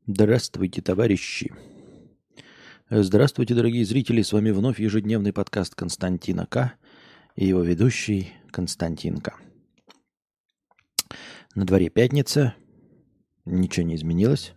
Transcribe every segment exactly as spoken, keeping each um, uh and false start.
Здравствуйте, товарищи. Здравствуйте, дорогие зрители. С вами вновь ежедневный подкаст Константина К. и его ведущий Константин К. На дворе пятница. Ничего не изменилось.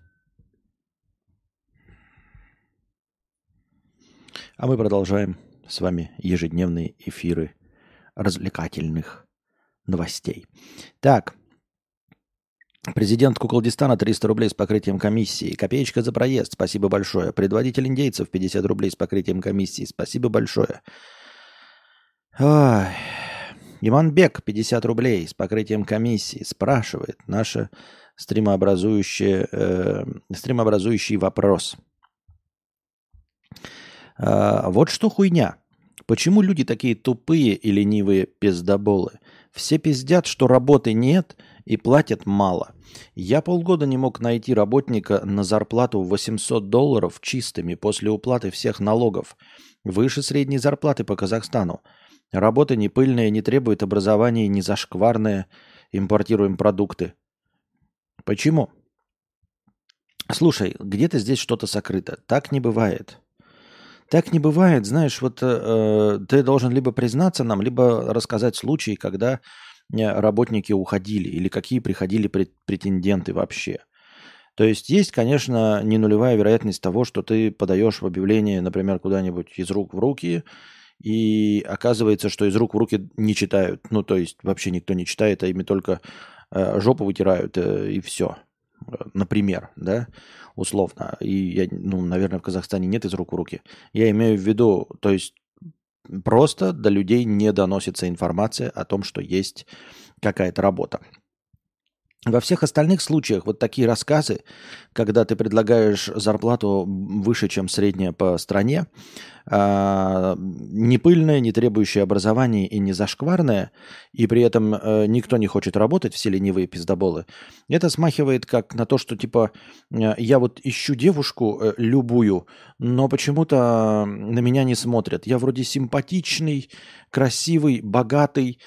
А мы продолжаем с вами ежедневные эфиры развлекательных новостей. Так. Президент Куколдистана триста рублей с покрытием комиссии. Копеечка за проезд. Спасибо большое. Предводитель индейцев пятьдесят рублей с покрытием комиссии. Спасибо большое. Ой. Иманбек пятьдесят рублей с покрытием комиссии. Спрашивает наше стримообразующее, э, стримообразующий вопрос. А, вот что хуйня. Почему люди такие тупые и ленивые пиздоболы? Все пиздят, что работы нет и платят мало. Я полгода не мог найти работника на зарплату в восемьсот долларов чистыми после уплаты всех налогов. Выше средней зарплаты по Казахстану. Работа не пыльная, не требует образования, не зашкварная. Импортируем продукты. Почему? Слушай, где-то здесь что-то сокрыто. Так не бывает. Так не бывает, знаешь, вот э, ты должен либо признаться нам, либо рассказать случаи, когда работники уходили или какие приходили претенденты вообще. То есть есть, конечно, не нулевая вероятность того, что ты подаешь в объявление, например, куда-нибудь из рук в руки, и оказывается, что из рук в руки не читают. Ну, то есть вообще никто не читает, а ими только э, жопу вытирают э, и все. Например, да, условно. И, я, ну, наверное, в Казахстане нет из рук в руки. Я имею в виду, то есть просто до людей не доносится информация о том, что есть какая-то работа. Во всех остальных случаях вот такие рассказы, когда ты предлагаешь зарплату выше, чем средняя по стране, не пыльная, не требующая образования и не зашкварная, и при этом никто не хочет работать, все ленивые пиздоболы, это смахивает как на то, что типа я вот ищу девушку любую, но почему-то на меня не смотрят. Я вроде симпатичный, красивый, богатый,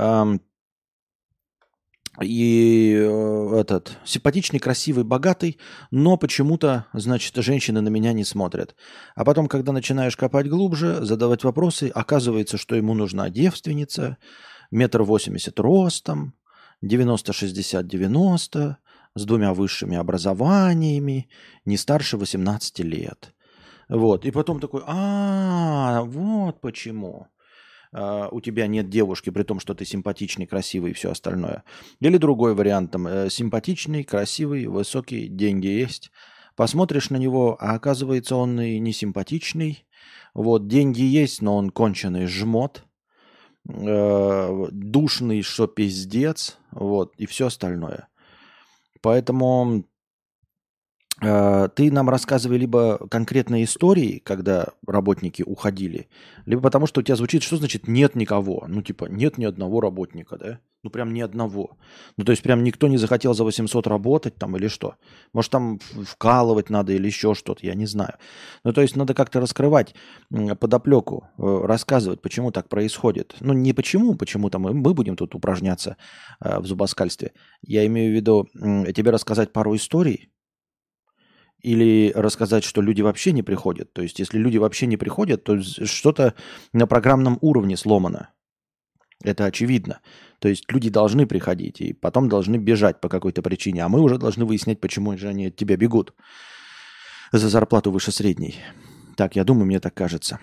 и э, этот симпатичный, красивый, богатый, но почему-то, значит, женщины на меня не смотрят. А потом, когда начинаешь копать глубже, задавать вопросы, оказывается, что ему нужна девственница, метр восемьдесят ростом, девяносто шестьдесят девяносто, с двумя высшими образованиями, не старше восемнадцати лет. Вот. И потом такой, а, вот почему. Uh, у тебя нет девушки, при том, что ты симпатичный, красивый и все остальное. Или другой вариант, там, э, симпатичный, красивый, высокий, деньги есть. Посмотришь на него, а оказывается, он и не симпатичный. Вот, деньги есть, но он конченый жмот, э, душный, что пиздец, вот, и все остальное. Поэтому ты нам рассказывай либо конкретные истории, когда работники уходили, либо потому, что у тебя звучит, что значит нет никого. Ну, типа, нет ни одного работника, да? Ну, прям ни одного. Ну, то есть, прям никто не захотел за восемьсот работать там или что? Может, там вкалывать надо или еще что-то, я не знаю. Ну, то есть, надо как-то раскрывать подоплеку, рассказывать, почему так происходит. Ну, не почему, почему-то мы, мы будем тут упражняться в зубоскальстве. Я имею в виду тебе рассказать пару историй, или рассказать, что люди вообще не приходят. То есть, если люди вообще не приходят, то что-то на программном уровне сломано. Это очевидно. То есть, люди должны приходить, и потом должны бежать по какой-то причине. А мы уже должны выяснять, почему же они от тебя бегут за зарплату выше средней. Так, я думаю, мне так кажется.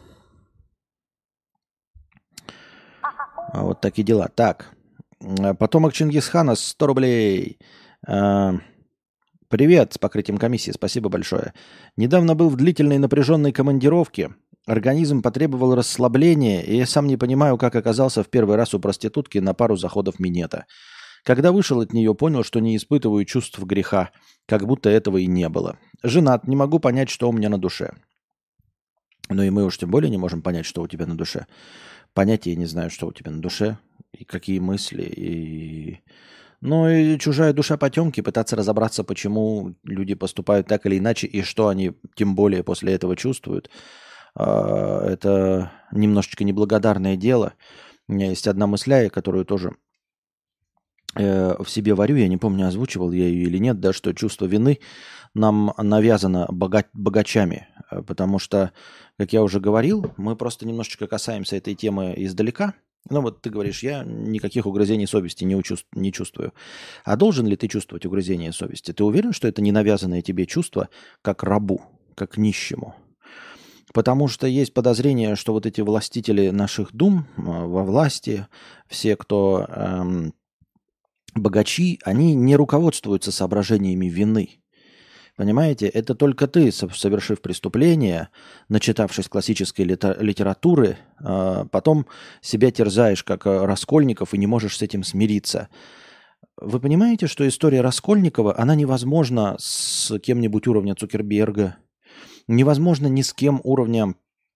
А вот такие дела. Так, потомок Чингисхана, сто рублей. Привет, с покрытием комиссии, спасибо большое. Недавно был в длительной напряженной командировке. Организм потребовал расслабления, и я сам не понимаю, как оказался в первый раз у проститутки на пару заходов минета. Когда вышел от нее, понял, что не испытываю чувств греха, как будто этого и не было. Женат, не могу понять, что у меня на душе. Ну и мы уж тем более не можем понять, что у тебя на душе. Понятия не знаю, что у тебя на душе, и какие мысли, и... Ну и чужая душа потемки, пытаться разобраться, почему люди поступают так или иначе, и что они тем более после этого чувствуют, это немножечко неблагодарное дело. У меня есть одна мысля, которую тоже э, в себе варю, я не помню, озвучивал я ее или нет, да, что чувство вины нам навязано бога- богачами, э, потому что, как я уже говорил, мы просто немножечко касаемся этой темы издалека. Ну вот ты говоришь, я никаких угрызений совести не, учу- не чувствую. А должен ли ты чувствовать угрызение совести? Ты уверен, что это не навязанное тебе чувство как рабу, как нищему? Потому что есть подозрение, что вот эти властители наших дум э, во власти, все, кто эм, богачи, они не руководствуются соображениями вины. Понимаете, это только ты, со- совершив преступление, начитавшись классической лита- литературы, э, потом себя терзаешь как э, Раскольников и не можешь с этим смириться. Вы понимаете, что история Раскольникова, она невозможна с кем-нибудь уровня Цукерберга, невозможно ни с кем уровня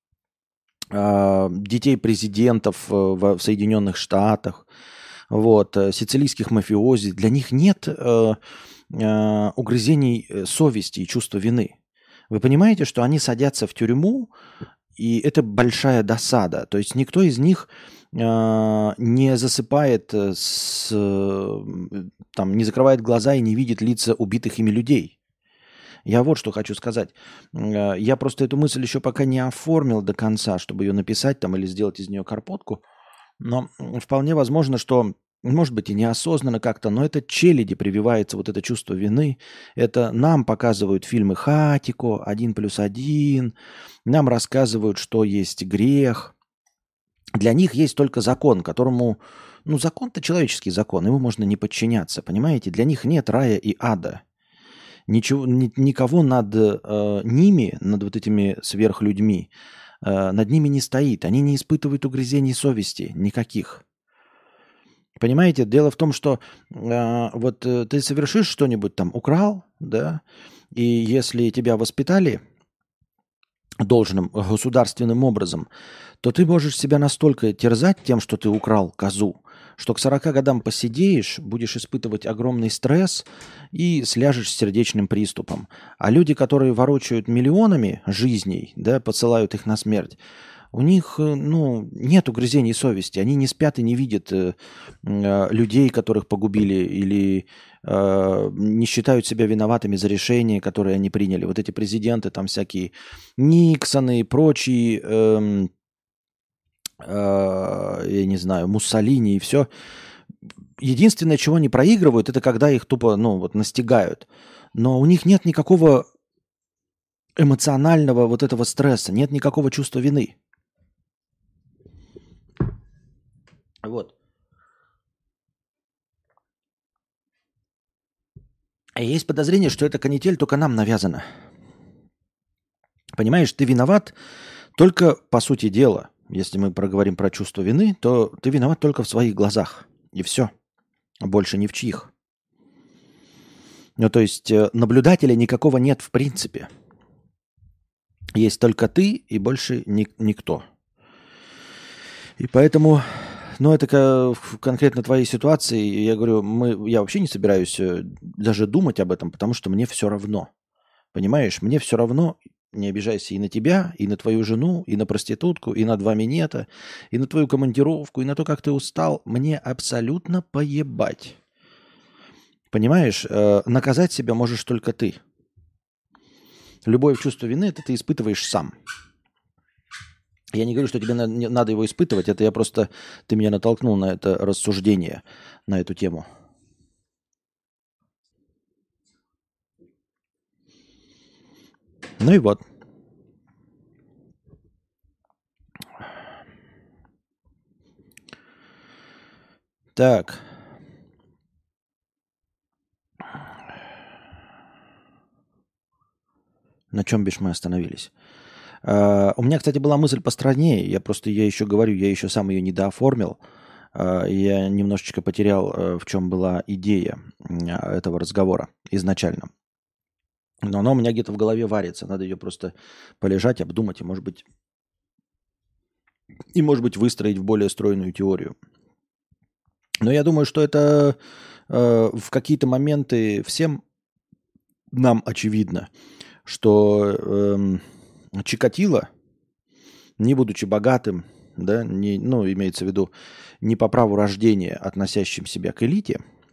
а, детей президентов э, в в Соединенных Штатах, вот, э, сицилийских мафиози. Для них нет э, э, угрызений э, совести и чувства вины. Вы понимаете, что они садятся в тюрьму, и это большая досада. То есть никто из них а, не засыпает, э, с, э, там, не закрывает глаза и не видит лица убитых ими людей. Я вот что хочу сказать. М, э, Я просто эту мысль еще пока не оформил до конца, чтобы ее написать там или сделать из нее карпотку. Но м, вполне возможно, что, может быть, и неосознанно как-то, но это челяди прививается вот это чувство вины. Это нам показывают фильмы «Хатико», «Один плюс один», нам рассказывают, что есть грех. Для них есть только закон, которому... Ну, закон-то человеческий закон, ему можно не подчиняться, понимаете? Для них нет рая и ада. Ничего, ни- никого над э, ними, над вот этими сверхлюдьми, э, над ними не стоит. Они не испытывают угрызений совести никаких. Понимаете, дело в том, что э, вот э, ты совершишь что-нибудь там, украл, да, и если тебя воспитали должным э, государственным образом, то ты можешь себя настолько терзать тем, что ты украл козу, что к сорока годам посидеешь, будешь испытывать огромный стресс и сляжешь с сердечным приступом. А люди, которые ворочают миллионами жизней, да, посылают их на смерть, у них, э, ну, нет угрызений совести. Они не спят и не видят э, э, людей, которых погубили, или э, не считают себя виноватыми за решения, которые они приняли. Вот эти президенты, там всякие Никсоны и прочие, эм, э, я не знаю, Муссолини и все. Единственное, чего они проигрывают, это когда их тупо, ну, вот настигают. Но у них нет никакого эмоционального вот этого стресса, нет никакого чувства вины. Вот. А есть подозрение, что эта канитель только нам навязана. Понимаешь, ты виноват только по сути дела. Если мы проговорим про чувство вины, то ты виноват только в своих глазах. И все. Больше ни в чьих. Ну, то есть э, наблюдателя никакого нет в принципе. Есть только ты и больше ни- никто. И поэтому, ну, это ка- в конкретно твоей ситуации, я говорю, мы, я вообще не собираюсь э, даже думать об этом, потому что мне все равно. Понимаешь, мне все равно, не обижайся и на тебя, и на твою жену, и на проститутку, и на два минета, и на твою командировку, и на то, как ты устал. Мне абсолютно поебать. Понимаешь, э, наказать себя можешь только ты. Любое чувство вины это ты испытываешь сам. Я не говорю, что тебе на- не- надо его испытывать, это я просто... Ты меня натолкнул на это рассуждение, на эту тему. Ну и вот. Так, на чем бишь мы остановились? А, у меня, кстати, была мысль по стране. Я просто, я еще говорю, я еще сам ее не дооформил. А, я немножечко потерял, э, в чем была идея м, а, этого разговора изначально. Но она у меня где-то в голове варится. Надо ее просто полежать, обдумать и, может быть, и, может быть, выстроить в более стройную теорию. Но я думаю, что это э, в какие-то моменты всем нам очевидно, что эм, Чикатило, не будучи богатым, да, не, ну, имеется в виду, не по праву рождения, относящим себя к элите,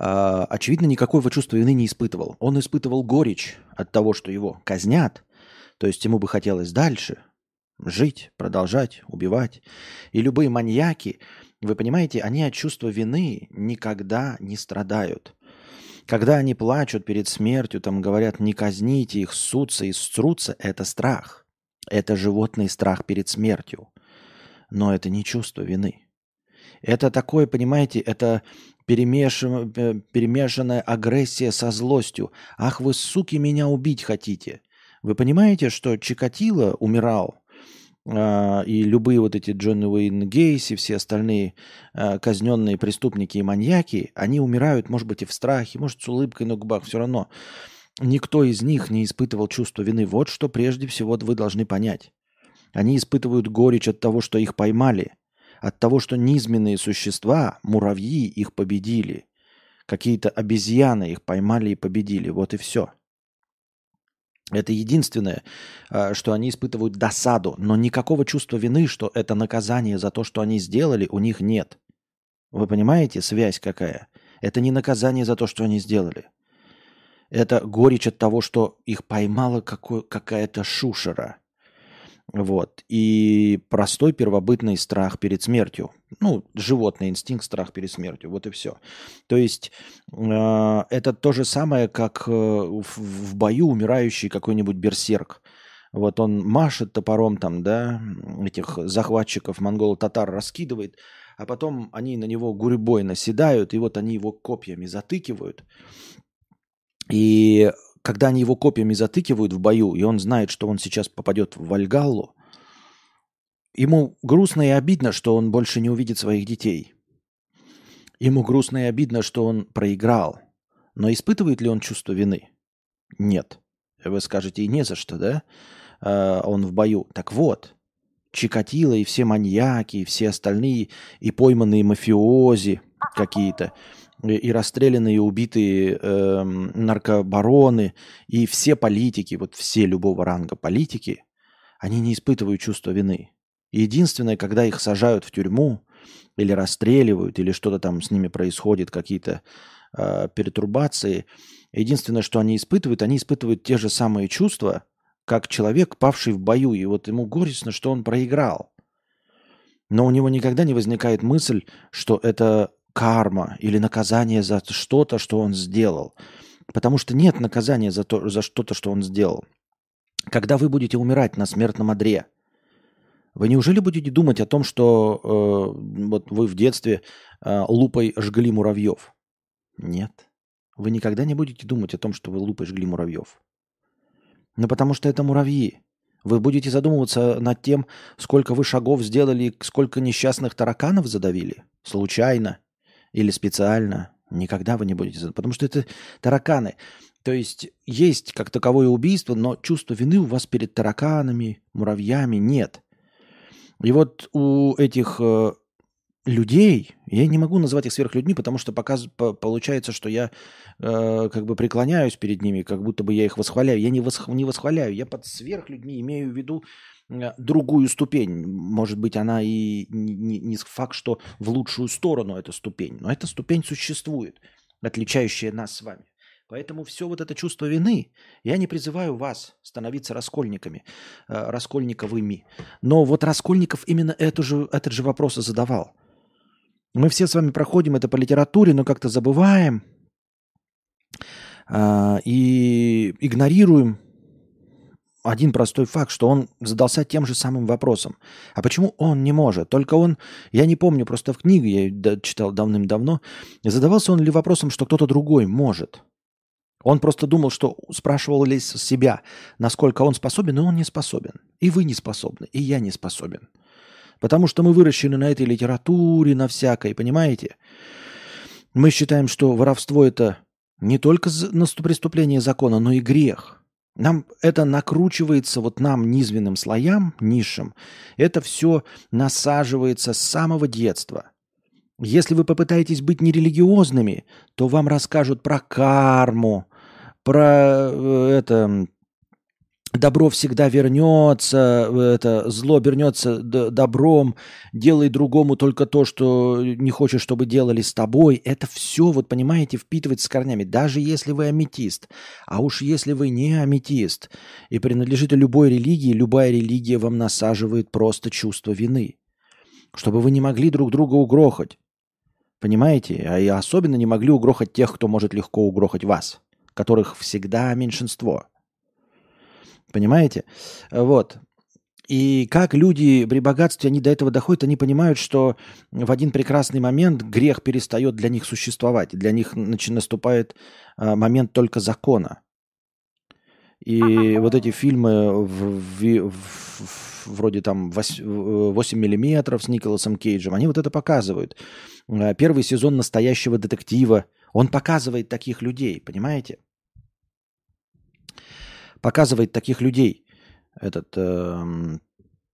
а, очевидно, никакого чувства вины не испытывал. Он испытывал горечь от того, что его казнят, то есть ему бы хотелось дальше жить, продолжать, убивать. И любые маньяки, вы понимаете, они от чувства вины никогда не страдают. Когда они плачут перед смертью, там говорят, не казните их, ссутся и струтся, это страх. Это животный страх перед смертью. Но это не чувство вины. Это такое, понимаете, это перемешан- э, перемешанная агрессия со злостью. Ах, вы, суки, меня убить хотите. Вы понимаете, что Чикатило умирал, а, и любые вот эти Джонни Уэйн Гейси, все остальные а, казненные преступники и маньяки, они умирают, может быть, и в страхе, может, с улыбкой на губах, все равно. Никто из них не испытывал чувство вины. Вот что прежде всего вы должны понять. Они испытывают горечь от того, что их поймали, от того, что низменные существа, муравьи, их победили. Какие-то обезьяны их поймали и победили. Вот и все. Это единственное, а, что они испытывают досаду, но никакого чувства вины, что это наказание за то, что они сделали, у них нет. Вы понимаете, связь какая? Это не наказание за то, что они сделали. Это горечь от того, что их поймала какой- какая-то шушера. Вот. И простой первобытный страх перед смертью. Ну, животный инстинкт, страх перед смертью. Вот и все. То есть э, это то же самое, как э, в, в бою умирающий какой-нибудь берсерк. Вот он машет топором там, да, этих захватчиков монголо-татар раскидывает, а потом они на него гурьбой наседают, и вот они его копьями затыкивают. И когда они его копьями затыкивают в бою, и он знает, что он сейчас попадет в Вальгаллу, ему грустно и обидно, что он больше не увидит своих детей. Ему грустно и обидно, что он проиграл. Но испытывает ли он чувство вины? Нет. Вы скажете, и не за что, да? А, он в бою. Так вот, Чикатило и все маньяки, и все остальные, и пойманные мафиози какие-то, и, и расстрелянные, и убитые э, наркобароны, и все политики, вот все любого ранга политики, они не испытывают чувства вины. Единственное, когда их сажают в тюрьму, или расстреливают, или что-то там с ними происходит, какие-то э, пертурбации, единственное, что они испытывают, они испытывают те же самые чувства, как человек, павший в бою, и вот ему горестно, что он проиграл. Но у него никогда не возникает мысль, что это карма или наказание за что-то, что он сделал. Потому что нет наказания за, то, за что-то, что он сделал. Когда вы будете умирать на смертном одре, вы неужели будете думать о том, что э, вот вы в детстве э, лупой жгли муравьев? Нет. Вы никогда не будете думать о том, что вы лупой жгли муравьев. Ну, потому что это муравьи. Вы будете задумываться над тем, сколько вы шагов сделали, сколько несчастных тараканов задавили? Случайно или специально? Никогда вы не будете задумываться, потому что это тараканы. То есть есть как таковое убийство, но чувства вины у вас перед тараканами, муравьями нет. И вот у этих э, людей, я не могу назвать их сверхлюдьми, потому что показ, по, получается, что я э, как бы преклоняюсь перед ними, как будто бы я их восхваляю. Я не, восх, не восхваляю, я под сверхлюдьми имею в виду э, другую ступень. Может быть, она и не, не, не факт, что в лучшую сторону эта ступень, но эта ступень существует, отличающая нас с вами. Поэтому все вот это чувство вины, я не призываю вас становиться раскольниками, э, раскольниковыми. Но вот Раскольников именно эту же, этот же вопрос и задавал. Мы все с вами проходим это по литературе, но как-то забываем э, и игнорируем один простой факт, что он задался тем же самым вопросом. А почему он не может? Только он, я не помню, просто в книге, я ее читал давным-давно, задавался он ли вопросом, что кто-то другой может? Он просто думал, что спрашивал ли себя, насколько он способен, и он не способен. И вы не способны, и я не способен. Потому что мы выращены на этой литературе, на всякой, понимаете? Мы считаем, что воровство – это не только преступление закона, но и грех. Нам это накручивается, вот нам, низвенным слоям, низшим, это все насаживается с самого детства. Если вы попытаетесь быть нерелигиозными, то вам расскажут про карму, про э, это, добро всегда вернется, это, зло вернется д- добром, делай другому только то, что не хочешь, чтобы делали с тобой. Это все, вот понимаете, впитывать с корнями. Даже если вы аметист, а уж если вы не аметист и принадлежите любой религии, любая религия вам насаживает просто чувство вины, чтобы вы не могли друг друга угрохать. Понимаете? А и особенно не могли угрохать тех, кто может легко угрохать вас, которых всегда меньшинство. Понимаете? Вот. И как люди при богатстве, они до этого доходят, они понимают, что в один прекрасный момент грех перестает для них существовать. Для них начи- наступает а, момент только закона. И вот эти фильмы в- в- в- вроде там вось- восемь миллиметров с Николасом Кейджем, они вот это показывают. А, Первый сезон «Настоящего детектива», он показывает таких людей, понимаете? Показывает таких людей. Этот... эм,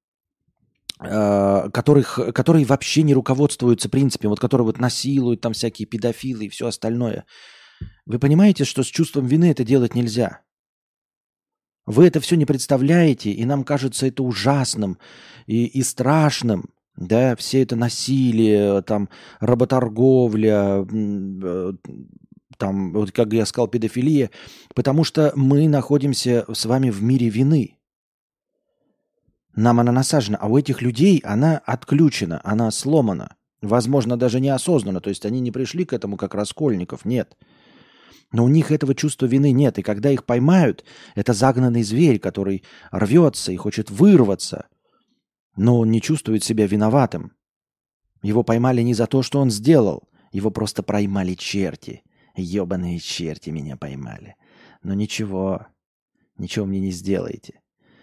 э, которых, которые вообще не руководствуются принципами, вот которые вот насилуют там всякие педофилы и все остальное. Вы понимаете, что с чувством вины это делать нельзя? Вы это все не представляете, и нам кажется это ужасным и, и страшным, да, все это насилие, там, работорговля, м, э, там, вот как я сказал, педофилия, потому что мы находимся с вами в мире вины. Нам она насажена, а у этих людей она отключена, она сломана. Возможно, даже неосознанно. То есть они не пришли к этому как Раскольников, нет. Но у них этого чувства вины нет. И когда их поймают, это загнанный зверь, который рвется и хочет вырваться, но он не чувствует себя виноватым. Его поймали не за то, что он сделал. Его просто поймали черти. Ебаные черти меня поймали. Но ничего, ничего мне не сделаете.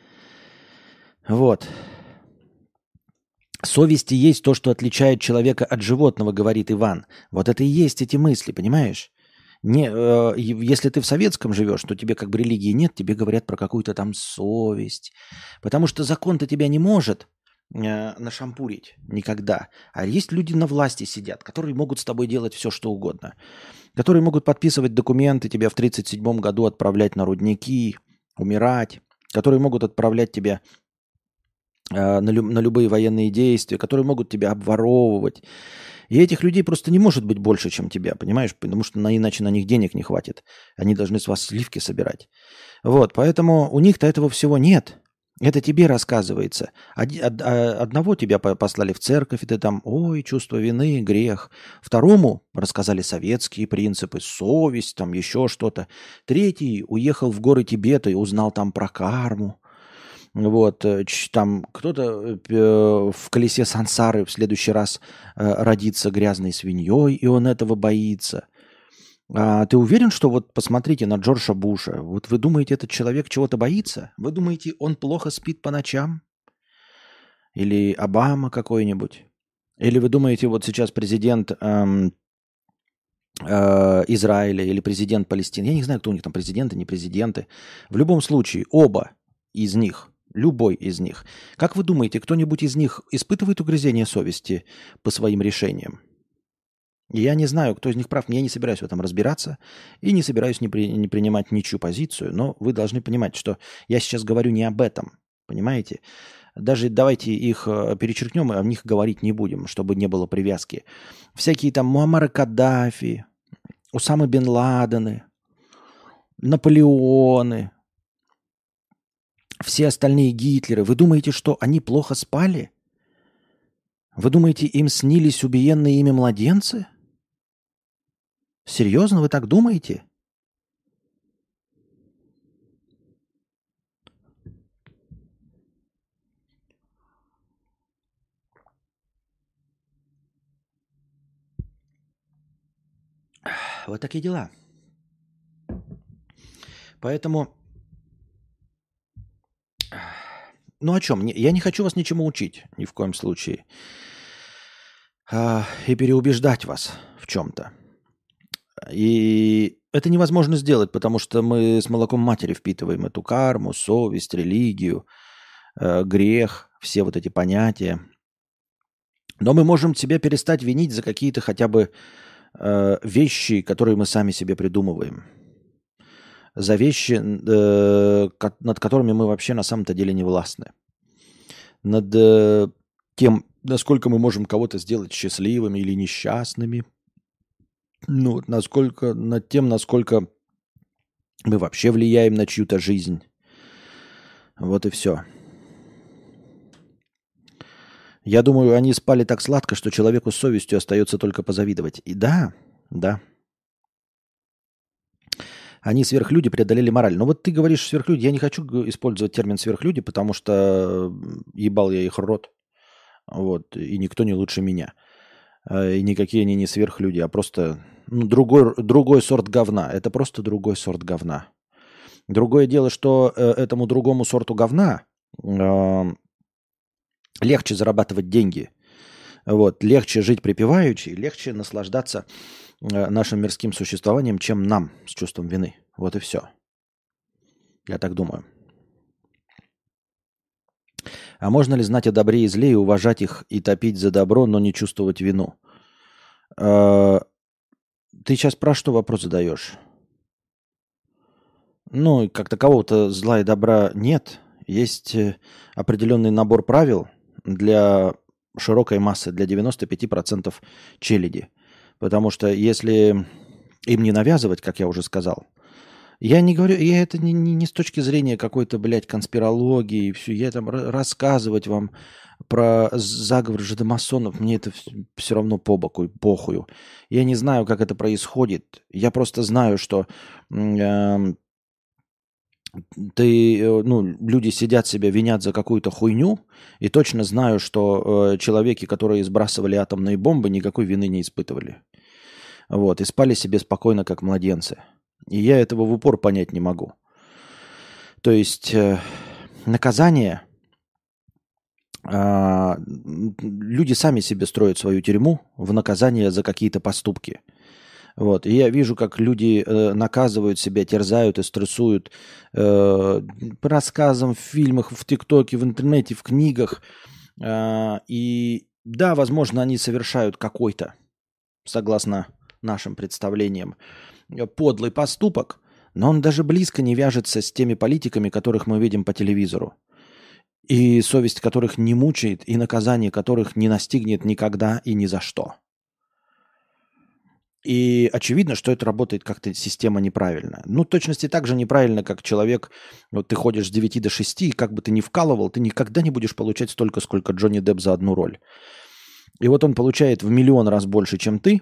Вот. Совесть и есть то, что отличает человека от животного, говорит Иван. Вот это и есть эти мысли, понимаешь? Не, э, е- если ты в советском живешь, то тебе как бы религии нет, тебе говорят про какую-то там совесть. Потому что закон-то тебя не может э, нашампурить никогда. А есть люди на власти сидят, которые могут с тобой делать все, что угодно. Которые могут подписывать документы, тебя в тридцать седьмом году отправлять на рудники, умирать. Которые могут отправлять тебя э, на, лю- на любые военные действия, которые могут тебя обворовывать. И этих людей просто не может быть больше, чем тебя, понимаешь? Потому что на, иначе на них денег не хватит. Они должны с вас сливки собирать. Вот, поэтому у них-то этого всего нет. Это тебе рассказывается. Оди- од- а- Одного тебя по- послали в церковь, и ты там, ой, чувство вины, грех. Второму рассказали советские принципы, совесть, там еще что-то. Третий уехал в горы Тибета и узнал там про карму. Вот, э, ч- там кто-то э, п- э, в колесе сансары в следующий раз э, родится грязной свиньей, и он этого боится. А ты уверен, что вот посмотрите на Джорджа Буша, вот вы думаете, этот человек чего-то боится? Вы думаете, он плохо спит по ночам? Или Обама какой-нибудь? Или вы думаете, вот сейчас президент эм, э, Израиля или президент Палестины, я не знаю, кто у них там, президенты, не президенты. В любом случае, оба из них, любой из них. Как вы думаете, кто-нибудь из них испытывает угрызение совести по своим решениям? Я не знаю, кто из них прав, я не собираюсь в этом разбираться и не собираюсь не, при- не принимать ничью позицию, но вы должны понимать, что я сейчас говорю не об этом, понимаете? Даже давайте их э, перечеркнем и о них говорить не будем, чтобы не было привязки. Всякие там Муаммары Каддафи, Усамы бен Ладены, Наполеоны, все остальные Гитлеры. Вы думаете, что они плохо спали? Вы думаете, им снились убиенные ими младенцы? Серьезно, вы так думаете? Вот такие дела. Поэтому, ну о чем? Не- Я не хочу вас ничему учить, ни в коем случае. А, и переубеждать вас в чем-то. И это невозможно сделать, потому что мы с молоком матери впитываем эту карму, совесть, религию, э, грех, все вот эти понятия. Но мы можем себя перестать винить за какие-то хотя бы э, вещи, которые мы сами себе придумываем. за вещи, э, над которыми мы вообще на самом-то деле не властны. Над э, тем, насколько мы можем кого-то сделать счастливыми или несчастными. Ну, насколько, над тем, насколько мы вообще влияем на чью-то жизнь. Вот и все. Я думаю, они спали так сладко, что человеку с совестью остается только позавидовать. И да, да. Они сверхлюди преодолели мораль. Но вот ты говоришь сверхлюди. Я не хочу использовать термин сверхлюди, потому что ебал я их рот. Вот. И никто не лучше меня. И никакие они не сверхлюди, а просто ну, другой, другой сорт говна. Это просто другой сорт говна. Другое дело, что э, этому другому сорту говна э, легче зарабатывать деньги. Вот. Легче жить припеваючи, легче наслаждаться э, нашим мирским существованием, чем нам с чувством вины. Вот и все. Я так думаю. А можно ли знать о добре и зле, и уважать их, и топить за добро, но не чувствовать вину? Э, ты сейчас про что вопрос задаешь? Ну, как такового-то зла и добра нет. Есть определенный набор правил для широкой массы, для девяноста пяти процентов челяди. Потому что если им не навязывать, как я уже сказал, я не говорю, я это не, не, не с точки зрения какой-то, блядь, конспирологии, все, я там рассказывать вам про заговор жидомасонов, мне это все равно по боку, похую. Я не знаю, как это происходит. Я просто знаю, что э, ты, ну, люди сидят себя, винят за какую-то хуйню, и точно знаю, что э, человеки, которые сбрасывали атомные бомбы, никакой вины не испытывали. Вот, и спали себе спокойно, как младенцы. И я этого в упор понять не могу. То есть э, наказание, э, люди сами себе строят свою тюрьму в наказание за какие-то поступки. Вот. И я вижу, как люди э, наказывают себя, терзают и стрессуют э, по рассказам, в фильмах, в ТикТоке, в интернете, в книгах. Э, и да, возможно, они совершают какой-то, согласно нашим представлениям, подлый поступок, но он даже близко не вяжется с теми политиками, которых мы видим по телевизору. И совесть которых не мучает, и наказание которых не настигнет никогда и ни за что. И очевидно, что это работает как-то система неправильно. Ну, в точности так же неправильно, как человек, вот ты ходишь с девяти до шести, и как бы ты ни вкалывал, ты никогда не будешь получать столько, сколько Джонни Депп за одну роль. И вот он получает в миллион раз больше, чем ты,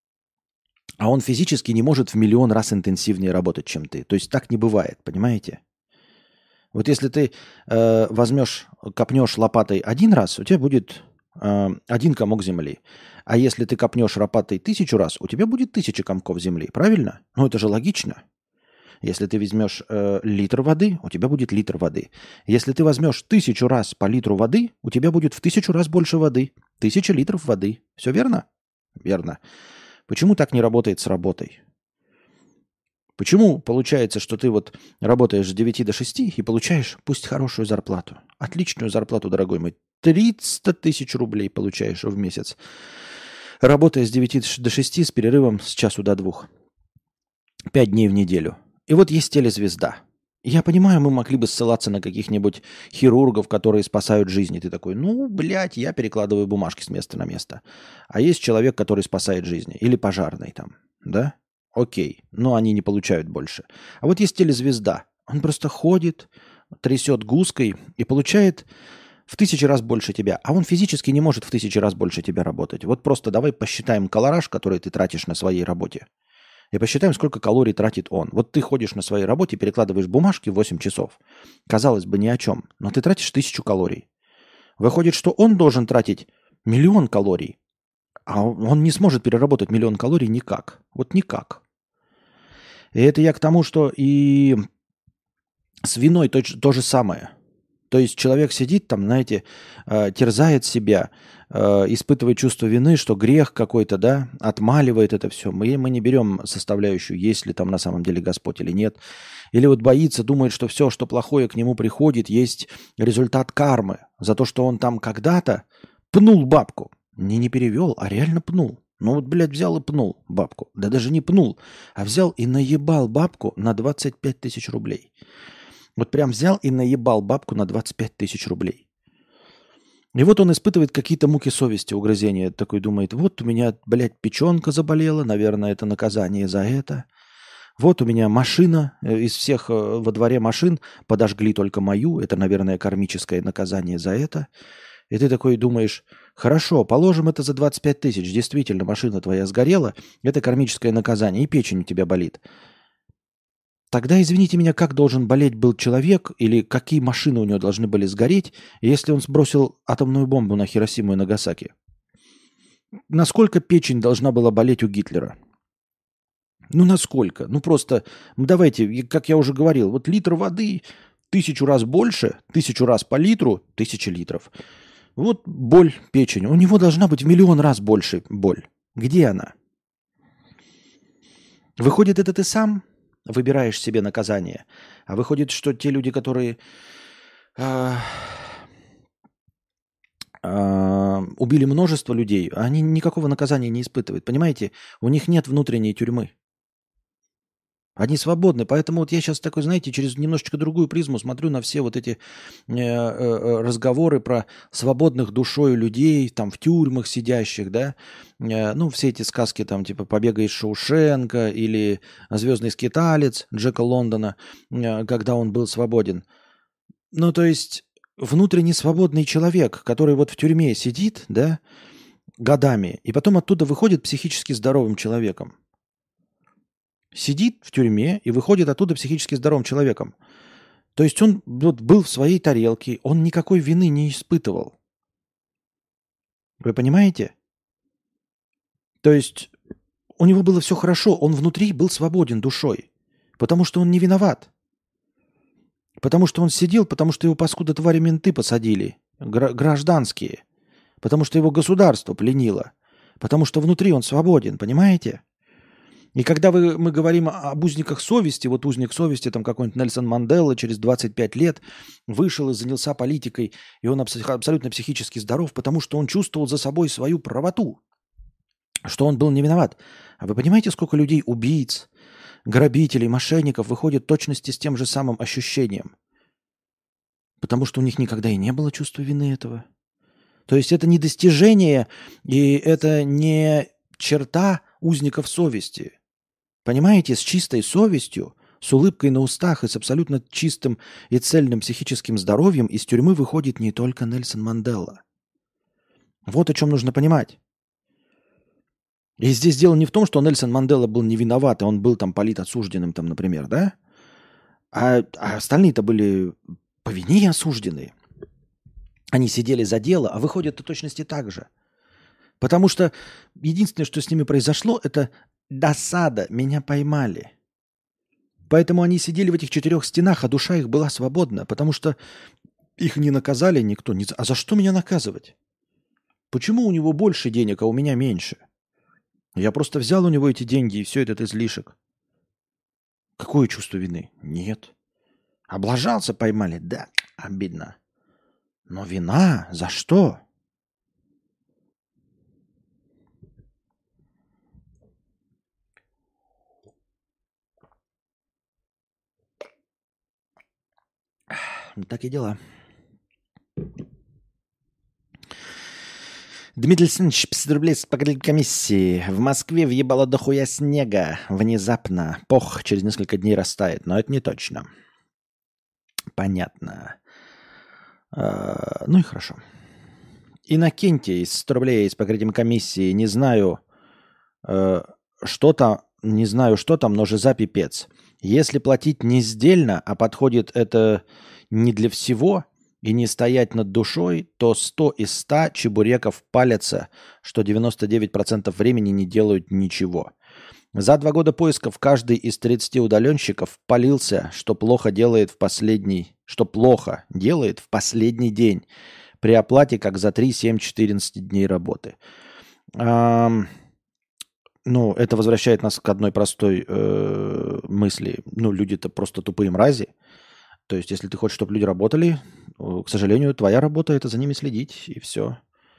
а он физически не может в миллион раз интенсивнее работать, чем ты. То есть так не бывает, понимаете? Вот если ты э, возьмешь, копнешь лопатой один раз, у тебя будет э, один комок земли. А если ты копнешь лопатой тысячу раз, у тебя будет тысяча комков земли, правильно? Ну это же логично. Если ты возьмешь э, литр воды, у тебя будет литр воды. Если ты возьмешь тысячу раз по литру воды, у тебя будет в тысячу раз больше воды. Тысяча литров воды. Все верно? Верно. Почему так не работает с работой? Почему получается, что ты вот работаешь с девяти до шести и получаешь, пусть хорошую зарплату, отличную зарплату, дорогой мой, триста тысяч рублей получаешь в месяц, работая с девяти до шести с перерывом с часу до двух, пять дней в неделю. И вот есть телезвезда. Я понимаю, мы могли бы ссылаться на каких-нибудь хирургов, которые спасают жизни. Ты такой, ну, блядь, я перекладываю бумажки с места на место. А есть человек, который спасает жизни. Или пожарный там, да? Окей, но они не получают больше. А вот есть телезвезда. Он просто ходит, трясет гуской и получает в тысячи раз больше тебя. А он физически не может в тысячи раз больше тебя работать. Вот просто давай посчитаем колораж, который ты тратишь на своей работе. И посчитаем, сколько калорий тратит он. Вот ты ходишь на своей работе, перекладываешь бумажки восемь часов. Казалось бы, ни о чем. Но ты тратишь тысячу калорий. Выходит, что он должен тратить миллион калорий. А он не сможет переработать миллион калорий никак. Вот никак. И это я к тому, что и с виной то, то же самое. То есть человек сидит там, знаете, терзает себя, испытывает чувство вины, что грех какой-то, да, отмаливает это все. Мы, мы не берем составляющую, есть ли там на самом деле Господь или нет. Или вот боится, думает, что все, что плохое к нему приходит, есть результат кармы. За то, что он там когда-то пнул бабку. Не не перевел, а реально пнул. Ну вот, блядь, взял и пнул бабку. Да даже не пнул, а взял и наебал бабку на двадцать пять тысяч рублей. Вот прям взял и наебал бабку на двадцать пять тысяч рублей. И вот он испытывает какие-то муки совести, угрызения. Такой думает, вот у меня, блядь, печенка заболела, наверное, это наказание за это. Вот у меня машина, э, из всех э, во дворе машин подожгли только мою, это, наверное, кармическое наказание за это. И ты такой думаешь, хорошо, положим это за двадцать пять тысяч, действительно, машина твоя сгорела, это кармическое наказание, и печень у тебя болит. Тогда, извините меня, как должен болеть был человек, или какие машины у него должны были сгореть, если он сбросил атомную бомбу на Хиросиму и Нагасаки? Насколько печень должна была болеть у Гитлера? Ну, насколько? Ну, просто, ну, давайте, как я уже говорил, вот литр воды тысячу раз больше, тысячу раз по литру, тысяча литров. Вот боль печени. У него должна быть в миллион раз больше боль. Где она? Выходит, это ты сам выбираешь себе наказание. А выходит, что те люди, которые а, а, убили множество людей, они никакого наказания не испытывают. Понимаете? У них нет внутренней тюрьмы. Они свободны, поэтому вот я сейчас такой, знаете, через немножечко другую призму смотрю на все вот эти э, э, разговоры про свободных душой людей, там в тюрьмах сидящих, да, э, ну все эти сказки там типа «Побега из Шоушенка» или «Звездный скиталец» Джека Лондона, э, когда он был свободен. Ну то есть внутренне свободный человек, который вот в тюрьме сидит, да, годами, и потом оттуда выходит психически здоровым человеком. Сидит в тюрьме и выходит оттуда психически здоровым человеком. То есть он вот был в своей тарелке, он никакой вины не испытывал. Вы понимаете? То есть у него было все хорошо, он внутри был свободен душой, потому что он не виноват. Потому что он сидел, потому что его паскуда твари менты посадили, гра- гражданские. Потому что его государство пленило. Потому что внутри он свободен, понимаете? И когда вы, мы говорим об узниках совести, вот узник совести, там какой-нибудь Нельсон Мандела через двадцать пять лет вышел и занялся политикой, и он абс- абсолютно психически здоров, потому что он чувствовал за собой свою правоту, что он был не виноват. А вы понимаете, сколько людей, убийц, грабителей, мошенников выходит в точности с тем же самым ощущением? Потому что у них никогда и не было чувства вины этого. То есть это не достижение, и это не черта узников совести. Понимаете, с чистой совестью, с улыбкой на устах и с абсолютно чистым и цельным психическим здоровьем из тюрьмы выходит не только Нельсон Мандела. Вот о чем нужно понимать. И здесь дело не в том, что Нельсон Мандела был не виноват, и он был там политосужденным, там, например, да? А, а остальные-то были по вине осужденные. Они сидели за дело, а выходят в точности так же. Потому что единственное, что с ними произошло, это досада, меня поймали. Поэтому они сидели в этих четырех стенах, а душа их была свободна, потому что их не наказали никто. Не... А за что меня наказывать? Почему у него больше денег, а у меня меньше? Я просто взял у него эти деньги, и все этот излишек. Какое чувство вины? Нет. Облажался, поймали? Да, обидно. Но вина? За что? Так и дела. Дмитрий Александрович, пятьдесят рублей с покрытием комиссии. В Москве въебало дохуя снега. Внезапно. Пох, через несколько дней растает. Но это не точно. Понятно. А, ну и хорошо. Иннокентий, сто рублей с покрытием комиссии. Не знаю, э, что там, не знаю, что там, но жиза пипец. Если платить не сдельно, а подходит это не для всего и не стоять над душой, то сто из ста чебуреков палятся, что девяносто девять процентов времени не делают ничего. За два года поисков каждый из тридцати удаленщиков палился, что плохо делает в последний, что плохо делает в последний день при оплате как за три, семь, четырнадцать дней работы. Ам, ну, это возвращает нас к одной простой э, мысли. Ну, люди-то просто тупые мрази. То есть, если ты хочешь, чтобы люди работали, э, к сожалению, твоя работа – это за ними следить, и все.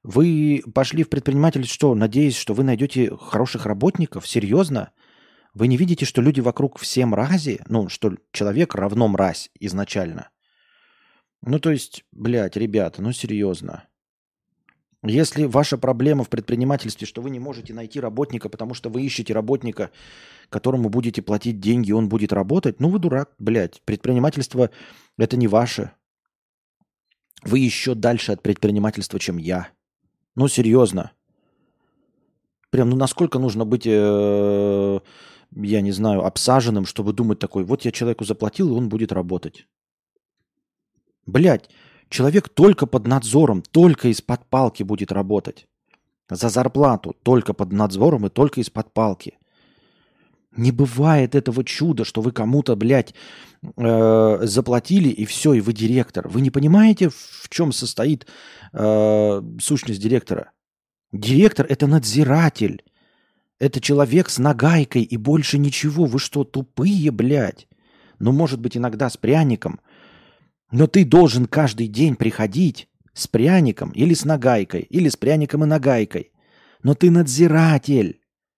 Вы пошли в предпринимательство, что, надеясь, что вы найдете хороших работников? Серьезно? Вы не видите, что люди вокруг все мрази? Ну, что человек равно мразь изначально. Ну, то есть, блядь, ребята, ну серьезно. Если ваша проблема в предпринимательстве, что вы не можете найти работника, потому что вы ищете работника, которому будете платить деньги, он будет работать, ну вы дурак, блядь. Предпринимательство – это не ваше. Вы еще дальше от предпринимательства, чем я. Ну, серьезно. Прям, ну насколько нужно быть, э, я не знаю, обсаженным, чтобы думать такой, вот я человеку заплатил, и он будет работать. Блядь, человек только под надзором, только из-под палки будет работать. За зарплату только под надзором и только из-под палки. Не бывает этого чуда, что вы кому-то, блядь, э, заплатили, и все, и вы директор. Вы не понимаете, в чем состоит э, сущность директора? Директор – это надзиратель. Это человек с нагайкой и больше ничего. Вы что, тупые, блядь? Ну, может быть, иногда с пряником. Но ты должен каждый день приходить с пряником или с нагайкой, или с пряником и нагайкой. Но ты надзиратель.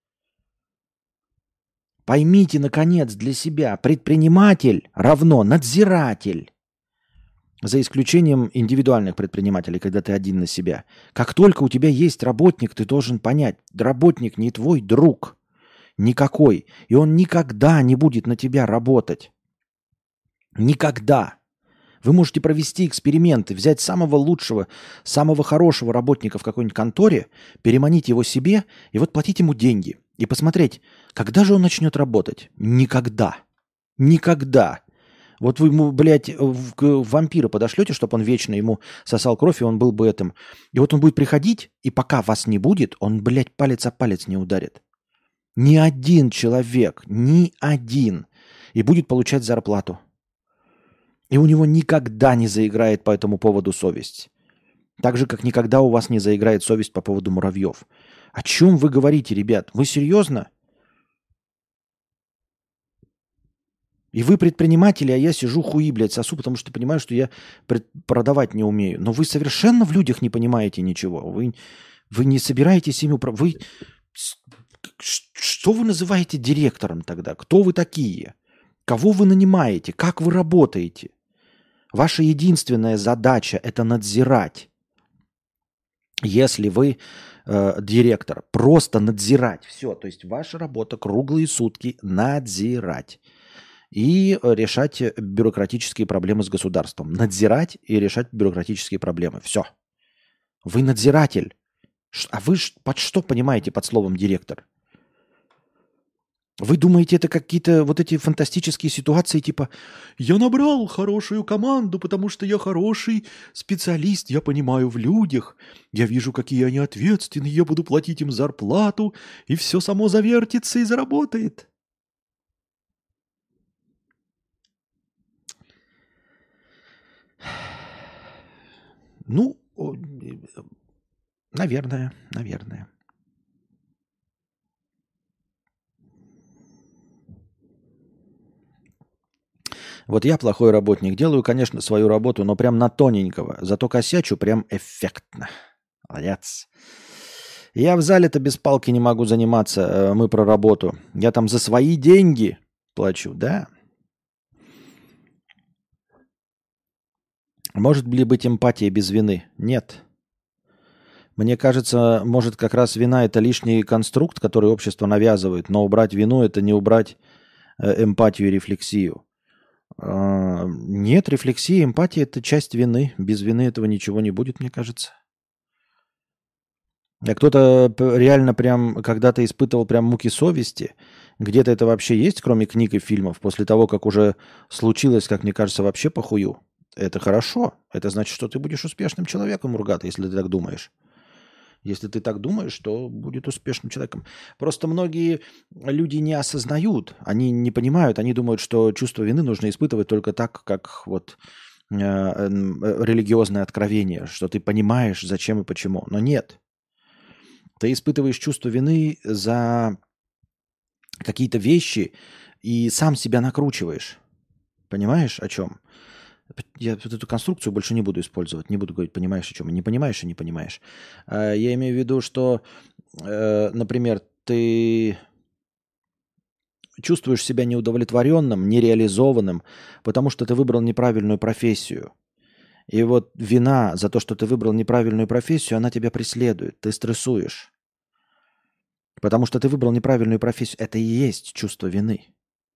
Поймите, наконец, для себя, предприниматель равно надзиратель. За исключением индивидуальных предпринимателей, когда ты один на себя. Как только у тебя есть работник, ты должен понять, работник не твой друг. Никакой. И он никогда не будет на тебя работать. Никогда. Вы можете провести эксперименты, взять самого лучшего, самого хорошего работника в какой-нибудь конторе, переманить его себе и вот платить ему деньги. И посмотреть, когда же он начнет работать? Никогда. Никогда. Вот вы ему, блядь, в, к, вампира подошлете, чтобы он вечно ему сосал кровь, и он был бы этим. И вот он будет приходить, и пока вас не будет, он, блядь, палец о палец не ударит. Ни один человек, ни один. И будет получать зарплату. И у него никогда не заиграет по этому поводу совесть. Так же, как никогда у вас не заиграет совесть по поводу муравьев. О чем вы говорите, ребят? Вы серьезно? И вы предприниматели, а я сижу хуи, блядь, сосу, потому что понимаю, что я пред- продавать не умею. Но вы совершенно в людях не понимаете ничего. Вы, вы не собираетесь ими управлять. Вы... Что вы называете директором тогда? Кто вы такие? Кого вы нанимаете? Как вы работаете? Ваша единственная задача – это надзирать. Если вы э, директор, просто надзирать. Все, то есть ваша работа круглые сутки надзирать. И решать бюрократические проблемы с государством. Надзирать и решать бюрократические проблемы. Все. Вы надзиратель. А вы под что понимаете под словом директор? Вы думаете, это какие-то вот эти фантастические ситуации, типа «Я набрал хорошую команду, потому что я хороший специалист, я понимаю в людях, я вижу, какие они ответственные, я буду платить им зарплату, и все само завертится и заработает». Ну, наверное, наверное. Вот я плохой работник, делаю, конечно, свою работу, но прям на тоненького. Зато косячу прям эффектно. Молодец. Я в зале-то без палки не могу заниматься, мы про работу. Я там за свои деньги плачу, да? Может ли быть эмпатия без вины? Нет. Мне кажется, может как раз вина – это лишний конструкт, который общество навязывает, но убрать вину – это не убрать эмпатию и рефлексию. Нет, рефлексия, эмпатия – это часть вины. Без вины этого ничего не будет, мне кажется. А кто-то реально прям когда-то испытывал прям муки совести. Где-то это вообще есть, кроме книг и фильмов, после того, как уже случилось, как мне кажется, вообще похую. Это хорошо. Это значит, что ты будешь успешным человеком, Ургат, если ты так думаешь. Если ты так думаешь, то будет успешным человеком. Просто многие люди не осознают, они не понимают, они думают, что чувство вины нужно испытывать только так, как вот э, э, религиозное откровение, что ты понимаешь, зачем и почему. Но нет. Ты испытываешь чувство вины за какие-то вещи и сам себя накручиваешь. Понимаешь, о чем? Я вот эту конструкцию больше не буду использовать. Не буду говорить, понимаешь, о чем. Не понимаешь и не понимаешь. А, Я имею в виду, что, э, например, ты чувствуешь себя неудовлетворенным, нереализованным, потому что ты выбрал неправильную профессию. И вот вина за то, что ты выбрал неправильную профессию, она тебя преследует. Ты стрессуешь. Потому что ты выбрал неправильную профессию. Это и есть чувство вины.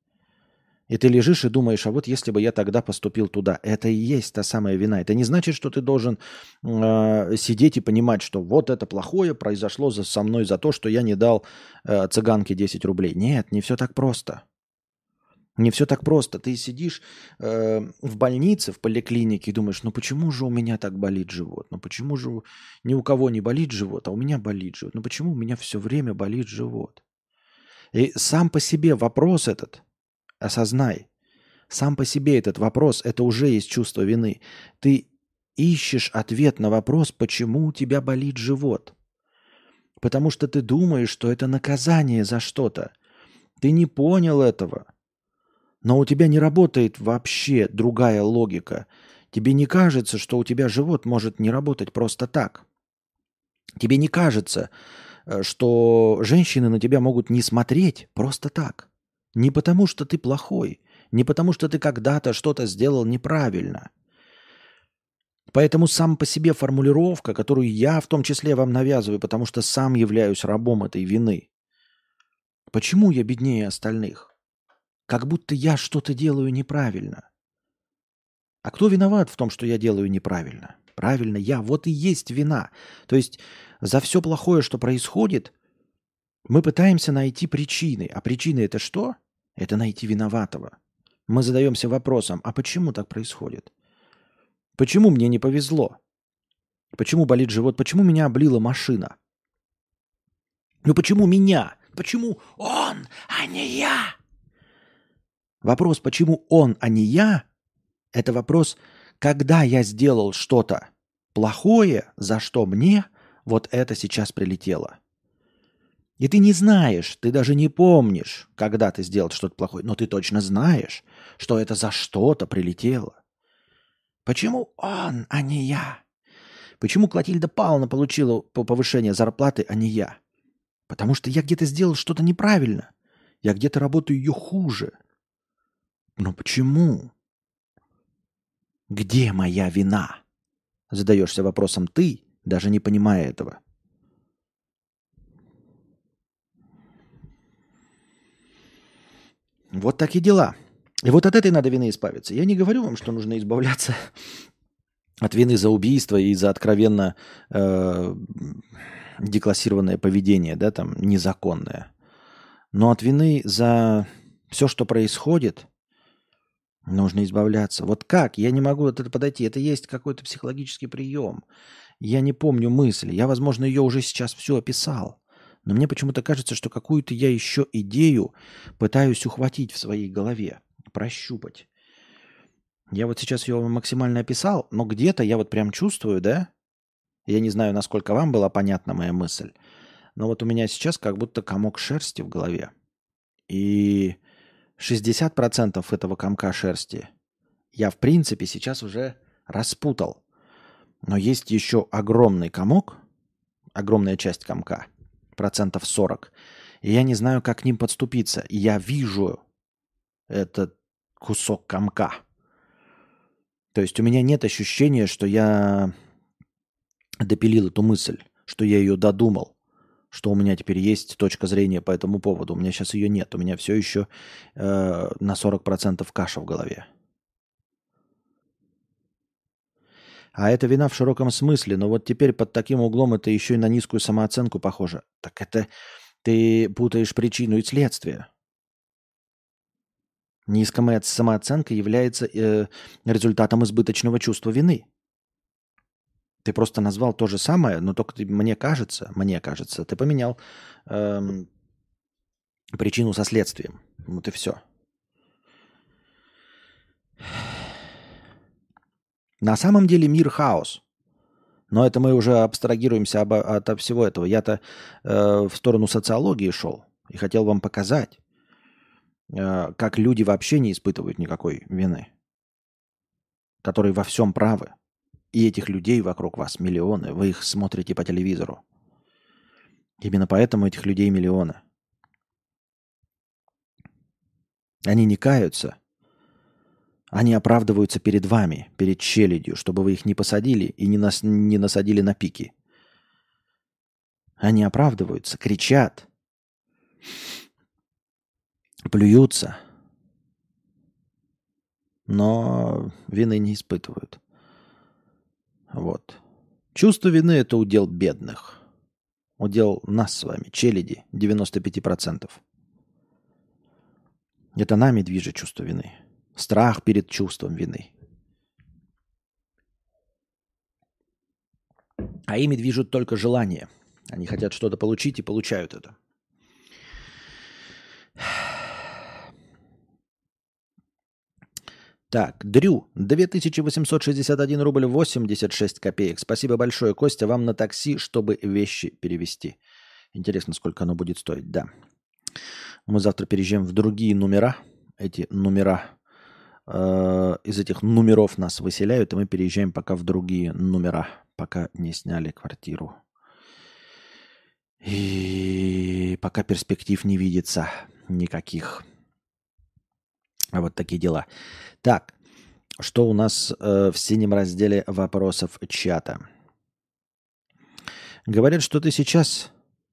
И ты лежишь и думаешь, а вот если бы я тогда поступил туда, это и есть та самая вина. Это не значит, что ты должен э, сидеть и понимать, что вот это плохое произошло за, со мной за то, что я не дал э, цыганке десять рублей. Нет, не все так просто. Не все так просто. Ты сидишь э, в больнице, в поликлинике и думаешь, ну почему же у меня так болит живот? Ну почему же у- ни у кого не болит живот, а у меня болит живот? Ну почему у меня все время болит живот? И сам по себе вопрос этот, осознай, сам по себе этот вопрос, это уже есть чувство вины. Ты ищешь ответ на вопрос, почему у тебя болит живот. Потому что ты думаешь, что это наказание за что-то. Ты не понял этого. Но у тебя не работает вообще другая логика. Тебе не кажется, что у тебя живот может не работать просто так. Тебе не кажется, э, что женщины на тебя могут не смотреть просто так. Не потому, что ты плохой, не потому, что ты когда-то что-то сделал неправильно. Поэтому сам по себе формулировка, которую я в том числе вам навязываю, потому что сам являюсь рабом этой вины. Почему я беднее остальных? Как будто я что-то делаю неправильно. А кто виноват в том, что я делаю неправильно? Правильно, я. Вот и есть вина. То есть за все плохое, что происходит, мы пытаемся найти причины. А причины это что? Это найти виноватого. Мы задаемся вопросом, а почему так происходит? Почему мне не повезло? Почему болит живот? Почему меня облила машина? Ну почему меня? Почему он, а не я? Вопрос, почему он, а не я, это вопрос, когда я сделал что-то плохое, за что мне вот это сейчас прилетело. И ты не знаешь, ты даже не помнишь, когда ты сделал что-то плохое, но ты точно знаешь, что это за что-то прилетело. Почему он, а не я? Почему Клотильда Павловна получила повышение зарплаты, а не я? Потому что я где-то сделал что-то неправильно. Я где-то работаю ее хуже. Но почему? Где моя вина? Задаешься вопросом ты, даже не понимая этого. Вот такие дела. И вот от этой надо вины избавиться. Я не говорю вам, что нужно избавляться от вины за убийство и за откровенно э, деклассированное поведение, да, там, незаконное. Но от вины за все, что происходит, нужно избавляться. Вот как? Я не могу от этого подойти. Это есть какой-то психологический прием. Я не помню мысли. Я, возможно, ее уже сейчас все описал. Но мне почему-то кажется, что какую-то я еще идею пытаюсь ухватить в своей голове, прощупать. Я вот сейчас ее максимально описал, но где-то я вот прям чувствую, да? Я не знаю, насколько вам была понятна моя мысль, но вот у меня сейчас как будто комок шерсти в голове. И шестьдесят процентов этого комка шерсти я, в принципе, сейчас уже распутал. Но есть еще огромный комок, огромная часть комка, процентов сорок. И я не знаю, как к ним подступиться. И я вижу этот кусок комка. То есть у меня нет ощущения, что я допилил эту мысль, что я ее додумал, что у меня теперь есть точка зрения по этому поводу. У меня сейчас ее нет. У меня все еще э, на сорок процентов каша в голове. А это вина в широком смысле. Но вот теперь под таким углом это еще и на низкую самооценку похоже. Так это ты путаешь причину и следствие. Низкая самооценка является э, результатом избыточного чувства вины. Ты просто назвал то же самое, но только ты, мне кажется, мне кажется, ты поменял эм, причину со следствием. Вот и все. На самом деле мир хаос. Но это мы уже абстрагируемся об, от всего этого. Я-то э, в сторону социологии шел и хотел вам показать, э, как люди вообще не испытывают никакой вины. которые во всем правы. И этих людей вокруг вас миллионы. Вы их смотрите по телевизору. Именно поэтому этих людей миллионы. Они не каются. Они оправдываются перед вами, перед челядью, чтобы вы их не посадили и не, нас, не насадили на пики. Они оправдываются, кричат, плюются, но вины не испытывают. Вот. Чувство вины – это удел бедных. Удел нас с вами, челяди, девяносто пять процентов. Это нами движет чувство вины. Страх перед чувством вины. А ими движут только желания. Они хотят что-то получить и получают это. Так, Дрю, две тысячи восемьсот шестьдесят один рубль восемьдесят шесть копеек. Спасибо большое, Костя, вам на такси, чтобы вещи перевезти. Интересно, сколько оно будет стоить, да. Мы завтра переезжаем в другие номера. Эти номера... Из этих номеров нас выселяют, и мы переезжаем пока в другие номера, пока не сняли квартиру. И пока перспектив не видится никаких. А вот такие дела. Так, что у нас э, в синем разделе вопросов чата? Говорят, что ты сейчас...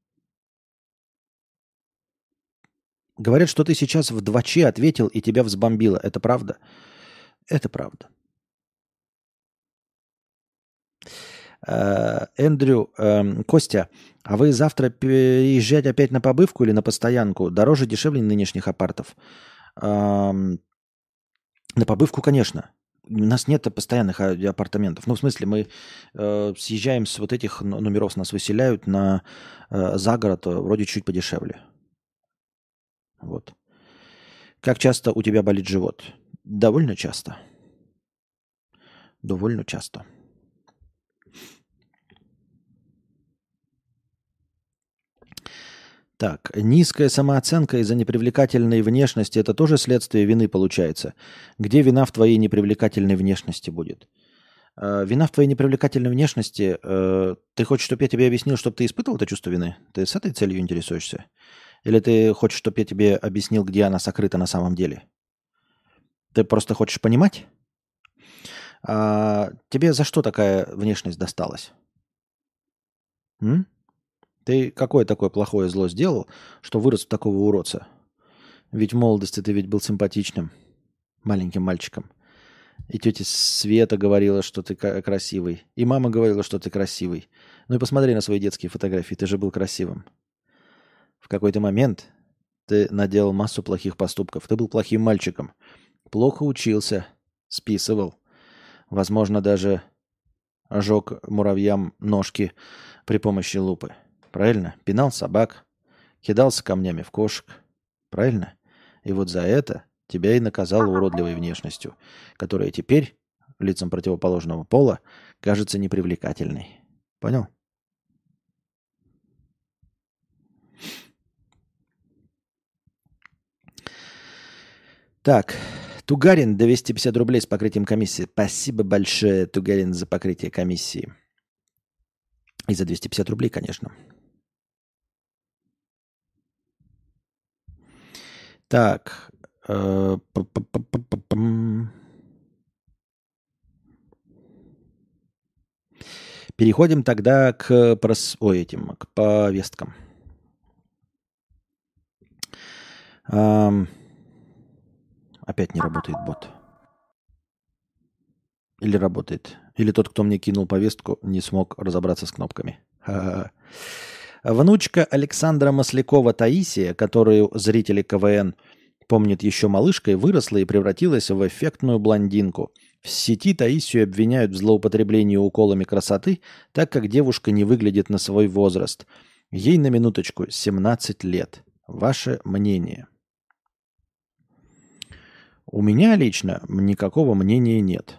Говорят, что ты сейчас в два че ответил и тебя взбомбило. Это правда? Это правда. Э, Эндрю, э, Костя, а вы завтра переезжать опять на побывку или на постоянку? Дороже, дешевле нынешних апартов? Э, на побывку, конечно. У нас нет постоянных апартаментов. Ну, в смысле, мы э, съезжаем с вот этих номеров, нас выселяют на э, загород, вроде чуть подешевле. Вот. Как часто у тебя болит живот? Довольно часто. Довольно часто. Так, низкая самооценка из-за непривлекательной внешности – это тоже следствие вины получается. Где вина в твоей непривлекательной внешности будет? Э, вина в твоей непривлекательной внешности. Э, ты хочешь, чтобы я тебе объяснил, чтобы ты испытывал это чувство вины? Ты с этой целью интересуешься? Или ты хочешь, чтобы я тебе объяснил, где она сокрыта на самом деле? Ты просто хочешь понимать? А тебе за что такая внешность досталась? М? Ты какое такое плохое зло сделал, что вырос в такого уродца? Ведь в молодости ты ведь был симпатичным маленьким мальчиком. И тетя Света говорила, что ты красивый. И мама говорила, что ты красивый. Ну и посмотри на свои детские фотографии, ты же был красивым. В какой-то момент ты наделал массу плохих поступков. Ты был плохим мальчиком. Плохо учился, списывал. Возможно, даже ожег муравьям ножки при помощи лупы. Правильно? Пинал собак, кидался камнями в кошек. Правильно? И вот за это тебя и наказала уродливой внешностью, которая теперь лицам противоположного пола кажется непривлекательной. Понял? Так, Тугарин, двести пятьдесят рублей с покрытием комиссии. Спасибо большое, Тугарин, за покрытие комиссии. И за двести пятьдесят рублей, конечно. Так. Э, Переходим тогда к, прос... Ой, этим, к повесткам. Эм... Опять не работает бот. Или работает. Или тот, кто мне кинул повестку, не смог разобраться с кнопками. Ха-ха. Внучка Александра Маслякова Таисия, которую зрители КВН помнят еще малышкой, выросла и превратилась в эффектную блондинку. В сети Таисию обвиняют в злоупотреблении уколами красоты, так как девушка не выглядит на свой возраст. Ей на минуточку семнадцать лет. Ваше мнение? У меня лично никакого мнения нет.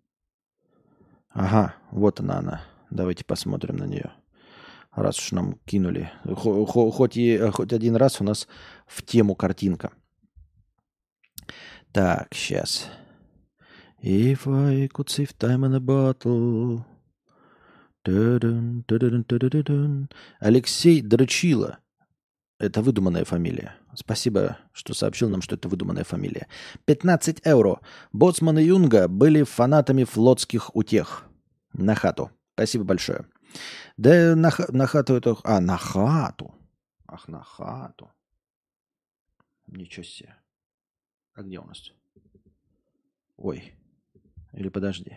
Ага, вот она она. Давайте посмотрим на нее. Раз уж нам кинули. Хоть, и, хоть один раз у нас в тему картинка. Так, сейчас. If I could save time in a bottle. Ту-дун, ту-ду-дун, ту-ду-ду-дун. Алексей Дрочила. Это выдуманная фамилия. Спасибо, что сообщил нам, что это выдуманная фамилия. пятнадцать евро. Боцман и Юнга были фанатами флотских утех. На хату. Спасибо большое. Да на, ха- на хату это... А, на хату. Ах, на хату. Ничего себе. А где у нас? Ой. Или подожди.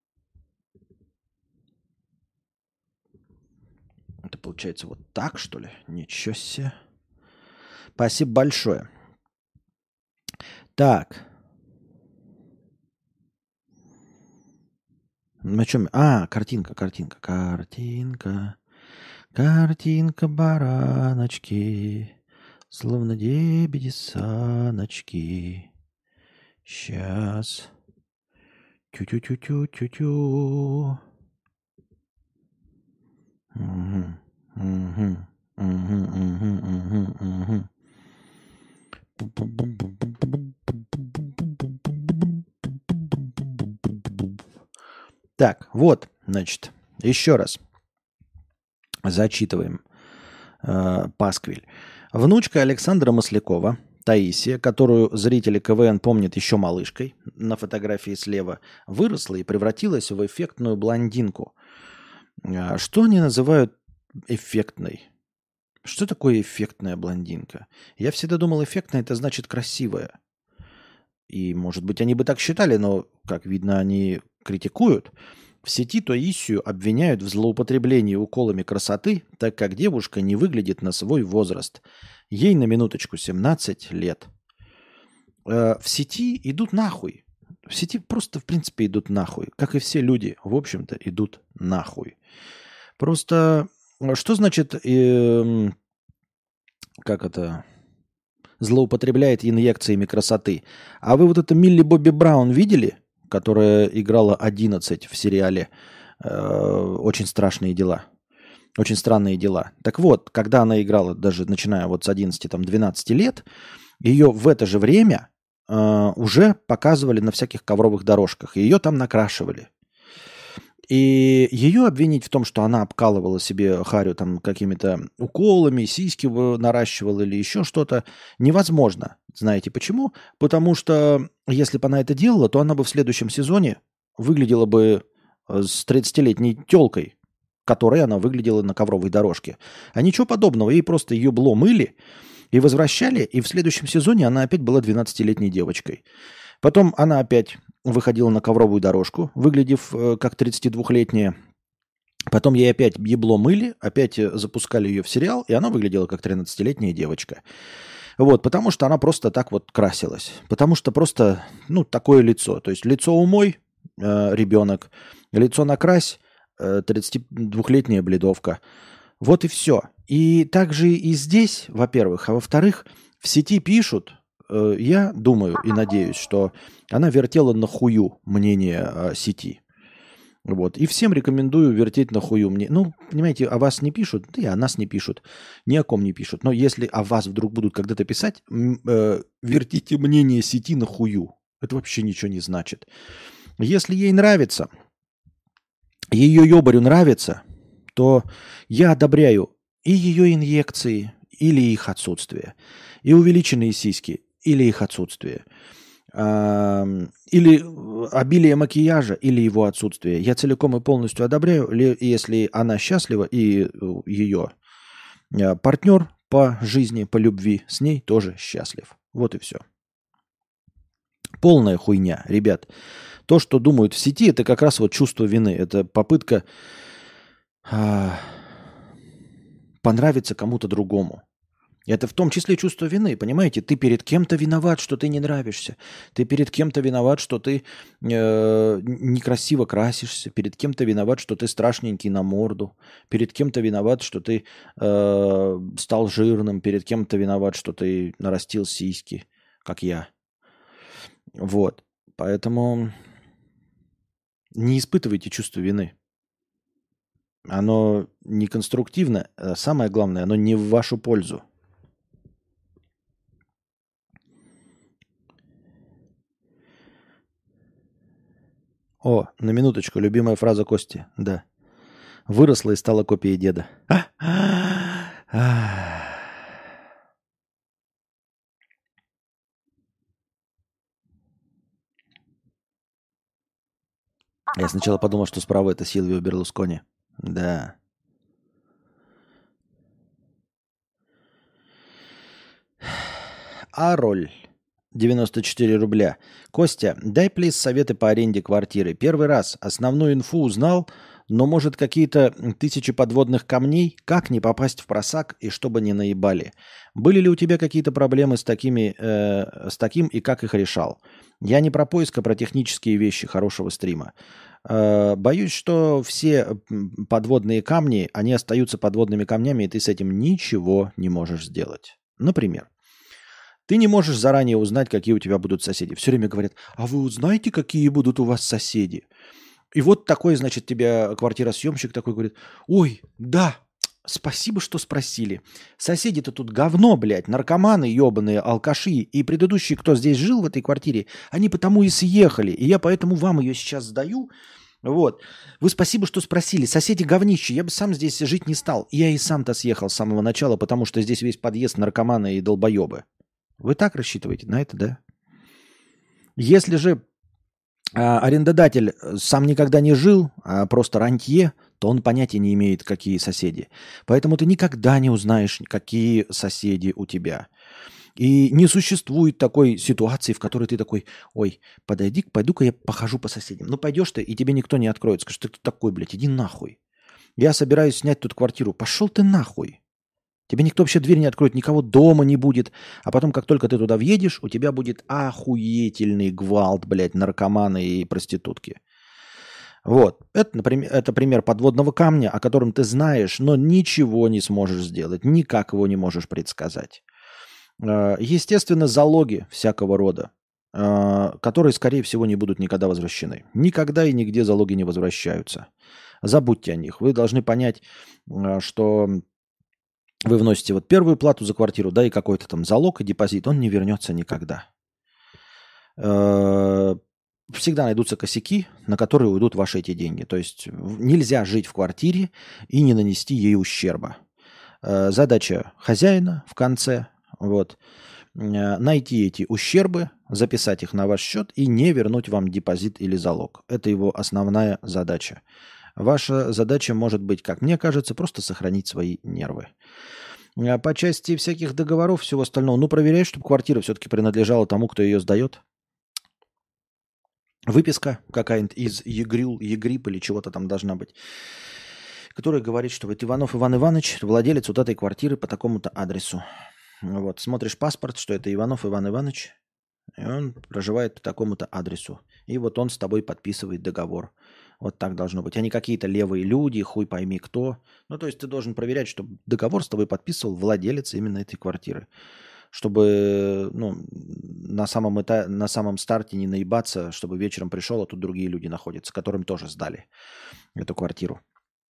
Это получается вот так, что ли? Ничего себе. Спасибо большое. Так. На чем? А, картинка, картинка, картинка. Картинка бараночки. Словно дебеди саночки. Сейчас. Тю-тю-тю-тю-тю-тю. Угу. Угу. Угу. Угу. Угу. Так, вот, значит, еще раз зачитываем э, пасквиль. Внучка Александра Маслякова, Таисия, которую зрители КВН помнят еще малышкой, на фотографии слева, выросла и превратилась в эффектную блондинку. Э, Что они называют эффектной? Что такое эффектная блондинка? Я всегда думал, эффектная – это значит красивая. И, может быть, они бы так считали, но, как видно, они критикуют. В сети Таисию обвиняют в злоупотреблении уколами красоты, так как девушка не выглядит на свой возраст. Ей на минуточку семнадцать лет. Э, В сети идут нахуй. В сети просто, в принципе, идут нахуй. Как и все люди, в общем-то, идут нахуй. Просто э, что значит, эм, как это, злоупотребляет инъекциями красоты? А вы вот это Милли Бобби Браун видели, которая играла одиннадцать в сериале э, «Очень страшные дела», «Очень странные дела». Так вот, когда она играла, даже начиная вот с одиннадцати-двенадцати лет, ее в это же время э, уже показывали на всяких ковровых дорожках, и ее там накрашивали. И ее обвинить в том, что она обкалывала себе харю там какими-то уколами, сиськи в- наращивала или еще что-то, невозможно. Знаете почему? Потому что если бы она это делала, то она бы в следующем сезоне выглядела бы э, с тридцатилетней телкой, которой она выглядела на ковровой дорожке. А ничего подобного. Ей просто ебло мыли и возвращали, и в следующем сезоне она опять была двенадцатилетней девочкой. Потом она опять выходила на ковровую дорожку, выглядев э, как тридцатидвухлетняя. Потом ей опять ебло мыли, опять э, запускали ее в сериал, и она выглядела как тринадцатилетняя девочка. Вот, потому что она просто так вот красилась. Потому что просто, ну, такое лицо. То есть лицо умой, э, ребенок, лицо накрась, э, тридцатидвухлетняя бледовка. Вот и все. И также и здесь, во-первых. А во-вторых, в сети пишут, э, я думаю и надеюсь, что она вертела на хую мнение э, сети. Вот. И всем рекомендую вертеть на хую мне. Ну, понимаете, о вас не пишут, да и о нас не пишут, ни о ком не пишут. Но если о вас вдруг будут когда-то писать, м, э, вертите мнение сети на хую. Это вообще ничего не значит. Если ей нравится, ее ёбарю нравится, то я одобряю и ее инъекции, или их отсутствие, и увеличенные сиськи, или их отсутствие, ам, или обилие макияжа, или его отсутствие. Я целиком и полностью одобряю, ли- если она счастлива, и э, ее э, партнер по жизни, по любви с ней тоже счастлив. Вот и все. Полная хуйня, ребят. То, что думают в сети, это как раз вот чувство вины. Это попытка а, понравиться кому-то другому. Это в том числе чувство вины, понимаете? Ты перед кем-то виноват, что ты не нравишься. Ты перед кем-то виноват, что ты э, некрасиво красишься. Перед кем-то виноват, что ты страшненький на морду. Перед кем-то виноват, что ты э, стал жирным. Перед кем-то виноват, что ты нарастил сиськи, как я. Вот. Поэтому не испытывайте чувство вины. Оно не конструктивно, а самое главное, оно не в вашу пользу. О, на минуточку, любимая фраза Кости. Да. Выросла и стала копией деда. Я сначала подумал, что справа это Сильвио Берлускони. Да. Ароль. девяносто четыре рубля. Костя, дай, плиз, советы по аренде квартиры. Первый раз основную инфу узнал, но, может, какие-то тысячи подводных камней? Как не попасть в просак и чтобы не наебали? Были ли у тебя какие-то проблемы с, такими, э, с таким и как их решал? Я не про поиск, а про технические вещи хорошего стрима. Э, боюсь, что все подводные камни, они остаются подводными камнями, и ты с этим ничего не можешь сделать. Например, ты не можешь заранее узнать, какие у тебя будут соседи. Все время говорят, а вы узнаете, какие будут у вас соседи? И вот такой, значит, тебе квартиросъемщик такой говорит, ой, да, спасибо, что спросили. Соседи-то тут говно, блядь, наркоманы ебаные, алкаши. И предыдущие, кто здесь жил в этой квартире, они потому и съехали. И я поэтому вам ее сейчас сдаю. Вот. Вы спасибо, что спросили. Соседи говнище, я бы сам здесь жить не стал. И я и сам-то съехал с самого начала, потому что здесь весь подъезд наркоманы и долбоебы. Вы так рассчитываете на это, да? Если же а, арендодатель сам никогда не жил, а просто рантье, то он понятия не имеет, какие соседи. Поэтому ты никогда не узнаешь, какие соседи у тебя. И не существует такой ситуации, в которой ты такой, ой, подойди, пойду-ка я похожу по соседям. Ну пойдешь ты, и тебе никто не откроет. Скажешь, ты кто такой, блядь, иди нахуй. Я собираюсь снять тут квартиру. Пошел ты нахуй. Тебе никто вообще дверь не откроет, никого дома не будет. А потом, как только ты туда въедешь, у тебя будет охуительный гвалт, блядь, наркоманы и проститутки. Вот. Это, например, это пример подводного камня, о котором ты знаешь, но ничего не сможешь сделать, никак его не можешь предсказать. Естественно, залоги всякого рода, которые, скорее всего, не будут никогда возвращены. Никогда и нигде залоги не возвращаются. Забудьте о них. Вы должны понять, что... Вы вносите вот первую плату за квартиру, да, и какой-то там залог и депозит, он не вернется никогда. Всегда найдутся косяки, на которые уйдут ваши эти деньги. То есть нельзя жить в квартире и не нанести ей ущерба. Задача хозяина в конце, вот, найти эти ущербы, записать их на ваш счет и не вернуть вам депозит или залог. Это его основная задача. Ваша задача может быть, как мне кажется, просто сохранить свои нервы. А по части всяких договоров, всего остального, ну, проверяй, чтобы квартира все-таки принадлежала тому, кто ее сдает. Выписка какая-нибудь из ЕГРЮ, ЕГРИП или чего-то там должна быть, которая говорит, что вот Иванов Иван Иванович, владелец вот этой квартиры по такому-то адресу. Вот, смотришь паспорт, что это Иванов Иван Иванович, и он проживает по такому-то адресу. И вот он с тобой подписывает договор. Вот так должно быть. А не какие-то левые люди, хуй пойми кто. Ну, то есть ты должен проверять, чтобы договор с тобой подписывал владелец именно этой квартиры. Чтобы ну, на, самом эта... на самом старте не наебаться, чтобы вечером пришел, а тут другие люди находятся, которым тоже сдали эту квартиру.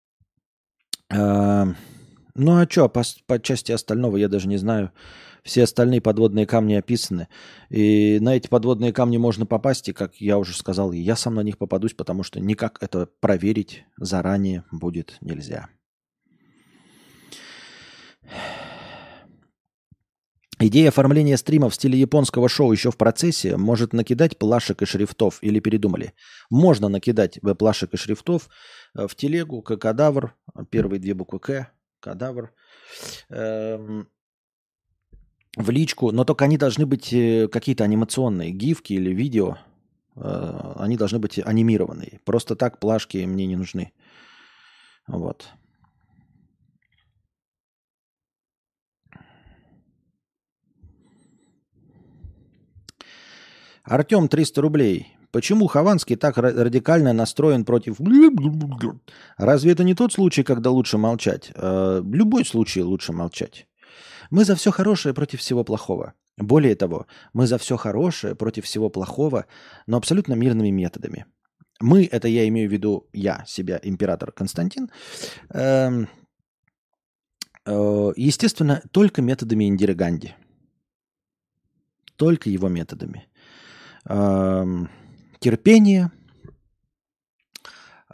А... Ну, а что, по, по части остального я даже не знаю. Все остальные подводные камни описаны. И на эти подводные камни можно попасть, и, как я уже сказал, я сам на них попадусь, потому что никак это проверить заранее будет нельзя. Идея оформления стрима в стиле японского шоу еще в процессе. Может накидать плашек и шрифтов или передумали? Можно накидать плашек и шрифтов в телегу, К-кадавр, первые две буквы К, кадавр. Эм... В личку, но только они должны быть какие-то анимационные, гифки или видео. Они должны быть анимированные. Просто так плашки мне не нужны. Вот. Артем, триста рублей. Почему Хованский так радикально настроен против... Разве это не тот случай, когда лучше молчать? Любой случай лучше молчать. Мы за все хорошее против всего плохого. Более того, мы за все хорошее против всего плохого, но абсолютно мирными методами. Мы, это я имею в виду, я, себя, император Константин, э, э, естественно, только методами Индиры Ганди. Только его методами. Э, терпение,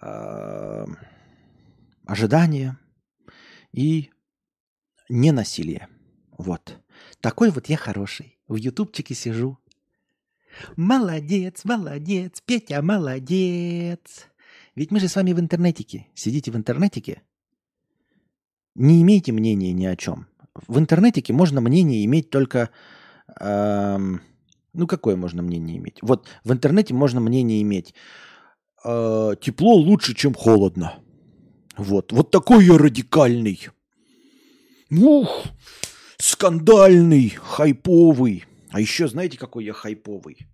э, ожидание и ненасилие. Вот. Такой вот я хороший. В ютубчике сижу. Молодец, молодец, Петя, молодец. Ведь мы же с вами в интернетике. Сидите в интернетике. Не имейте мнения ни о чем. В интернетике можно мнение иметь только... Эм, ну, какое можно мнение иметь? Вот в интернете можно мнение иметь. Э, тепло лучше, чем холодно. Вот. Вот такой я радикальный. Ух, скандальный, хайповый. А еще знаете, какой я хайповый?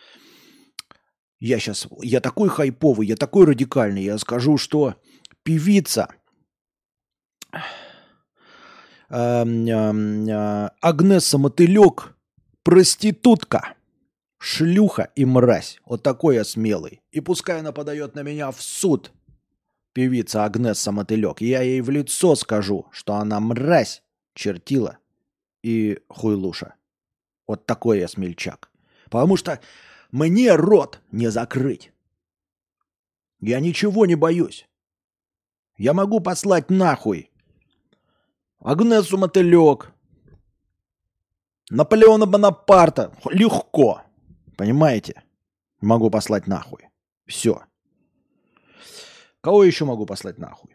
Я сейчас, я такой хайповый, я такой радикальный. Я скажу, что певица Агнеса Мотылек проститутка, шлюха и мразь. Вот такой я смелый. И пускай она подает на меня в суд, певица Агнеса Мотылек. Я ей в лицо скажу, что она мразь, чертила и хуйлуша. Вот такой я смельчак. Потому что мне рот не закрыть. Я ничего не боюсь. Я могу послать нахуй Агнесу Мотылек, Наполеона Бонапарта. Легко. Понимаете? Могу послать нахуй. Все. Кого еще могу послать нахуй?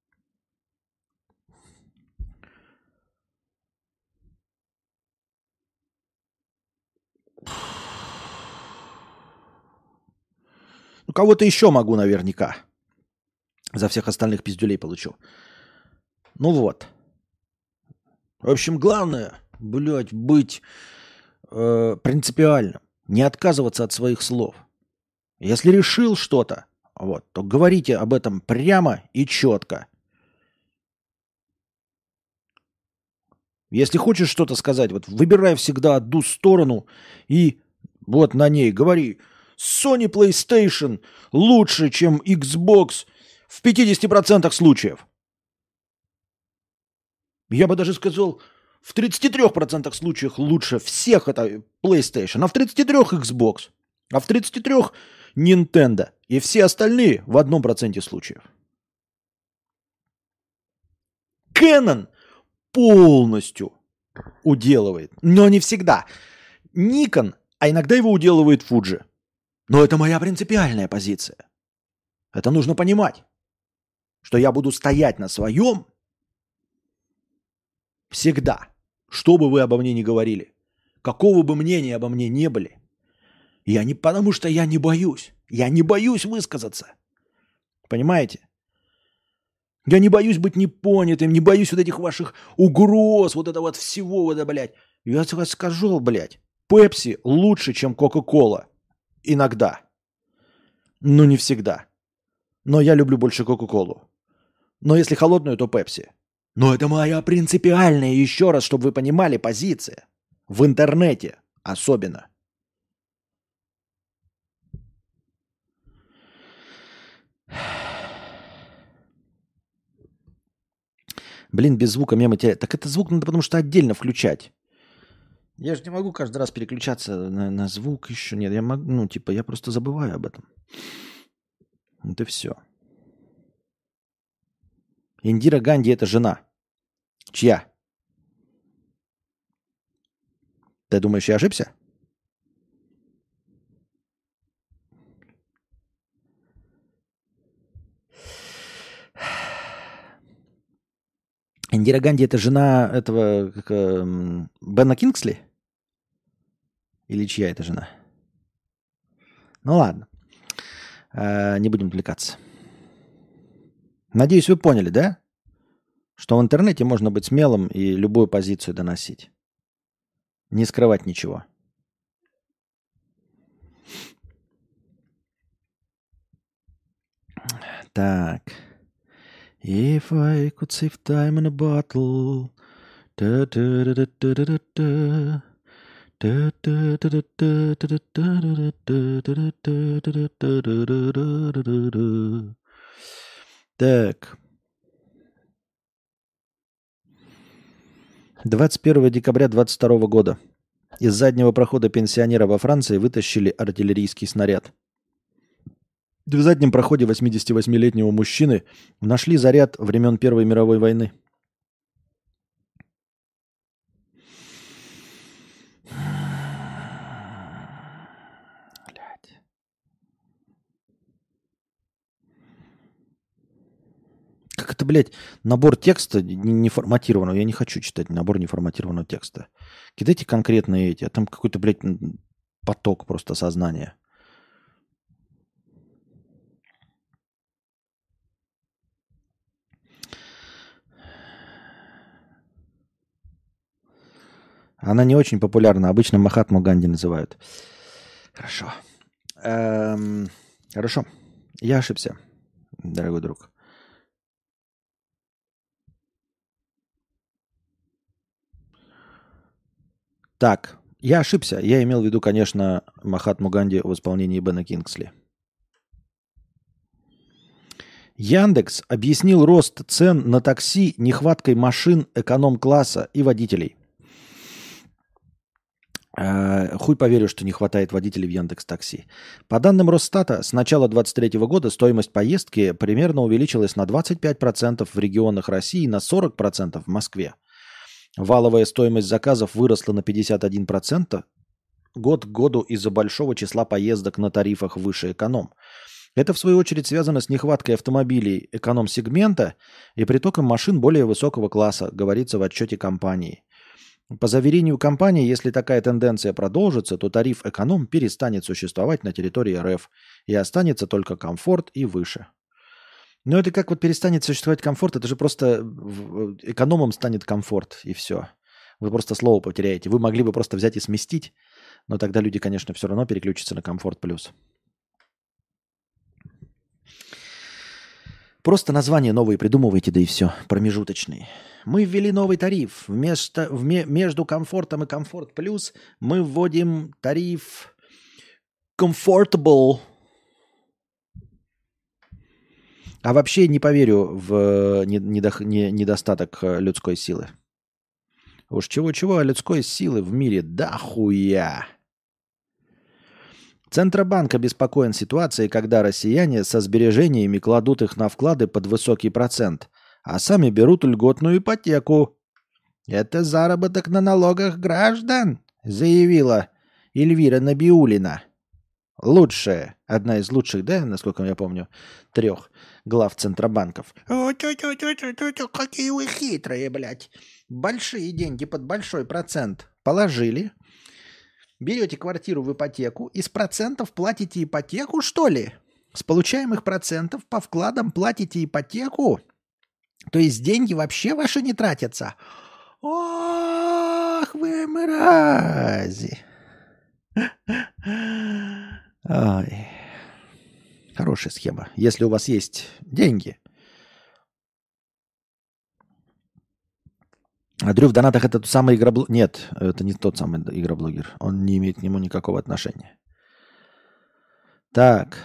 Ну, кого-то еще могу наверняка. За всех остальных пиздюлей получу. Ну вот. В общем, главное, блядь, быть э, принципиальным. Не отказываться от своих слов. Если решил что-то, вот, то говорите об этом прямо и четко. Если хочешь что-то сказать, вот выбирай всегда одну сторону и вот на ней говори. Sony PlayStation лучше, чем Xbox в пятидесяти процентах случаев. Я бы даже сказал, в тридцати трёх процентах случаев лучше всех это PlayStation, а в тридцати трёх Xbox, а в тридцати трёх Nintendo. И все остальные в одном проценте случаев. Canon полностью уделывает, но не всегда. Nikon, а иногда его уделывает Fuji. Но это моя принципиальная позиция. Это нужно понимать, что я буду стоять на своем всегда, что бы вы обо мне ни говорили, какого бы мнения обо мне не были. Я не потому, что я не боюсь. Я не боюсь высказаться. Понимаете? Я не боюсь быть непонятым, не боюсь вот этих ваших угроз, вот этого вот всего, вот это, блядь. Я скажу, блядь, Пепси лучше, чем Кока-Кола. Иногда. Но не всегда. Но я люблю больше Кока-Колу. Но если холодную, то Пепси. Но это моя принципиальная, еще раз, чтобы вы понимали, позиция. В интернете особенно. Блин, без звука мемы теряет. Так это звук надо потому что отдельно включать. Я же не могу каждый раз переключаться на, на звук еще. Нет, я могу, ну, типа, я просто забываю об этом. Вот и все. Индира Ганди – это жена. Чья? Ты думаешь, я ошибся? Индира Ганди – это жена этого как, э, Бена Кингсли? Или чья это жена? Ну ладно. Э, не будем отвлекаться. Надеюсь, вы поняли, да? Что в интернете можно быть смелым и любую позицию доносить. Не скрывать ничего. Так. If I could save time in a bottle. Да-да-да-да-да-да-да. Так. двадцать первого декабря двадцать второго года. Из заднего прохода пенсионера во Франции вытащили артиллерийский снаряд. В заднем проходе восьмидесятивосьмилетнего мужчины нашли заряд времен Первой мировой войны. Блядь. Как это, блядь, набор текста неформатированного. Я не хочу читать набор неформатированного текста. Кидайте конкретные эти, а там какой-то, блядь, поток просто сознания. Она не очень популярна. Обычно Махатму Ганди называют. Хорошо. Эм, хорошо. Я ошибся, дорогой друг. Так, я ошибся. Я имел в виду, конечно, Махатму Ганди в исполнении Бена Кингсли. Яндекс объяснил рост цен на такси нехваткой машин эконом-класса и водителей. Э, хуй поверю, что не хватает водителей в Яндекс.Такси. По данным Росстата, с начала двадцать третьего года стоимость поездки примерно увеличилась на двадцать пять процентов в регионах России и на сорок процентов в Москве. Валовая стоимость заказов выросла на пятьдесят один процент год к году из-за большого числа поездок на тарифах выше эконом. Это, в свою очередь, связано с нехваткой автомобилей эконом-сегмента и притоком машин более высокого класса, говорится в отчете компании. По заверению компании, если такая тенденция продолжится, то тариф эконом перестанет существовать на территории РФ и останется только комфорт и выше. Но это как вот перестанет существовать комфорт, это же просто экономом станет комфорт и все. Вы просто слово потеряете. Вы могли бы просто взять и сместить, но тогда люди, конечно, все равно переключатся на комфорт плюс. Просто названия новые придумывайте, да и все, промежуточные. Мы ввели новый тариф. Вместо, вме, между комфортом и комфорт плюс мы вводим тариф comfortable. А вообще не поверю в недо, не, недостаток людской силы. Уж чего-чего, а людской силы в мире дохуя. Центробанк обеспокоен ситуацией, когда россияне со сбережениями кладут их на вклады под высокий процент, а сами берут льготную ипотеку. Это заработок на налогах граждан, заявила Эльвира Набиуллина. Лучшая, одна из лучших, да, насколько я помню, трех глав Центробанков. О, тю-тю-тю-тю-тю, какие вы хитрые, блядь. Большие деньги под большой процент положили. Берете квартиру в ипотеку и с процентов платите ипотеку, что ли? С получаемых процентов по вкладам платите ипотеку? То есть деньги вообще ваши не тратятся? Ох, вы мрази. Ой. Хорошая схема. Если у вас есть деньги. А Дрю в донатах это тот самый игроблогер. Нет, это не тот самый игроблогер. Он не имеет к нему никакого отношения. Так.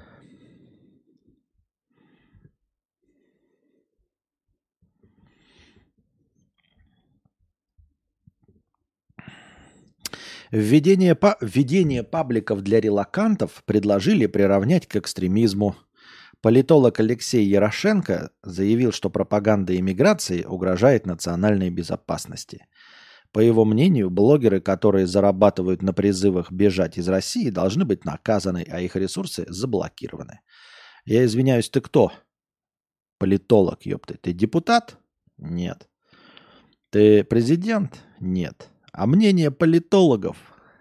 Введение, па... Введение пабликов для релокантов предложили приравнять к экстремизму. Политолог Алексей Ярошенко заявил, что пропаганда иммиграции угрожает национальной безопасности. По его мнению, блогеры, которые зарабатывают на призывах бежать из России, должны быть наказаны, а их ресурсы заблокированы. Я извиняюсь, ты кто? Политолог, ёпты. Ты депутат? Нет. Ты президент? Нет. А мнение политологов?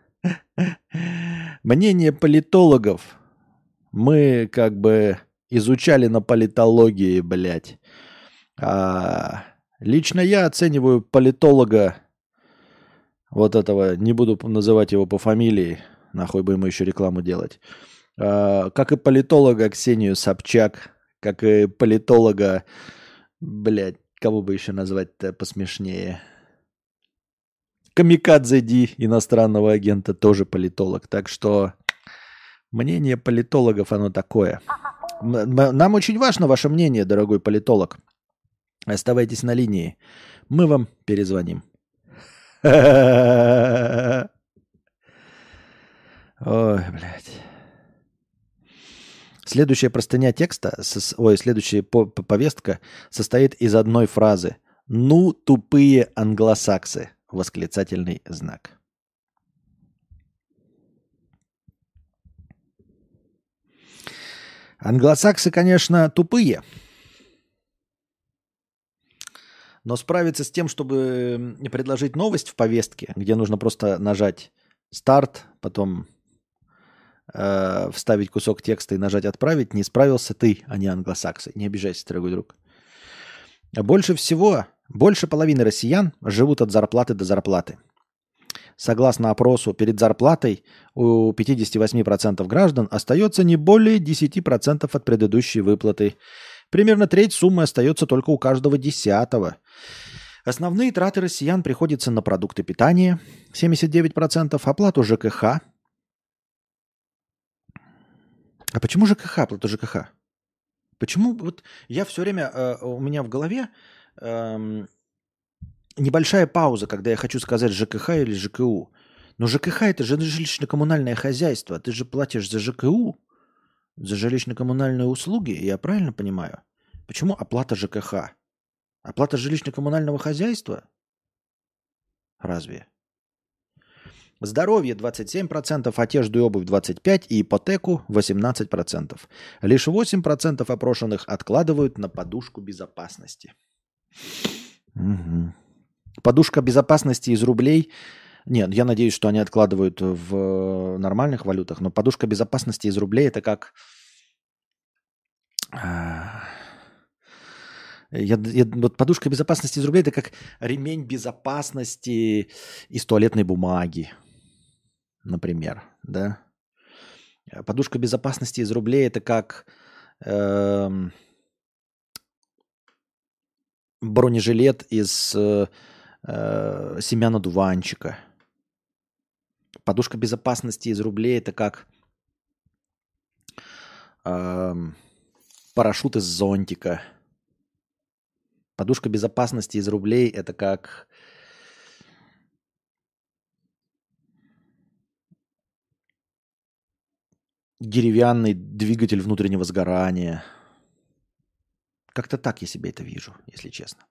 Мнение политологов мы как бы изучали на политологии, блядь. А лично я оцениваю политолога вот этого, не буду называть его по фамилии, нахуй бы ему еще рекламу делать, а, как и политолога Ксению Собчак, как и политолога, блядь, кого бы еще назвать-то посмешнее. Камикадзе Ди, иностранного агента, тоже политолог. Так что мнение политологов, оно такое. Нам очень важно ваше мнение, дорогой политолог. Оставайтесь на линии. Мы вам перезвоним. Ой, блядь. Следующая простыня текста, сос- ой, следующая по- по- повестка состоит из одной фразы. «Ну, тупые англосаксы!» Восклицательный знак. Англосаксы, конечно, тупые. Но справиться с тем, чтобы предложить новость в повестке, где нужно просто нажать старт, потом э, вставить кусок текста и нажать «Отправить», не справился ты, а не англосаксы. Не обижайся, дорогой друг. Больше всего, больше половины россиян живут от зарплаты до зарплаты. Согласно опросу, перед зарплатой у пятьдесят восемь процентов граждан остается не более десять процентов от предыдущей выплаты. Примерно треть суммы остается только у каждого десятого. Основные траты россиян приходятся на продукты питания семьдесят девять процентов, оплату ЖКХ. А почему ЖКХ, оплата ЖКХ? Почему вот я все время, э, у меня в голове эм, небольшая пауза, когда я хочу сказать ЖКХ или ЖКУ. Но ЖКХ это же жилищно-коммунальное хозяйство. Ты же платишь за ЖКУ, за жилищно-коммунальные услуги, я правильно понимаю? Почему оплата ЖКХ? Оплата жилищно-коммунального хозяйства? Разве? Здоровье двадцать семь процентов, одежду и обувь двадцать пять процентов и ипотеку восемнадцать процентов. Лишь восемь процентов опрошенных откладывают на подушку безопасности. Угу. Подушка безопасности из рублей. Нет, я надеюсь, что они откладывают в нормальных валютах, но подушка безопасности из рублей это как... Я, я, вот подушка безопасности из рублей это как ремень безопасности из туалетной бумаги, например, да. Подушка безопасности из рублей это как эм, бронежилет из э, э, семян одуванчика. Подушка безопасности из рублей это как эм, парашют из зонтика. Подушка безопасности из рублей это как деревянный двигатель внутреннего сгорания. Как-то так я себе это вижу, если честно.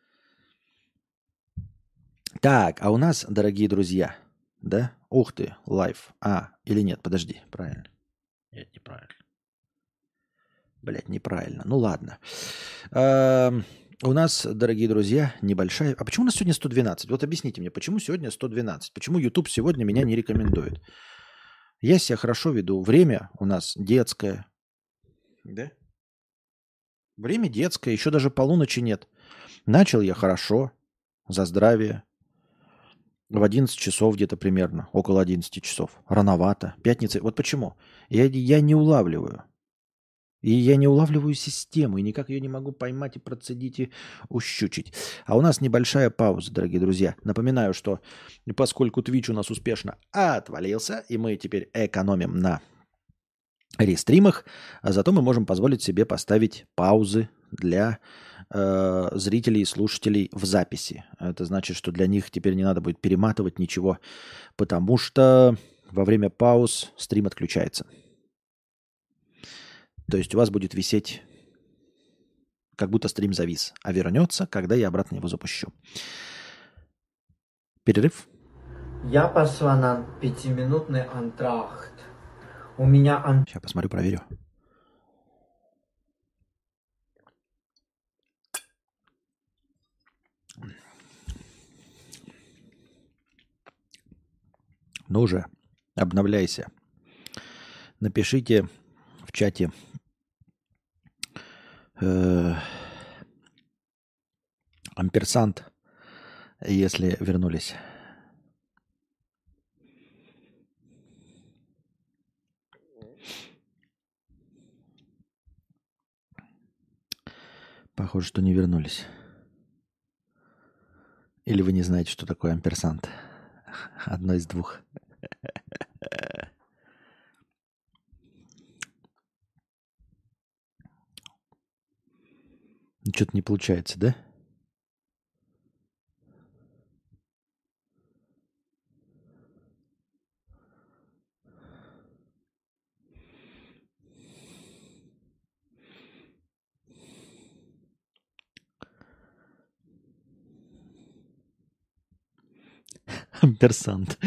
Так, а у нас, дорогие друзья, да? Ух ты, лайв. А, или нет, подожди, правильно. Нет, неправильно. Блять, неправильно. Ну ладно. Эм, у нас, дорогие друзья, небольшая... А почему у нас сегодня сто двенадцать? Вот объясните мне, почему сегодня сто двенадцать? Почему YouTube сегодня меня не рекомендует? Я себя хорошо веду. Время у нас детское. Да? Время детское, еще даже полуночи нет. Начал я хорошо, за здравие. В одиннадцать часов где-то примерно, около одиннадцати часов. Рановато. Пятница. Вот почему? Я, я не улавливаю. И я не улавливаю систему, и никак ее не могу поймать и процедить и ущучить. А у нас небольшая пауза, дорогие друзья. Напоминаю, что поскольку Twitch у нас успешно отвалился, и мы теперь экономим на рестримах, а зато мы можем позволить себе поставить паузы для э, зрителей и слушателей в записи. Это значит, что для них теперь не надо будет перематывать ничего, потому что во время пауз стрим отключается. То есть у вас будет висеть, как будто стрим завис, а вернется, когда я обратно его запущу. Перерыв. Я пошла на пятиминутный антрахт. У меня ан... Сейчас посмотрю, проверю. Ну уже, обновляйся. Напишите в чате э, амперсант, если вернулись. Похоже, что не вернулись. Или вы не знаете, что такое амперсант. Одно из двух. Что-то не получается, да? Коммерсант.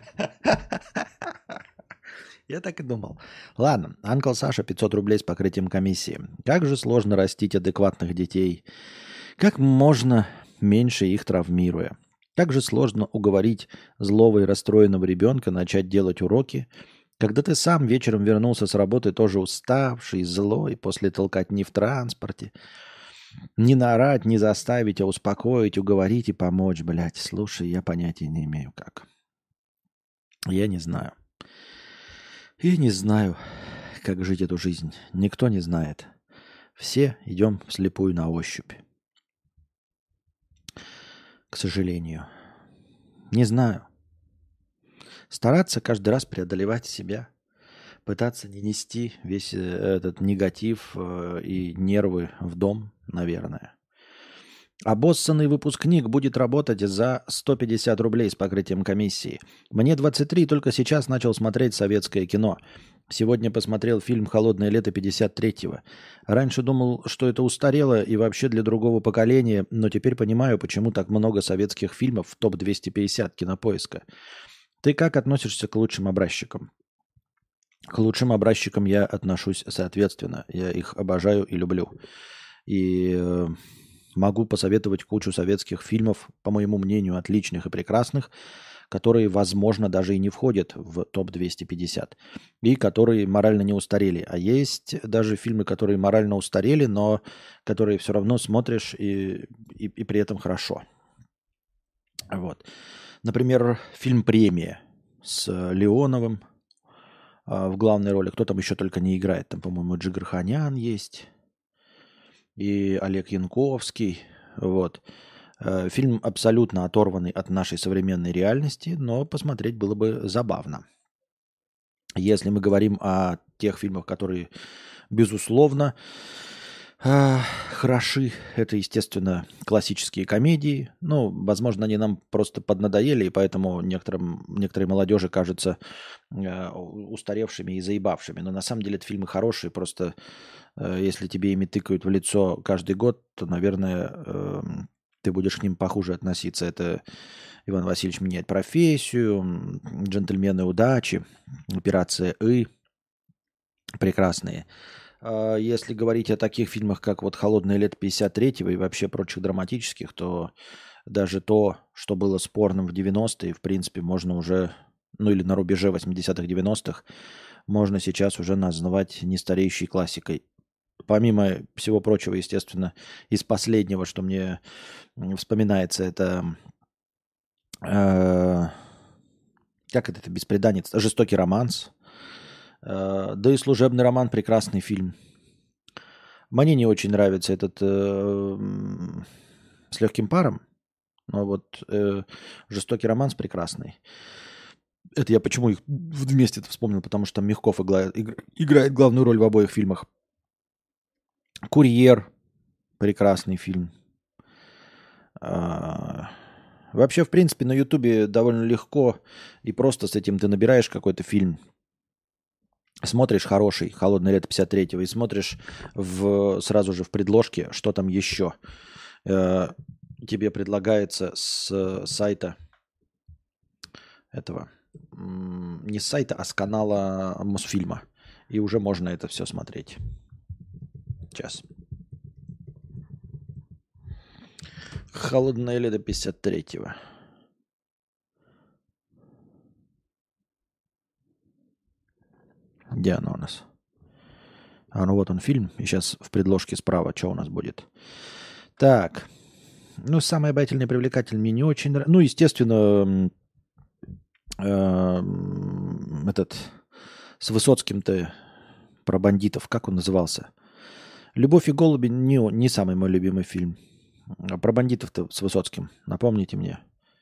Я так и думал. Ладно, Анкл Саша, пятьсот рублей с покрытием комиссии. Как же сложно растить адекватных детей. Как можно меньше их травмируя. Как же сложно уговорить злого и расстроенного ребенка начать делать уроки, когда ты сам вечером вернулся с работы тоже уставший, злой, после толкотни в транспорте. Не наорать, не заставить, а успокоить, уговорить и помочь. Блядь, слушай, я понятия не имею как. Я не знаю. Я не знаю, как жить эту жизнь. Никто не знает. Все идем вслепую на ощупь. К сожалению. Не знаю. Стараться каждый раз преодолевать себя. Пытаться не нести весь этот негатив и нервы в дом, наверное. Обоссанный выпускник будет работать за сто пятьдесят рублей с покрытием комиссии. Мне двадцать три, только сейчас начал смотреть советское кино. Сегодня посмотрел фильм «Холодное лето» пятьдесят третьего. Раньше думал, что это устарело и вообще для другого поколения, но теперь понимаю, почему так много советских фильмов в топ двести пятьдесят Кинопоиска. Ты как относишься к лучшим образчикам? К лучшим образчикам я отношусь соответственно. Я их обожаю и люблю. И э, могу посоветовать кучу советских фильмов, по моему мнению, отличных и прекрасных, которые, возможно, даже и не входят в топ двести пятьдесят. И которые морально не устарели. А есть даже фильмы, которые морально устарели, но которые все равно смотришь и, и, и при этом хорошо. Вот. Например, фильм «Премия» с Леоновым в главной роли. Кто там еще только не играет. Там, по-моему, Джигарханян есть. И Олег Янковский. Вот. Фильм абсолютно оторванный от нашей современной реальности, но посмотреть было бы забавно. Если мы говорим о тех фильмах, которые, безусловно, хороши, это, естественно, классические комедии. Ну, возможно, они нам просто поднадоели, и поэтому некоторым, некоторой молодежи кажутся э, устаревшими и заебавшими. Но на самом деле это фильмы хорошие, просто э, если тебе ими тыкают в лицо каждый год, то, наверное, э, ты будешь к ним похуже относиться. Это «Иван Васильевич меняет профессию», «Джентльмены удачи», «Операция И», прекрасные. Если говорить о таких фильмах, как вот «Холодное лето» пятьдесят третьего и вообще прочих драматических, то даже то, что было спорным в девяностые, в принципе, можно уже, ну или на рубеже восьмидесятых, девяностых, можно сейчас уже назвать нестареющей классикой. Помимо всего прочего, естественно, из последнего, что мне вспоминается, это... Э, как это, это «Бесприданница», «Жестокий романс». Да и «Служебный роман» — прекрасный фильм. Мне не очень нравится этот э, «С легким паром», но вот э, «Жестокий романс» прекрасный. Это я почему их вместе вспомнил, потому что там Мягков играет, играет главную роль в обоих фильмах. «Курьер» — прекрасный фильм. А, вообще, в принципе, на Ютубе довольно легко и просто с этим ты набираешь какой-то фильм. Смотришь хороший «Холодное лето» пятьдесят третьего и смотришь в, сразу же в предложке, что там еще. Э, тебе предлагается с сайта этого, не с сайта, а с канала Мосфильма. И уже можно это все смотреть. Сейчас. «Холодное лето» пятьдесят третьего. Где оно у нас? А, ну вот он фильм. И сейчас в предложке справа, что у нас будет. Так. Ну, самый обаятельный и привлекательный мне не очень нравится. Ну, естественно, э, этот с Высоцким-то про бандитов. Как он назывался? «Любовь и голуби» не, не самый мой любимый фильм. А про бандитов-то с Высоцким. Напомните мне.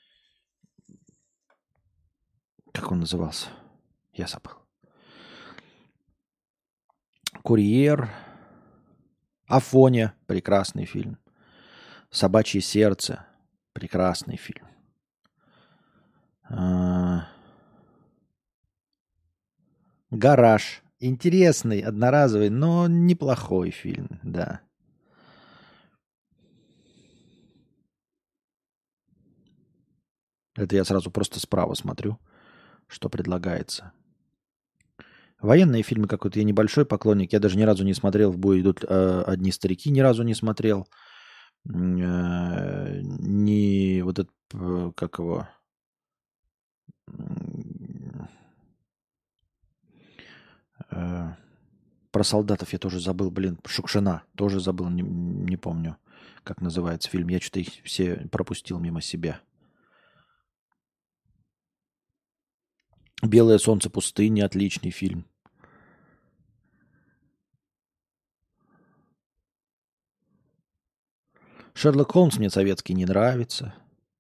Как он назывался? Я забыл. «Курьер». «Афоня». Прекрасный фильм. «Собачье сердце». Прекрасный фильм. «Гараж». Интересный, одноразовый, но неплохой фильм, да. Это я сразу просто справа смотрю, что предлагается. Военные фильмы какой-то я небольшой поклонник. Я даже ни разу не смотрел «В бой идут э, одни старики», ни разу не смотрел. Э, ни вот этот, э, как его... Э, про солдатов я тоже забыл, блин. Шукшина тоже забыл, не, не помню, как называется фильм. Я что-то их все пропустил мимо себя. «Белое солнце пустыни» — отличный фильм. «Шерлок Холмс» мне советский не нравится.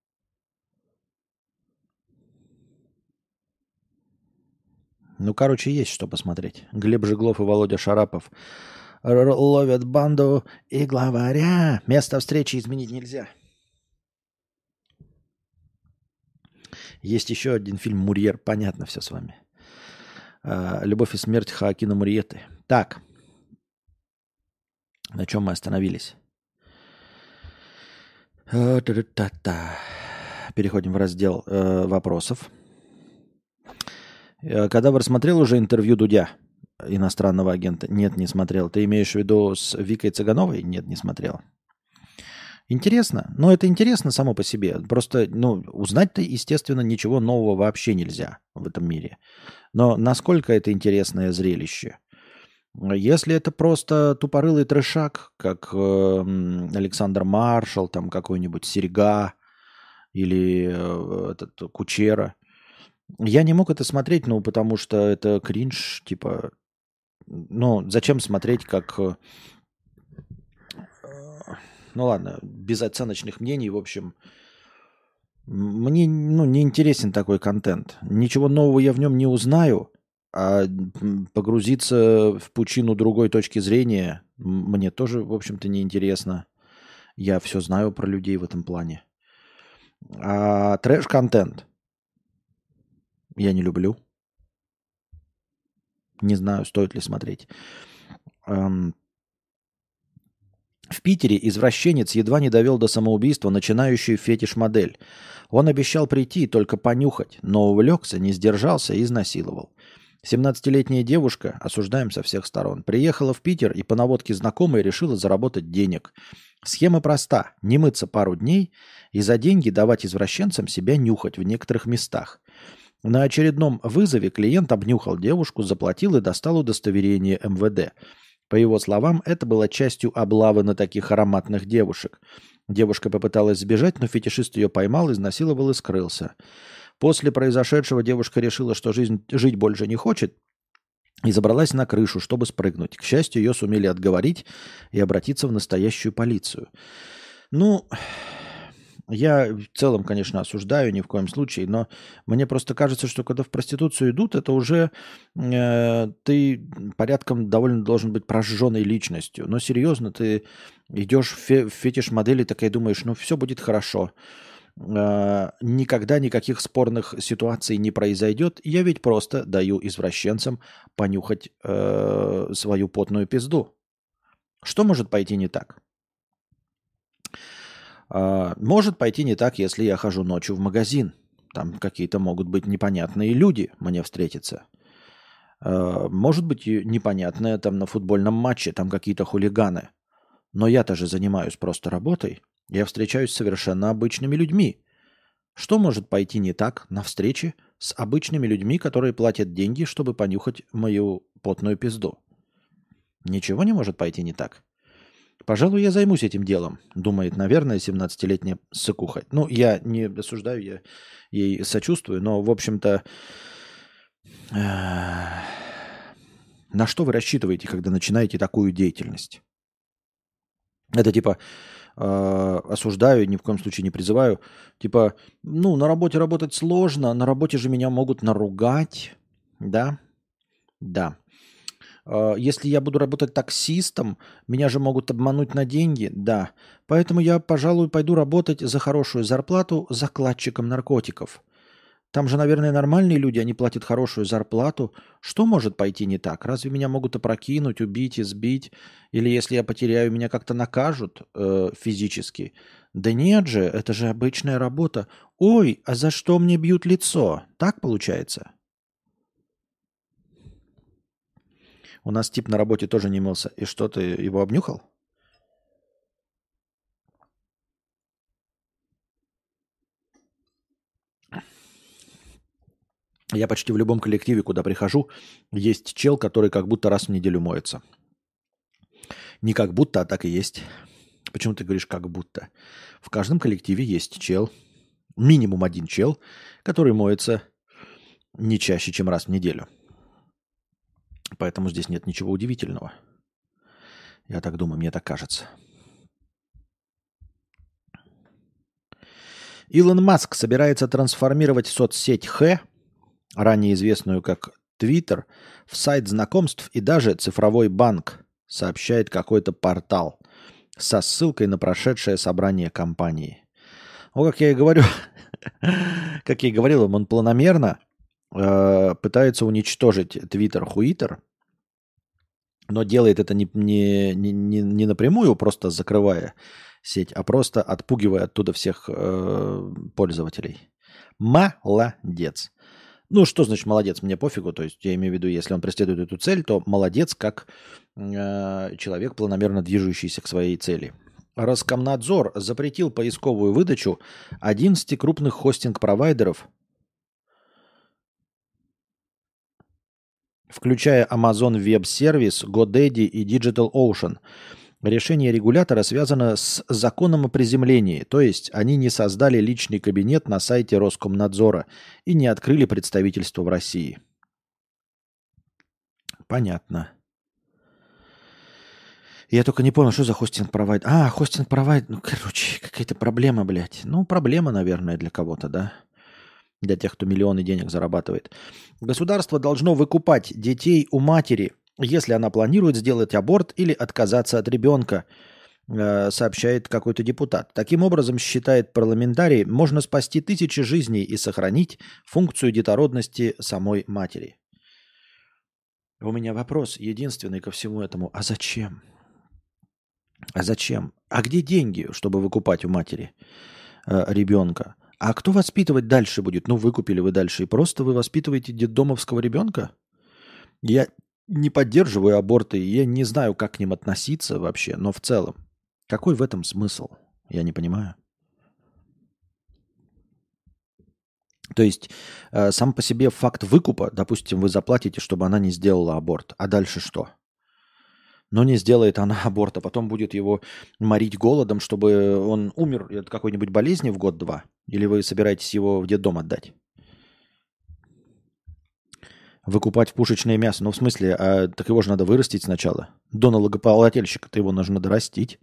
Ну, короче, есть что посмотреть. Глеб Жиглов и Володя Шарапов р- ловят банду и главаря. Место встречи изменить нельзя. Есть еще один фильм «Мурьер». Понятно все с вами. А, «Любовь и смерть» Хоакина Мурьеты. Так. На чем мы остановились? А, та-та-та-та. Переходим в раздел э, вопросов. Э, Когда вы рассмотрел уже интервью Дудя, иностранного агента? Нет, не смотрел. Ты имеешь в виду с Викой Цыгановой? Нет, не смотрел. Интересно. Но это интересно само по себе. Просто, ну, узнать-то, естественно, ничего нового вообще нельзя в этом мире. Но насколько это интересное зрелище? Если это просто тупорылый трешак, как э, м, Александр Маршал, там какой-нибудь Серега или э, этот Кучера, я не мог это смотреть, ну, потому что это кринж, типа, ну, зачем смотреть, как, э, ну, ладно, без оценочных мнений, в общем, м, мне, ну, не интересен такой контент. Ничего нового я в нем не узнаю, а м, погрузиться в пучину другой точки зрения м, мне тоже, в общем-то, не интересно. Я все знаю про людей в этом плане. А трэш-контент я не люблю. Не знаю, стоит ли смотреть. Эм, В Питере извращенец едва не довел до самоубийства начинающую фетиш-модель. Он обещал прийти только понюхать, но увлекся, не сдержался и изнасиловал. семнадцатилетняя девушка, осуждаем со всех сторон, приехала в Питер и по наводке знакомой решила заработать денег. Схема проста. Не мыться пару дней и за деньги давать извращенцам себя нюхать в некоторых местах. На очередном вызове клиент обнюхал девушку, заплатил и достал удостоверение эм вэ дэ. По его словам, это было частью облавы на таких ароматных девушек. Девушка попыталась сбежать, но фетишист ее поймал, изнасиловал и скрылся. После произошедшего девушка решила, что жизнь, жить больше не хочет, и забралась на крышу, чтобы спрыгнуть. К счастью, ее сумели отговорить и обратиться в настоящую полицию. Ну, я в целом, конечно, осуждаю, ни в коем случае, но мне просто кажется, что когда в проституцию идут, это уже э, ты порядком довольно должен быть прожженной личностью. Но серьезно, ты идешь в, фе- в фетиш-модели, такая думаешь, ну все будет хорошо. Э, никогда никаких спорных ситуаций не произойдет. Я ведь просто даю извращенцам понюхать э, свою потную пизду. Что может пойти не так? А, может пойти не так, если я хожу ночью в магазин. Там какие-то могут быть непонятные люди мне встретиться. А, может быть и непонятное там на футбольном матче, там какие-то хулиганы. Но я-то же занимаюсь просто работой. Я встречаюсь с совершенно обычными людьми. Что может пойти не так на встрече с обычными людьми, которые платят деньги, чтобы понюхать мою потную пизду? Ничего не может пойти не так. Пожалуй, я займусь этим делом, думает, наверное, семнадцатилетняя сыкуха. Ну, я не осуждаю, я ей сочувствую, но, в общем-то, э, на что вы рассчитываете, когда начинаете такую деятельность? Это типа э, осуждаю, ни в коем случае не призываю. Типа, ну, на работе работать сложно, на работе же меня могут наругать, да? Да. А, Если я буду работать таксистом, меня же могут обмануть на деньги, да. Поэтому я, пожалуй, пойду работать за хорошую зарплату закладчиком наркотиков. Там же, наверное, нормальные люди, они платят хорошую зарплату. Что может пойти не так? Разве меня могут опрокинуть, убить, избить? Или если я потеряю, меня как-то накажут э, физически Да нет же, это же обычная работа. Ой, а за что мне бьют лицо? Так получается? У нас тип на работе тоже не мылся. И что, ты его обнюхал? Я почти в любом коллективе, куда прихожу, есть чел, который как будто раз в неделю моется. Не как будто, а так и есть. Почему ты говоришь как будто? В каждом коллективе есть чел, минимум один чел, который моется не чаще, чем раз в неделю. Поэтому здесь нет ничего удивительного. Я так думаю, мне так кажется. Илон Маск собирается трансформировать соцсеть Х, ранее известную как Twitter, в сайт знакомств и даже цифровой банк, сообщает какой-то портал со ссылкой на прошедшее собрание компании. Ну, как я и говорю, как я и говорил, он планомерно э, пытается уничтожить Twitter-хуитер, но делает это не, не, не, не напрямую, просто закрывая сеть, а просто отпугивая оттуда всех э, пользователей. Молодец. Ну, что значит молодец? Мне пофигу. То есть я имею в виду, если он преследует эту цель, то молодец, как э, человек, планомерно движущийся к своей цели. Роскомнадзор запретил поисковую выдачу одиннадцати крупных хостинг-провайдеров, включая Amazon Web Service, GoDaddy и DigitalOcean. Решение регулятора связано с законом о приземлении, то есть они не создали личный кабинет на сайте Роскомнадзора и не открыли представительство в России. Понятно. Я только не понял, что за хостинг-провайдер. А, хостинг-провайдер. Ну, короче, какая-то проблема, блядь. Ну, проблема, наверное, для кого-то, да? Для тех, кто миллионы денег зарабатывает. Государство должно выкупать детей у матери, если она планирует сделать аборт или отказаться от ребенка, сообщает какой-то депутат. Таким образом, считает парламентарий, можно спасти тысячи жизней и сохранить функцию детородности самой матери. У меня вопрос единственный ко всему этому. А зачем? А зачем? А где деньги, чтобы выкупать у матери э, ребенка? А кто воспитывать дальше будет? Ну, выкупили вы дальше, и просто вы воспитываете детдомовского ребенка? Я не поддерживаю аборты, я не знаю, как к ним относиться вообще, но в целом. Какой в этом смысл? Я не понимаю. То есть э, сам по себе факт выкупа, допустим, вы заплатите, чтобы она не сделала аборт. А дальше что? Но не сделает она аборт, а потом будет его морить голодом, чтобы он умер от какой-нибудь болезни в год-два? Или вы собираетесь его в детдом отдать? Выкупать в пушечное мясо. Ну, в смысле, а, так его же надо вырастить сначала. До налогоплательщика-то его нужно дорастить.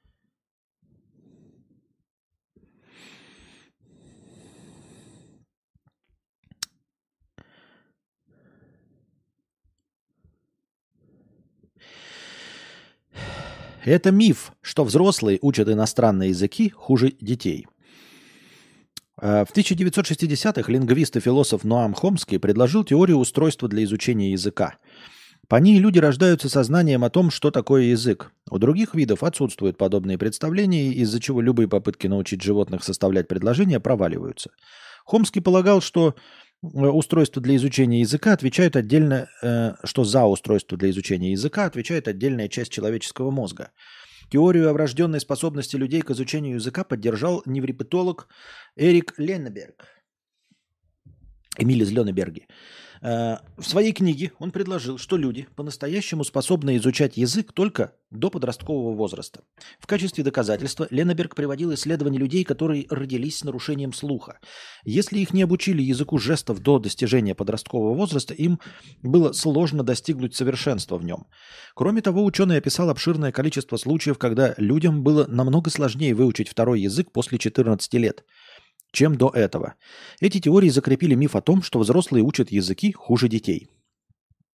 Это миф, что взрослые учат иностранные языки хуже детей. В тысяча девятьсот шестидесятых лингвист и философ Ноам Хомский предложил теорию устройства для изучения языка. По ней люди рождаются со знанием о том, что такое язык. У других видов отсутствуют подобные представления, из-за чего любые попытки научить животных составлять предложения проваливаются. Хомский полагал, что устройство для изучения языка отвечает отдельно, что за устройство для изучения языка отвечает отдельная часть человеческого мозга. Теорию о врожденной способности людей к изучению языка поддержал неврепетолог Эрик Леннеберг. Эмиль из Леннеберги. В своей книге он предложил, что люди по-настоящему способны изучать язык только до подросткового возраста. В качестве доказательства Леннеберг приводил исследования людей, которые родились с нарушением слуха. Если их не обучили языку жестов до достижения подросткового возраста, им было сложно достигнуть совершенства в нем. Кроме того, ученый описал обширное количество случаев, когда людям было намного сложнее выучить второй язык после четырнадцати лет, чем до этого. Эти теории закрепили миф о том, что взрослые учат языки хуже детей.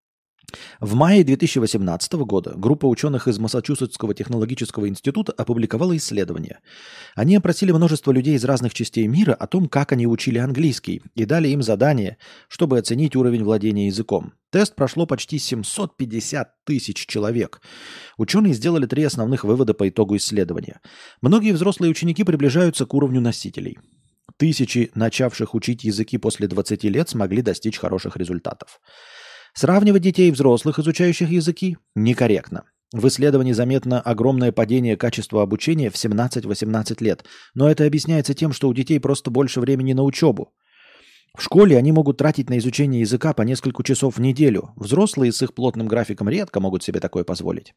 В мае две тысячи восемнадцатого года группа ученых из Массачусетского технологического института опубликовала исследование. Они опросили множество людей из разных частей мира о том, как они учили английский, и дали им задание, чтобы оценить уровень владения языком. Тест прошло почти семьсот пятьдесят тысяч человек. Ученые сделали три основных вывода по итогу исследования. Многие взрослые ученики приближаются к уровню носителей. Тысячи начавших учить языки после двадцати лет смогли достичь хороших результатов. Сравнивать детей и взрослых, изучающих языки, некорректно. В исследовании заметно огромное падение качества обучения в семнадцать-восемнадцать лет, но это объясняется тем, что у детей просто больше времени на учебу. В школе они могут тратить на изучение языка по несколько часов в неделю. Взрослые с их плотным графиком редко могут себе такое позволить.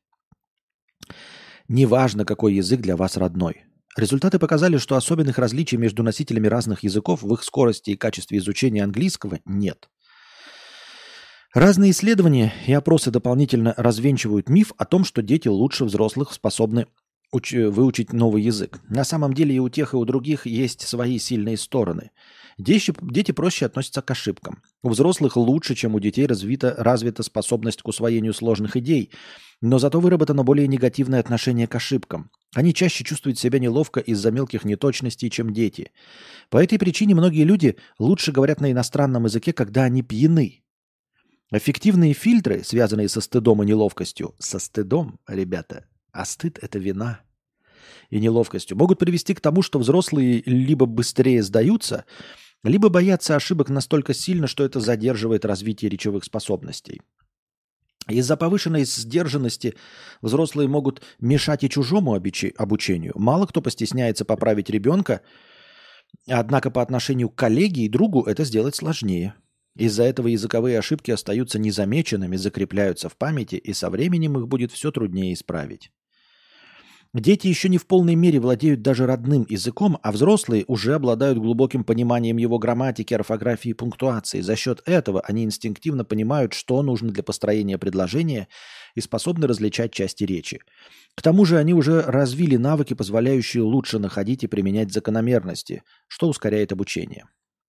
Неважно, какой язык для вас родной. Результаты показали, что особенных различий между носителями разных языков в их скорости и качестве изучения английского нет. Разные исследования и опросы дополнительно развенчивают миф о том, что дети лучше взрослых способны уч- выучить новый язык. На самом деле и у тех, и у других есть свои сильные стороны. Дети, дети проще относятся к ошибкам. У взрослых лучше, чем у детей, развита, развита способность к усвоению сложных идей, но зато выработано более негативное отношение к ошибкам. Они чаще чувствуют себя неловко из-за мелких неточностей, чем дети. По этой причине многие люди лучше говорят на иностранном языке, когда они пьяны. Эффективные фильтры, связанные со стыдом и неловкостью, со стыдом, ребята, а стыд – это вина, и неловкостью, могут привести к тому, что взрослые либо быстрее сдаются, либо боятся ошибок настолько сильно, что это задерживает развитие речевых способностей. Из-за повышенной сдержанности взрослые могут мешать и чужому обучению. Мало кто постесняется поправить ребенка, однако по отношению к коллеге и другу это сделать сложнее. Из-за этого языковые ошибки остаются незамеченными, закрепляются в памяти, и со временем их будет все труднее исправить. Дети еще не в полной мере владеют даже родным языком, а взрослые уже обладают глубоким пониманием его грамматики, орфографии и пунктуации. За счет этого они инстинктивно понимают, что нужно для построения предложения, и способны различать части речи. К тому же они уже развили навыки, позволяющие лучше находить и применять закономерности, что ускоряет обучение.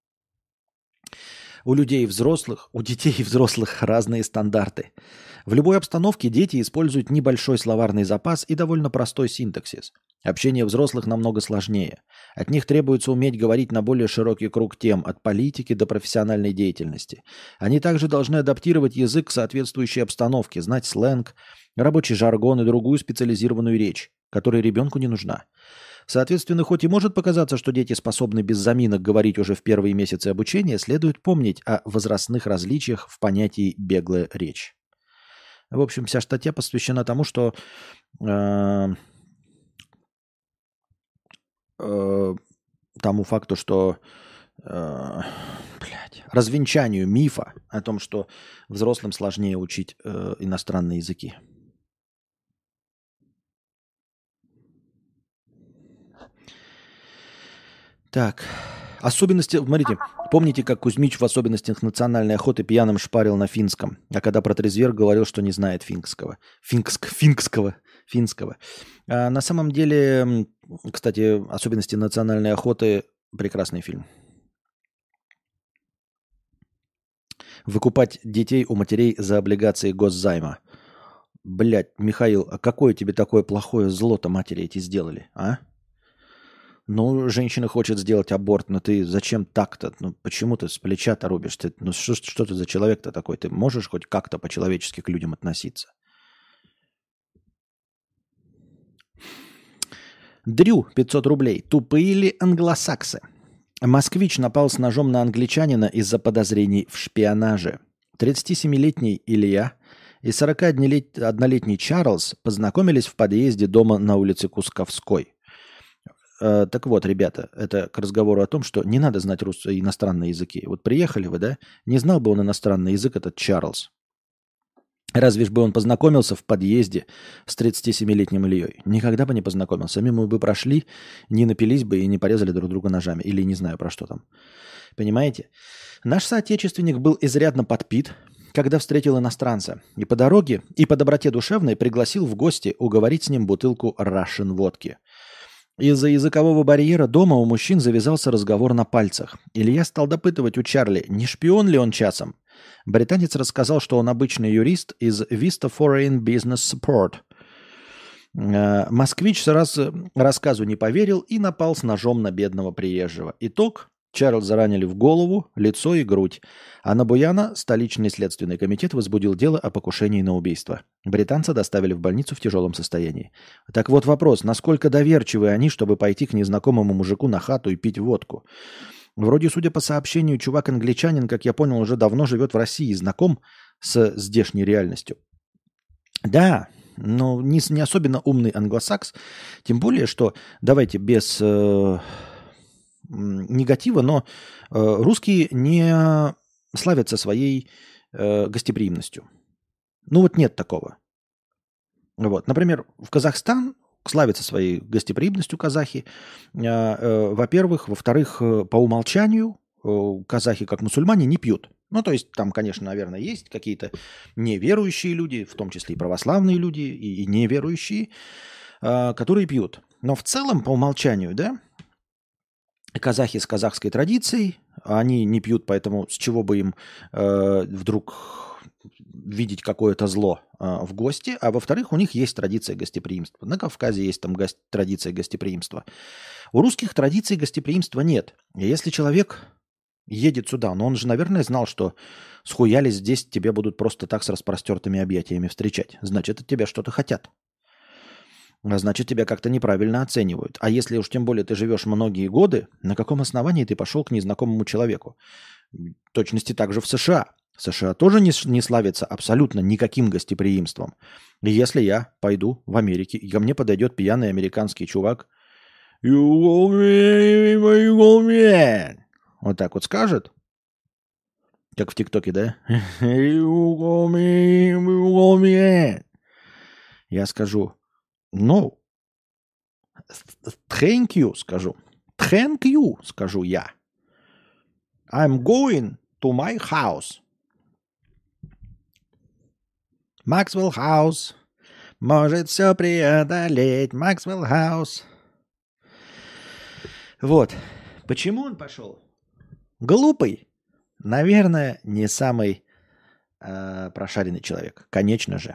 У людей и взрослых, у детей и взрослых разные стандарты. В любой обстановке дети используют небольшой словарный запас и довольно простой синтаксис. Общение взрослых намного сложнее. От них требуется уметь говорить на более широкий круг тем, от политики до профессиональной деятельности. Они также должны адаптировать язык к соответствующей обстановке, знать сленг, рабочий жаргон и другую специализированную речь, которая ребенку не нужна. Соответственно, хоть и может показаться, что дети способны без заминок говорить уже в первые месяцы обучения, следует помнить о возрастных различиях в понятии «беглая речь». В общем, вся статья посвящена тому, что э, э, тому факту, что э, блядь, развенчанию мифа о том, что взрослым сложнее учить э, иностранные языки. Так, особенности, смотрите, помните, как Кузьмич в особенностях национальной охоты пьяным шпарил на финском, а когда протрезверг говорил, что не знает финского. Финкск, финского, финского. А на самом деле, кстати, особенности национальной охоты – прекрасный фильм. Выкупать детей у матерей за облигации госзайма. Блядь, Михаил, а какое тебе такое плохое зло-то матери эти сделали, а? Ну, женщина хочет сделать аборт, но ты зачем так-то? Ну, почему ты с плеча-то рубишь? Ты, ну, что, что ты за человек-то такой? Ты можешь хоть как-то по-человечески к людям относиться? Дрю, пятьсот рублей. Тупые ли англосаксы? Москвич напал с ножом на англичанина из-за подозрений в шпионаже. тридцатисемилетний Илья и сорокаоднолетний Чарльз познакомились в подъезде дома на улице Кусковской. Так вот, ребята, это к разговору о том, что не надо знать рус... иностранные языки. Вот приехали вы, да? Не знал бы он иностранный язык, этот Чарльз. Разве ж бы он познакомился в подъезде с тридцатисемилетним Ильей? Никогда бы не познакомился. Мимо бы прошли, не напились бы и не порезали друг друга ножами. Или не знаю про что там. Понимаете? Наш соотечественник был изрядно подпит, когда встретил иностранца. И по дороге, и по доброте душевной пригласил в гости уговорить с ним бутылку Russian водки. Из-за языкового барьера дома у мужчин завязался разговор на пальцах. Илья стал допытывать у Чарли, не шпион ли он часом. Британец рассказал, что он обычный юрист из Vista Foreign Business Support. Э, Москвич сразу рассказу не поверил и напал с ножом на бедного приезжего. Итог. Чарльза ранили в голову, лицо и грудь. А на Буяна столичный следственный комитет возбудил дело о покушении на убийство. Британца доставили в больницу в тяжелом состоянии. Так вот вопрос, насколько доверчивы они, чтобы пойти к незнакомому мужику на хату и пить водку? Вроде, судя по сообщению, чувак-англичанин, как я понял, уже давно живет в России и знаком с здешней реальностью. Да, но не, не особенно умный англосакс. Тем более, что давайте без... Э, негатива, но э, русские не славятся своей э, гостеприимностью. Ну вот нет такого. Вот. Например, в Казахстан славятся своей гостеприимностью казахи. Э, э, во-первых. Во-вторых, э, по умолчанию э, казахи, как мусульмане, не пьют. Ну, то есть там, конечно, наверное, есть какие-то неверующие люди, в том числе и православные люди, и, и неверующие, э, которые пьют. Но в целом, по умолчанию, да, казахи с казахской традицией, они не пьют, поэтому с чего бы им э, вдруг видеть какое-то зло э, в гости, а во-вторых, у них есть традиция гостеприимства. На Кавказе есть там гость, традиция гостеприимства. У русских традиций гостеприимства нет. И если человек едет сюда, но он же, наверное, знал, что схуяли здесь тебе будут просто так с распростертыми объятиями встречать. Значит, от тебя что-то хотят. Значит, тебя как-то неправильно оценивают. А если уж тем более ты живешь многие годы, на каком основании ты пошел к незнакомому человеку? В точности также в США. США тоже не, не славится абсолютно никаким гостеприимством. И если я пойду в Америке, и ко мне подойдет пьяный американский чувак, you call me, you call me. Вот так вот скажет, как в ТикТоке, да? You call me, you call me. Я скажу, no. Thank you, скажу. Thank you, скажу я. I'm going to my house. Maxwell House может все преодолеть. Maxwell House. Вот. Почему он пошел? Глупый. Наверное, не самый э, прошаренный человек. Конечно же.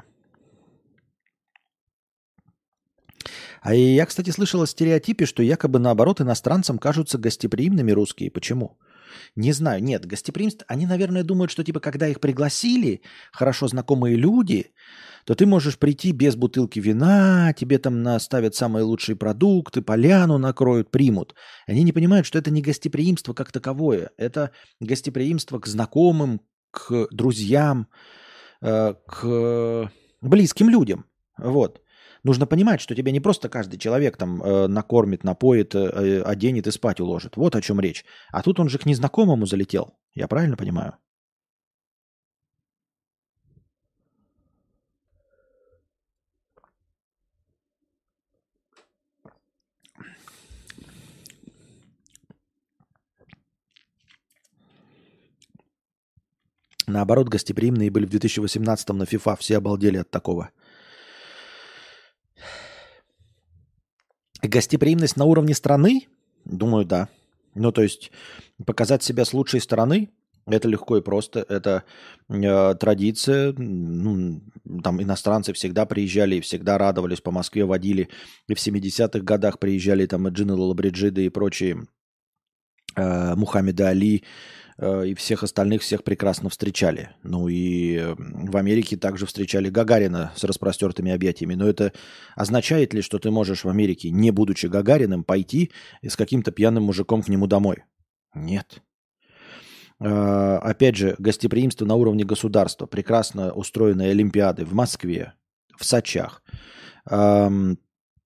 А я, кстати, слышал о стереотипе, что якобы наоборот иностранцам кажутся гостеприимными русские. Почему? Не знаю. Нет, гостеприимство... Они, наверное, думают, что типа когда их пригласили хорошо знакомые люди, то ты можешь прийти без бутылки вина, тебе там наставят самые лучшие продукты, поляну накроют, примут. Они не понимают, что это не гостеприимство как таковое. Это гостеприимство к знакомым, к друзьям, к близким людям. Вот. Нужно понимать, что тебя не просто каждый человек там э, накормит, напоит, э, оденет и спать уложит. Вот о чем речь. А тут он же к незнакомому залетел. Я правильно понимаю? Наоборот, гостеприимные были в две тысячи восемнадцатом на FIFA. Все обалдели от такого. Гостеприимность на уровне страны? Думаю, да. Ну, то есть показать себя с лучшей стороны, это легко и просто. Это э, традиция. Ну, там иностранцы всегда приезжали и всегда радовались. По Москве водили. И в семидесятых годах приезжали там и Джины Лалабриджиды и прочие э, Мухаммеда Али. И всех остальных всех прекрасно встречали. Ну и в Америке также встречали Гагарина с распростертыми объятиями. Но это означает ли, что ты можешь в Америке, не будучи Гагариным, пойти и с каким-то пьяным мужиком к нему домой? Нет. Опять же, гостеприимство на уровне государства. Прекрасно устроенные олимпиады в Москве, в Сочах. Вот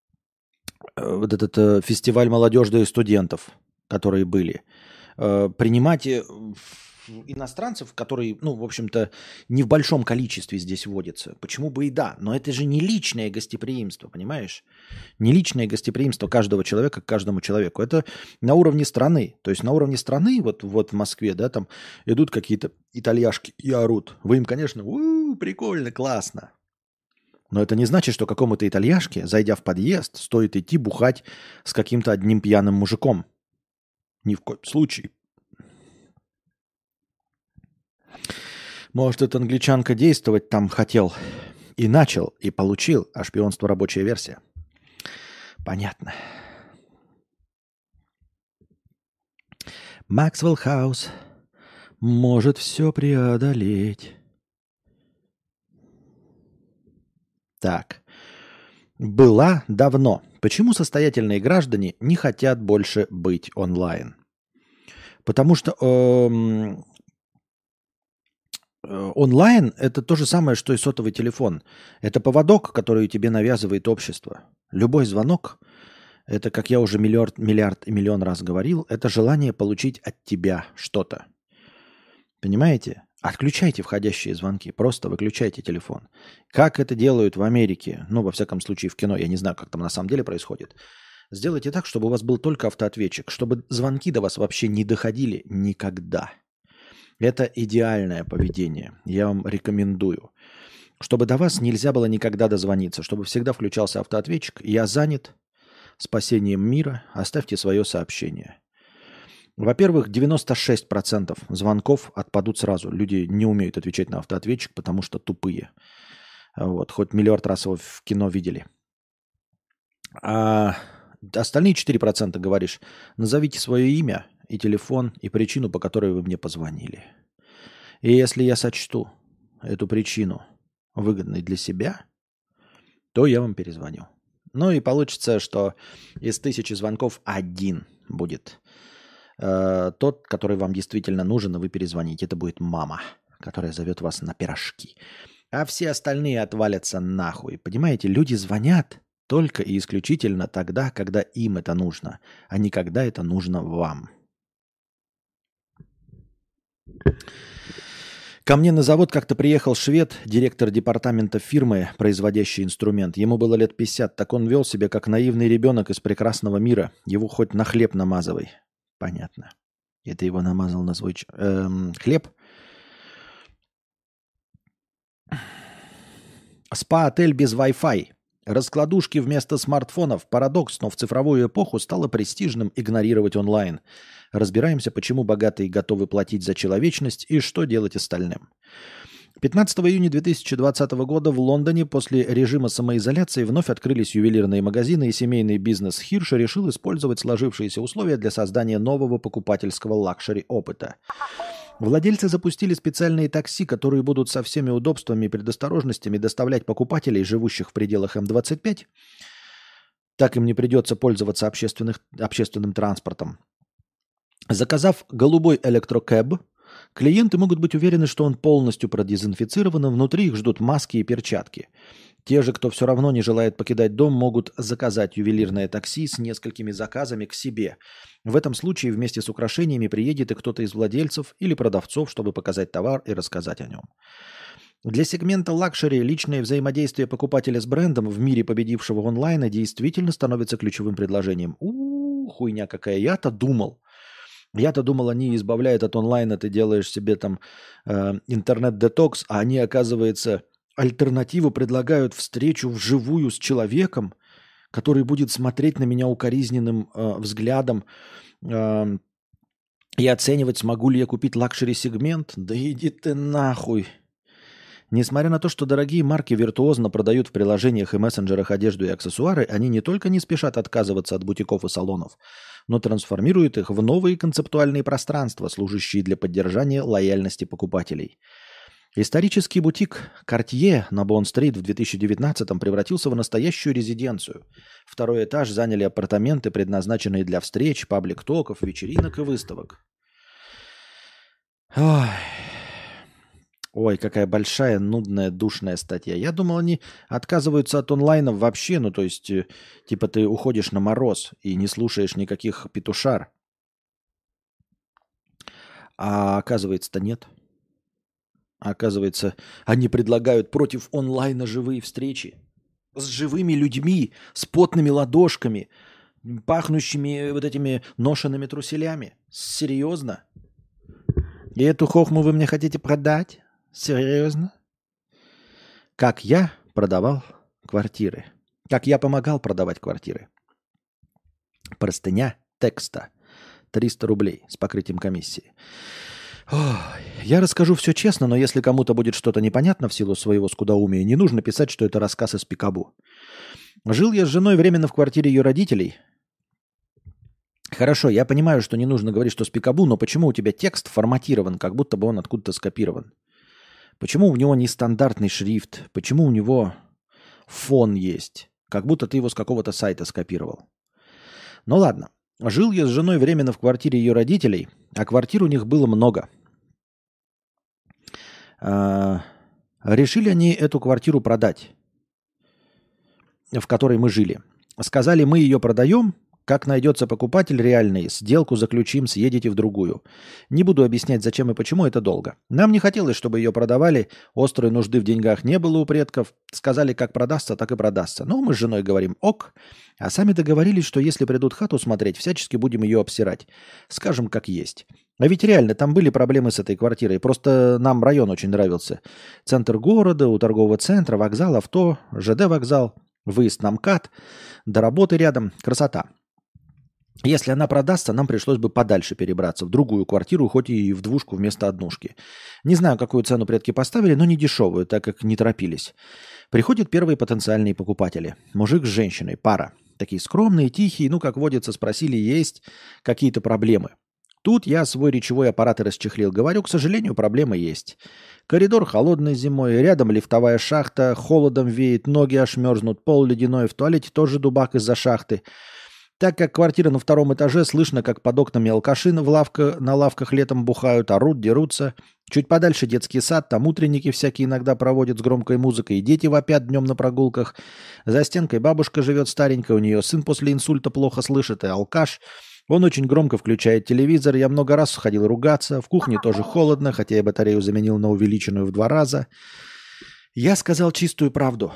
этот фестиваль молодежи и студентов, которые были. Принимать иностранцев, которые, ну, в общем-то, не в большом количестве здесь водятся. Почему бы и да? Но это же не личное гостеприимство, понимаешь? Не личное гостеприимство каждого человека к каждому человеку. Это на уровне страны. То есть на уровне страны, вот, вот в Москве, да, там идут какие-то итальяшки и орут. Вы им, конечно, у-у, прикольно, классно. Но это не значит, что какому-то итальяшке, зайдя в подъезд, стоит идти бухать с каким-то одним пьяным мужиком. Ни в коем случае. Может, эта англичанка действовать там хотел и начал, и получил, а шпионство рабочая версия. Понятно. Максвелл Хаус может все преодолеть. Так. Была давно. Почему состоятельные граждане не хотят больше быть онлайн? Потому что эм, э, онлайн – это то же самое, что и сотовый телефон. Это поводок, который тебе навязывает общество. Любой звонок – это, как я уже миллиард, миллиард и миллион раз говорил, это желание получить от тебя что-то. Понимаете? Отключайте входящие звонки, просто выключайте телефон. Как это делают в Америке, ну, во всяком случае, в кино, я не знаю, как там на самом деле происходит. Сделайте так, чтобы у вас был только автоответчик, чтобы звонки до вас вообще не доходили никогда. Это идеальное поведение, я вам рекомендую. Чтобы до вас нельзя было никогда дозвониться, чтобы всегда включался автоответчик. Я занят спасением мира, оставьте свое сообщение. Во-первых, девяносто шесть процентов звонков отпадут сразу. Люди не умеют отвечать на автоответчик, потому что тупые. Вот, хоть миллиард раз его в кино видели. А остальные четыре процента говоришь, назовите свое имя и телефон, и причину, по которой вы мне позвонили. И если я сочту эту причину выгодной для себя, то я вам перезвоню. Ну и получится, что из тысячи звонков один будет тот, который вам действительно нужен, и вы перезвоните. Это будет мама, которая зовет вас на пирожки. А все остальные отвалятся нахуй. Понимаете, люди звонят только и исключительно тогда, когда им это нужно, а не когда это нужно вам. Ко мне на завод как-то приехал швед, директор департамента фирмы, производящий инструмент. Ему было лет пятьдесят, так он вел себя как наивный ребенок из прекрасного мира. Его хоть на хлеб намазывай. Понятно. Это его намазал на свой эм, хлеб. Спа-отель без Wi-Fi. Раскладушки вместо смартфонов. Парадокс, но в цифровую эпоху стало престижным игнорировать онлайн. Разбираемся, почему богатые готовы платить за человечность и что делать остальным. пятнадцатого июня две тысячи двадцатого года в Лондоне после режима самоизоляции вновь открылись ювелирные магазины, и семейный бизнес Хирша решил использовать сложившиеся условия для создания нового покупательского лакшери-опыта. Владельцы запустили специальные такси, которые будут со всеми удобствами и предосторожностями доставлять покупателей, живущих в пределах эм двадцать пять. Так им не придется пользоваться общественных, общественным транспортом. Заказав голубой электрокэб, клиенты могут быть уверены, что он полностью продезинфицирован, и внутри их ждут маски и перчатки. Те же, кто все равно не желает покидать дом, могут заказать ювелирное такси с несколькими заказами к себе. В этом случае вместе с украшениями приедет и кто-то из владельцев или продавцов, чтобы показать товар и рассказать о нем. Для сегмента лакшери личное взаимодействие покупателя с брендом в мире победившего онлайна действительно становится ключевым предложением. У-у-у, хуйня какая. Я-то думал. Я-то думал, они избавляют от онлайна, ты делаешь себе там э, интернет-детокс, а они, оказывается, альтернативу предлагают встречу вживую с человеком, который будет смотреть на меня укоризненным э, взглядом э, и оценивать, смогу ли я купить лакшери-сегмент. Да иди ты нахуй. Несмотря на то, что дорогие марки виртуозно продают в приложениях и мессенджерах одежду и аксессуары, они не только не спешат отказываться от бутиков и салонов, но трансформируют их в новые концептуальные пространства, служащие для поддержания лояльности покупателей. Исторический бутик Cartier на Бонд-стрит в две тысячи девятнадцатом превратился в настоящую резиденцию. Второй этаж заняли апартаменты, предназначенные для встреч, паблик-токов, вечеринок и выставок. Ой... Ой, какая большая, нудная, душная статья. Я думал, они отказываются от онлайна вообще. Ну, то есть, э, типа ты уходишь на мороз и не слушаешь никаких петушар. А оказывается-то нет. А оказывается, они предлагают против онлайна живые встречи. С живыми людьми, с потными ладошками, пахнущими вот этими ношенными труселями. Серьезно? И эту хохму вы мне хотите продать? Серьезно? Как я продавал квартиры. Как я помогал продавать квартиры. Простыня текста. триста рублей с покрытием комиссии. Я расскажу все честно, но если кому-то будет что-то непонятно в силу своего скудоумия, не нужно писать, что это рассказ из Пикабу. Жил я с женой временно в квартире ее родителей. Хорошо, я понимаю, что не нужно говорить, что с Пикабу, но почему у тебя текст форматирован, как будто бы он откуда-то скопирован? Почему у него нестандартный шрифт? Почему у него фон есть? Как будто ты его с какого-то сайта скопировал. Ну ладно. Жил я с женой временно в квартире ее родителей, а квартир у них было много. А, решили они эту квартиру продать, в которой мы жили. Сказали, мы ее продаем, как найдется покупатель реальный, сделку заключим, съедете в другую. Не буду объяснять, зачем и почему, это долго. Нам не хотелось, чтобы ее продавали, острой нужды в деньгах не было у предков. Сказали, как продастся, так и продастся. Ну, мы с женой говорим ок, а сами договорились, что если придут хату смотреть, всячески будем ее обсирать. Скажем, как есть. А ведь реально, там были проблемы с этой квартирой. Просто нам район очень нравился. Центр города, у торгового центра, вокзал, авто, ЖД вокзал, выезд на МКАД, до работы рядом. Красота. Если она продастся, нам пришлось бы подальше перебраться в другую квартиру, хоть и в двушку вместо однушки. Не знаю, какую цену предки поставили, но не дешевую, так как не торопились. Приходят первые потенциальные покупатели. Мужик с женщиной, пара. Такие скромные, тихие, ну, как водится, спросили, есть какие-то проблемы. Тут я свой речевой аппарат и расчехлил. Говорю, к сожалению, проблемы есть. Коридор холодный зимой, рядом лифтовая шахта, холодом веет, ноги аж мерзнут, пол ледяной, в туалете тоже дубак из-за шахты. Так как квартира на втором этаже, слышно, как под окнами алкаши в лавка, на лавках летом бухают, орут, дерутся. Чуть подальше детский сад, там утренники всякие иногда проводят с громкой музыкой, и дети вопят днем на прогулках. За стенкой бабушка живет старенькая, у нее сын после инсульта плохо слышит, и алкаш. Он очень громко включает телевизор, я много раз ходил ругаться, в кухне тоже холодно, хотя я батарею заменил на увеличенную в два раза. Я сказал чистую правду.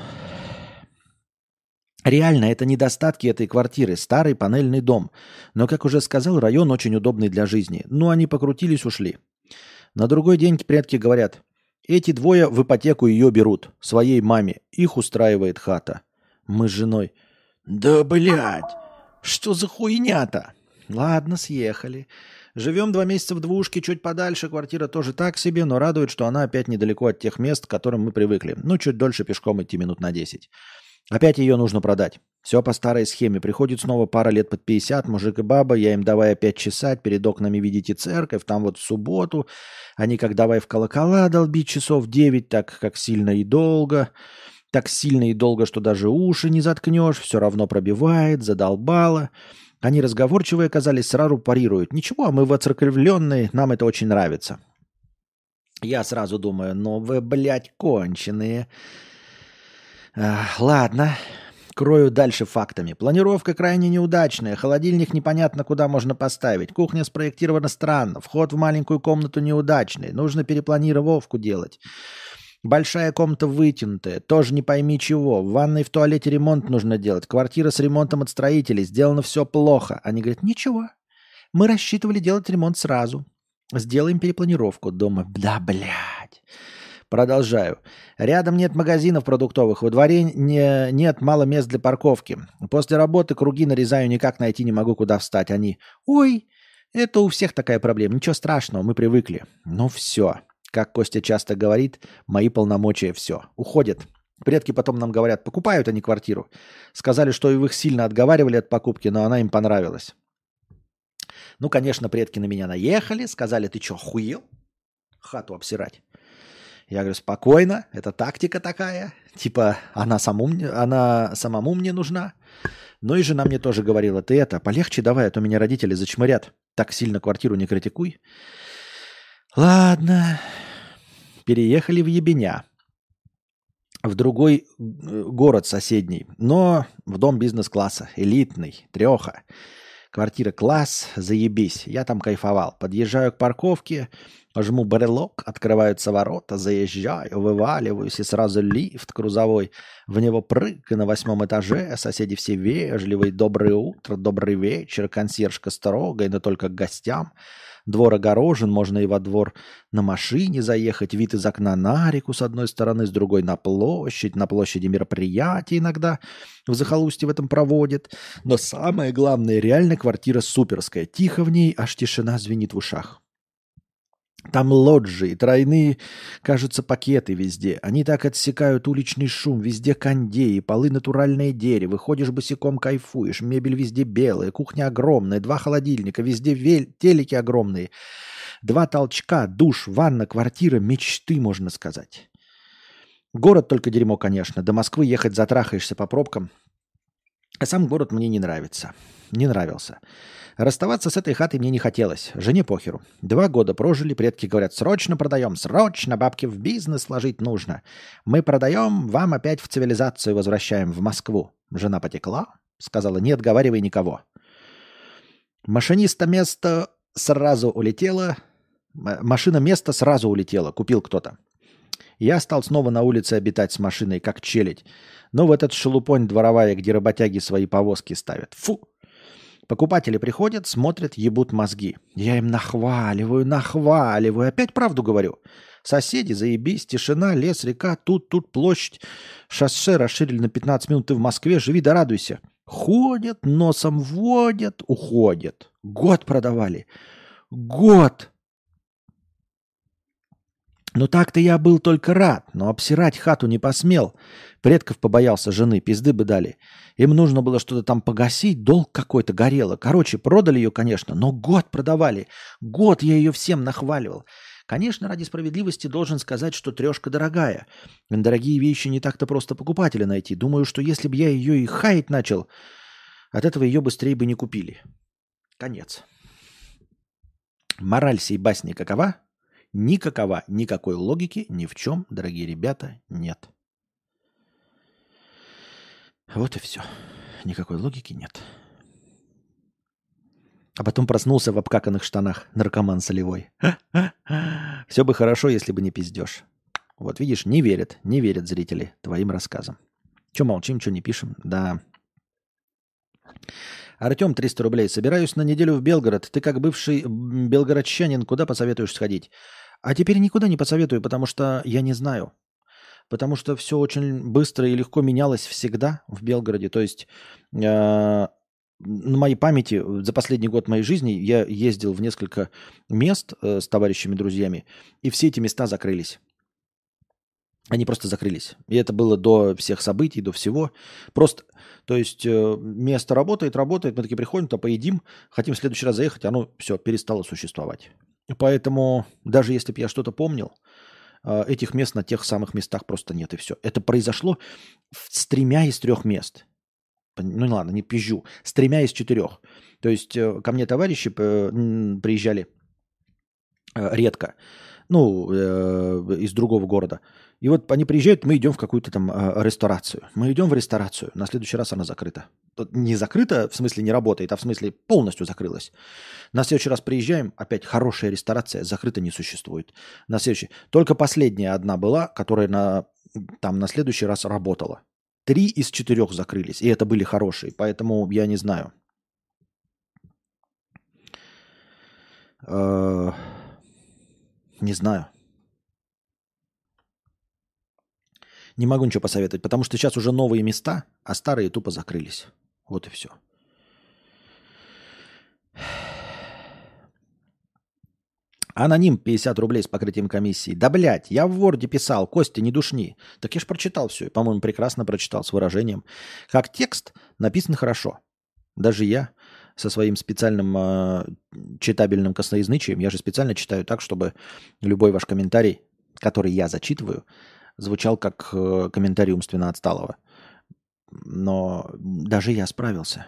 Реально, это недостатки этой квартиры, старый панельный дом. Но, как уже сказал, район очень удобный для жизни. Ну, они покрутились, ушли. На другой день предки говорят, эти двое в ипотеку ее берут, своей маме. Их устраивает хата. Мы с женой, да, блядь, что за хуйня-то? Ладно, съехали. Живем два месяца в двушке, чуть подальше. Квартира тоже так себе, но радует, что она опять недалеко от тех мест, к которым мы привыкли. Ну, чуть дольше пешком идти минут на десять. Опять ее нужно продать. Все по старой схеме. Приходит снова пара лет под пятьдесят, мужик и баба. Я им давай опять чесать. Перед окнами видите церковь. Там вот в субботу. Они как давай в колокола долбить часов девять. Так как сильно и долго. Так сильно и долго, что даже уши не заткнешь. Все равно пробивает. Задолбало. Они разговорчивые оказались, сразу парируют. Ничего, мы воцерковленные. Нам это очень нравится. Я сразу думаю, ну вы, блядь, конченые. Ладно, крою дальше фактами. Планировка крайне неудачная, холодильник непонятно куда можно поставить, кухня спроектирована странно, вход в маленькую комнату неудачный, нужно перепланировку делать. Большая комната вытянутая, тоже не пойми чего, в ванной, в туалете ремонт нужно делать, квартира с ремонтом от строителей, сделано все плохо. Они говорят, ничего, мы рассчитывали делать ремонт сразу, сделаем перепланировку дома. Да, блядь. Продолжаю. Рядом нет магазинов продуктовых, во дворе не, нет мало мест для парковки. После работы круги нарезаю, никак найти не могу, куда встать. Они, ой, это у всех такая проблема, ничего страшного, мы привыкли. Ну все, как Костя часто говорит, мои полномочия все. Уходят. Предки потом нам говорят, покупают они квартиру. Сказали, что и их сильно отговаривали от покупки, но она им понравилась. Ну, конечно, предки на меня наехали, сказали, ты что, охуел? Хату обсирать. Я говорю, спокойно, это тактика такая. Типа, она, саму, она самому мне нужна. Ну и жена мне тоже говорила, ты это, полегче давай, а то меня родители зачмырят. Так сильно квартиру не критикуй. Ладно. Переехали в Ебеня. В другой город соседний. Но в дом бизнес-класса. Элитный. Треха. Квартира класс, заебись. Я там кайфовал. Подъезжаю к парковке, жму брелок, открываются ворота, заезжаю, вываливаюсь, и сразу лифт грузовой. В него прыг, и на восьмом этаже соседи все вежливые. Доброе утро, добрый вечер. Консьержка строгая, но только к гостям. Двор огорожен, можно и во двор на машине заехать. Вид из окна на реку с одной стороны, с другой на площадь. На площади мероприятия иногда в захолустье в этом проводят. Но самое главное, реально квартира суперская. Тихо в ней, аж тишина звенит в ушах. Там лоджии, тройные, кажется, пакеты везде. Они так отсекают уличный шум, везде кондеи, полы натуральное дерево, ходишь босиком, кайфуешь, мебель везде белая, кухня огромная, два холодильника, везде вель... телеки огромные, два толчка, душ, ванна, квартира, мечты, можно сказать. Город только дерьмо, конечно. До Москвы ехать затрахаешься по пробкам. А сам город мне не нравится. Не нравился. Расставаться с этой хатой мне не хотелось. Жене похеру. Два года прожили, предки говорят, срочно продаем, срочно, бабки в бизнес ложить нужно. Мы продаем, вам опять в цивилизацию возвращаем, в Москву. Жена потекла, сказала, не отговаривай никого. Машиниста место сразу улетело. Машина место сразу улетела, купил кто-то. Я стал снова на улице обитать с машиной, как челядь. Но в этот шелупонь дворовая, где работяги свои повозки ставят. Фу! Покупатели приходят, смотрят, ебут мозги. Я им нахваливаю, нахваливаю. Опять правду говорю. Соседи, заебись, тишина, лес, река, тут, тут площадь. Шоссе расширили на пятнадцать минут, ты в Москве, живи да радуйся. Ходят, носом водят, уходят. Год продавали. Год! Ну так-то я был только рад, но обсирать хату не посмел. Предков побоялся жены, пизды бы дали. Им нужно было что-то там погасить, долг какой-то горело. Короче, продали ее, конечно, но год продавали. Год я ее всем нахваливал. Конечно, ради справедливости должен сказать, что трешка дорогая. Дорогие вещи не так-то просто покупателя найти. Думаю, что если бы я ее и хаять начал, от этого ее быстрее бы не купили. Конец. Мораль сей басни какова? Никакова, никакой логики ни в чем, дорогие ребята, нет. Вот и все. Никакой логики нет. А потом проснулся в обкаканных штанах, наркоман солевой. Все бы хорошо, если бы не пиздеж. Вот видишь, не верят, не верят зрители твоим рассказам. Че молчим, че не пишем? Да. Артем, триста рублей. Собираюсь на неделю в Белгород. Ты как бывший белгородчанин, куда посоветуешь сходить? А теперь никуда не посоветую, потому что я не знаю. Потому что все очень быстро и легко менялось всегда в Белгороде. То есть э, на моей памяти за последний год моей жизни я ездил в несколько мест э, с товарищами, друзьями, и все эти места закрылись. Они просто закрылись. И это было до всех событий, до всего. Просто, то есть э, место работает, работает, мы такие приходим, то поедим, хотим в следующий раз заехать, оно все перестало существовать. Поэтому даже если бы я что-то помнил, э, этих мест на тех самых местах просто нет, и все. Это произошло с тремя из трех мест. Ну ладно, не пизжу. С тремя из четырех. То есть э, ко мне товарищи э, приезжали э, редко, ну, э, из другого города. И вот они приезжают, мы идем в какую-то там э, ресторацию. Мы идем в ресторацию, на следующий раз она закрыта. Не закрыта, в смысле не работает, а в смысле полностью закрылась. На следующий раз приезжаем, опять хорошая ресторация, закрыта не существует. На следующий, только последняя одна была, которая на, там на следующий раз работала. Три из четырех закрылись, и это были хорошие, поэтому я не знаю. Э, не знаю. Не могу ничего посоветовать, потому что сейчас уже новые места, а старые тупо закрылись. Вот и все. Аноним пятьдесят рублей с покрытием комиссии. Да, блядь, я в Word писал, Костя, не душни. Так я ж прочитал все, по-моему, прекрасно прочитал с выражением. Как текст написан хорошо. Даже я со своим специальным э, читабельным косноязычием, я же специально читаю так, чтобы любой ваш комментарий, который я зачитываю, звучал как э, комментарий умственно отсталого. Но даже я справился.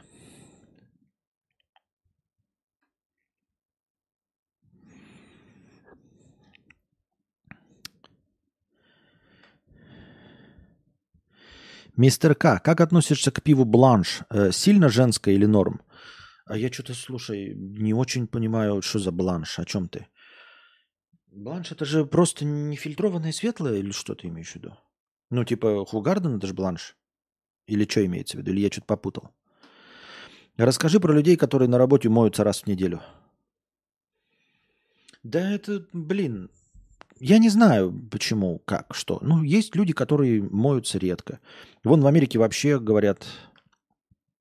Мистер К, как относишься к пиву Бланш? Э, сильно женское или норм? А я что-то, слушай, не очень понимаю, что за Бланш, о чем ты? Бланш это же просто нефильтрованное светлое или что ты имеешь в виду? Ну, типа Хугарден это же Бланш. Или что имеется в виду? Или я что-то попутал? Расскажи про людей, которые на работе моются раз в неделю. Да это, блин, я не знаю, почему, как, что. Ну, есть люди, которые моются редко. Вон в Америке вообще говорят,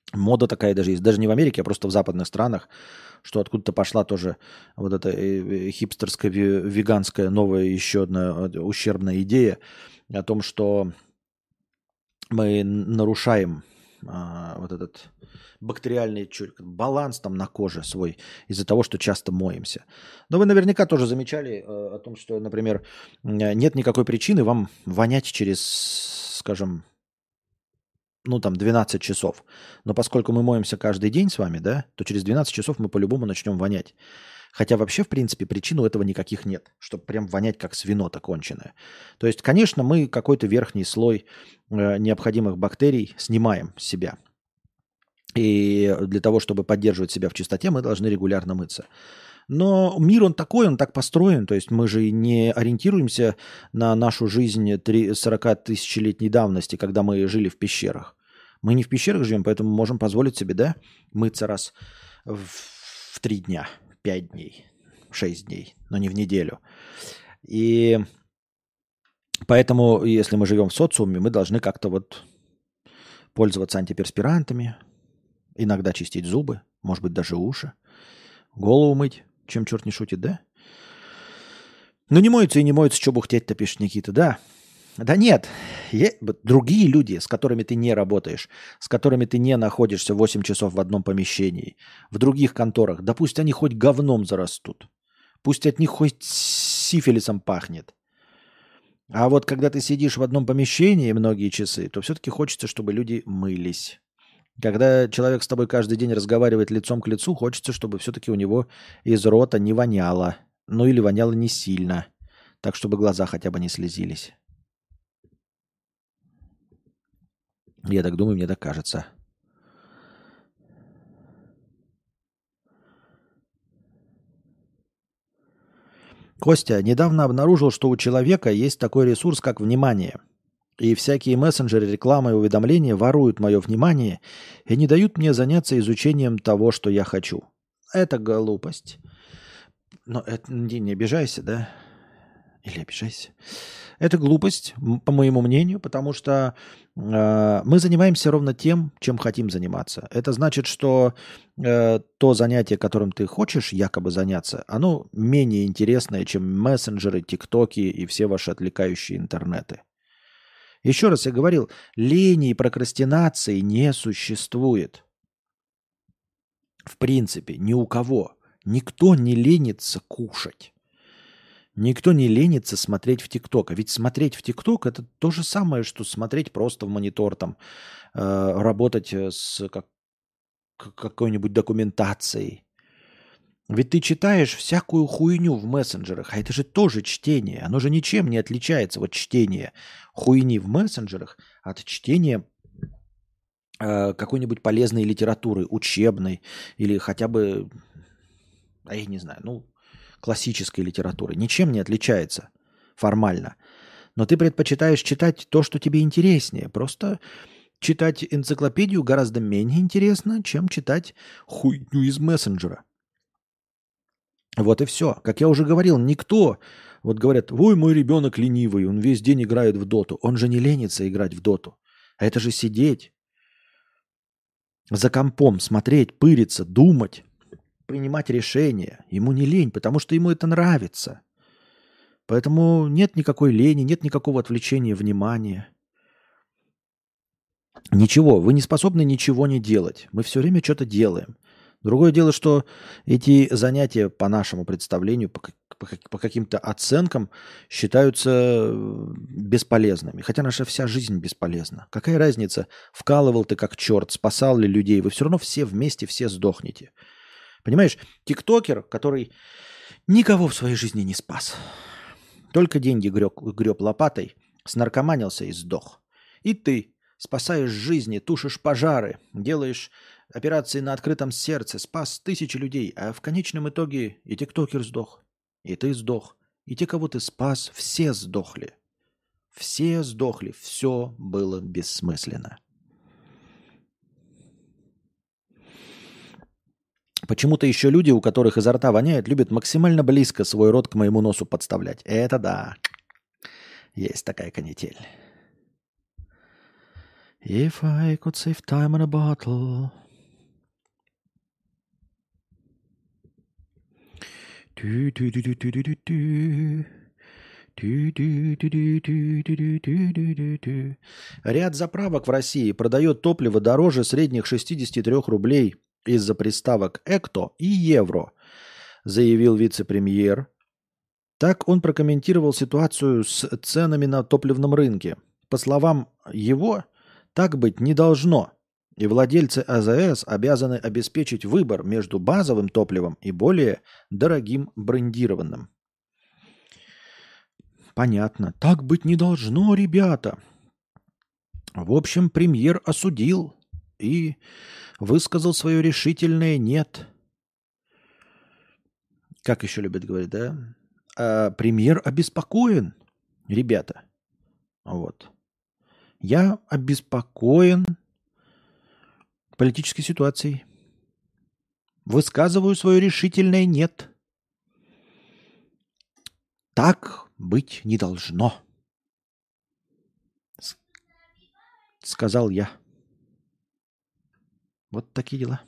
Мода такая даже есть. Даже не в Америке, а просто в западных странах, что откуда-то пошла тоже вот эта э, э, хипстерская, ве- веганская, новая еще одна э, ущербная идея о том, что мы н- нарушаем а, вот этот бактериальный чё- баланс там на коже свой из-за того, что часто моемся. Но вы наверняка тоже замечали э, о том, что, например, м, нет никакой причины вам вонять через, скажем, ну там двенадцать часов. Но поскольку мы моемся каждый день с вами, да, то через двенадцать часов мы по-любому начнем вонять. Хотя вообще, в принципе, причин у этого никаких нет, чтобы прям вонять как свинота конченое. То есть, конечно, мы какой-то верхний слой э, необходимых бактерий снимаем с себя. И для того, чтобы поддерживать себя в чистоте, мы должны регулярно мыться. Но мир, он такой, он так построен. То есть мы же не ориентируемся на нашу жизнь три- сорок тысячелетней давности, когда мы жили в пещерах. Мы не в пещерах живем, поэтому можем позволить себе, да, мыться раз в, в три дня, пять дней, шесть дней, но не в неделю. И поэтому, если мы живем в социуме, мы должны как-то вот пользоваться антиперспирантами, иногда чистить зубы, может быть, даже уши, голову мыть, чем черт не шутит, да? Ну, не моются и не моются, что бухтеть-то, пишет Никита, да. Да нет, е- б- другие люди, с которыми ты не работаешь, с которыми ты не находишься восемь часов в одном помещении, в других конторах, да пусть они хоть говном зарастут, пусть от них хоть сифилисом пахнет. А вот когда ты сидишь в одном помещении многие часы, то все-таки хочется, чтобы люди мылись. Когда человек с тобой каждый день разговаривает лицом к лицу, хочется, чтобы все-таки у него из рота не воняло. Ну или воняло не сильно. Так, чтобы глаза хотя бы не слезились. Я так думаю, мне так кажется. Костя, недавно обнаружил, что у человека есть такой ресурс, как внимание. И всякие мессенджеры, реклама и уведомления воруют мое внимание и не дают мне заняться изучением того, что я хочу. Это глупость. Но это не, не обижайся, да? Или обижайся. Это глупость, м, по моему мнению, потому что э, мы занимаемся ровно тем, чем хотим заниматься. Это значит, что э, то занятие, которым ты хочешь якобы заняться, оно менее интересное, чем мессенджеры, тиктоки и все ваши отвлекающие интернеты. Еще раз я говорил, лени и прокрастинации не существует. В принципе, ни у кого. Никто не ленится кушать. Никто не ленится смотреть в ТикТок. А ведь смотреть в ТикТок это то же самое, что смотреть просто в монитор, там, э, работать э, с как- к- какой-нибудь документацией. Ведь ты читаешь всякую хуйню в мессенджерах, а это же тоже чтение. Оно же ничем не отличается, вот чтение хуйни в мессенджерах от чтения э, какой-нибудь полезной литературы, учебной или хотя бы, а я не знаю, ну, классической литературы. Ничем не отличается формально. Но ты предпочитаешь читать то, что тебе интереснее. Просто читать энциклопедию гораздо менее интересно, чем читать хуйню из мессенджера. Вот и все. Как я уже говорил, никто, вот говорят, ой, мой ребенок ленивый, он весь день играет в доту. Он же не ленится играть в доту. А это же сидеть за компом, смотреть, пыриться, думать, принимать решения. Ему не лень, потому что ему это нравится. Поэтому нет никакой лени, нет никакого отвлечения внимания. Ничего, вы не способны ничего не делать. Мы все время что-то делаем. Другое дело, что эти занятия по нашему представлению, по, как- по как- по каким-то оценкам считаются э, бесполезными. Хотя наша вся жизнь бесполезна. Какая разница, вкалывал ты как черт, спасал ли людей, вы все равно все вместе, все сдохнете. Понимаешь, тиктокер, который никого в своей жизни не спас, только деньги греб, греб лопатой, снаркоманился и сдох. И ты спасаешь жизни, тушишь пожары, делаешь операции на открытом сердце, спас тысячи людей, а в конечном итоге и тиктокер сдох, и ты сдох, и те, кого ты спас, все сдохли. Все сдохли, все было бессмысленно. Почему-то еще люди, у которых изо рта воняет, любят максимально близко свой рот к моему носу подставлять. Это да, есть такая канитель. If I could save time in a bottle. Ряд заправок в России продает топливо дороже средних шестьдесят три рублей из-за приставок «Экто» и «Евро», заявил вице-премьер. Так он прокомментировал ситуацию с ценами на топливном рынке. По словам его, так быть не должно. И владельцы АЗС обязаны обеспечить выбор между базовым топливом и более дорогим брендированным. Понятно. Так быть не должно, ребята. В общем, премьер осудил и высказал свое решительное «нет». Как еще любят говорить, да? А премьер обеспокоен, ребята. Вот. Я обеспокоен политической ситуацией. Высказываю свое решительное «нет». Так быть не должно, сказал я. Вот такие дела.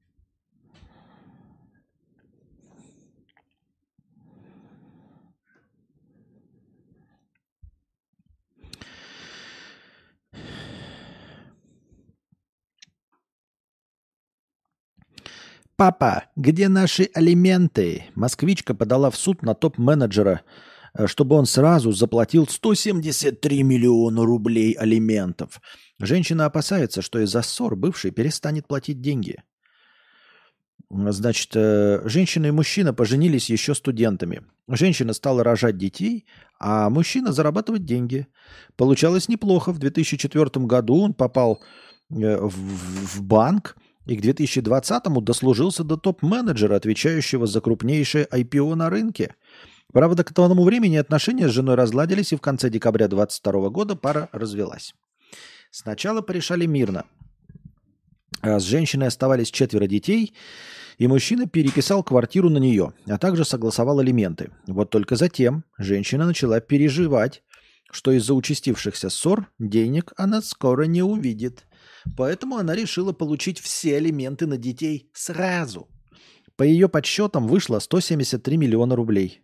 Папа, где наши алименты? Москвичка подала в суд на топ-менеджера, чтобы он сразу заплатил сто семьдесят три миллиона рублей алиментов. Женщина опасается, что из-за ссор бывший перестанет платить деньги. Значит, женщина и мужчина поженились еще студентами. Женщина стала рожать детей, а мужчина зарабатывать деньги. Получалось неплохо. В две тысячи четвёртом году он попал в, в банк и к две тысячи двадцатому дослужился до топ-менеджера, отвечающего за крупнейшее ай пи о на рынке. Правда, к тому времени отношения с женой разладились, и в конце декабря две тысячи двадцать второго года пара развелась. Сначала порешали мирно. С женщиной оставались четверо детей, и мужчина переписал квартиру на нее, а также согласовал алименты. Вот только затем женщина начала переживать, что из-за участившихся ссор денег она скоро не увидит. Поэтому она решила получить все алименты на детей сразу. По ее подсчетам вышло сто семьдесят три миллиона рублей.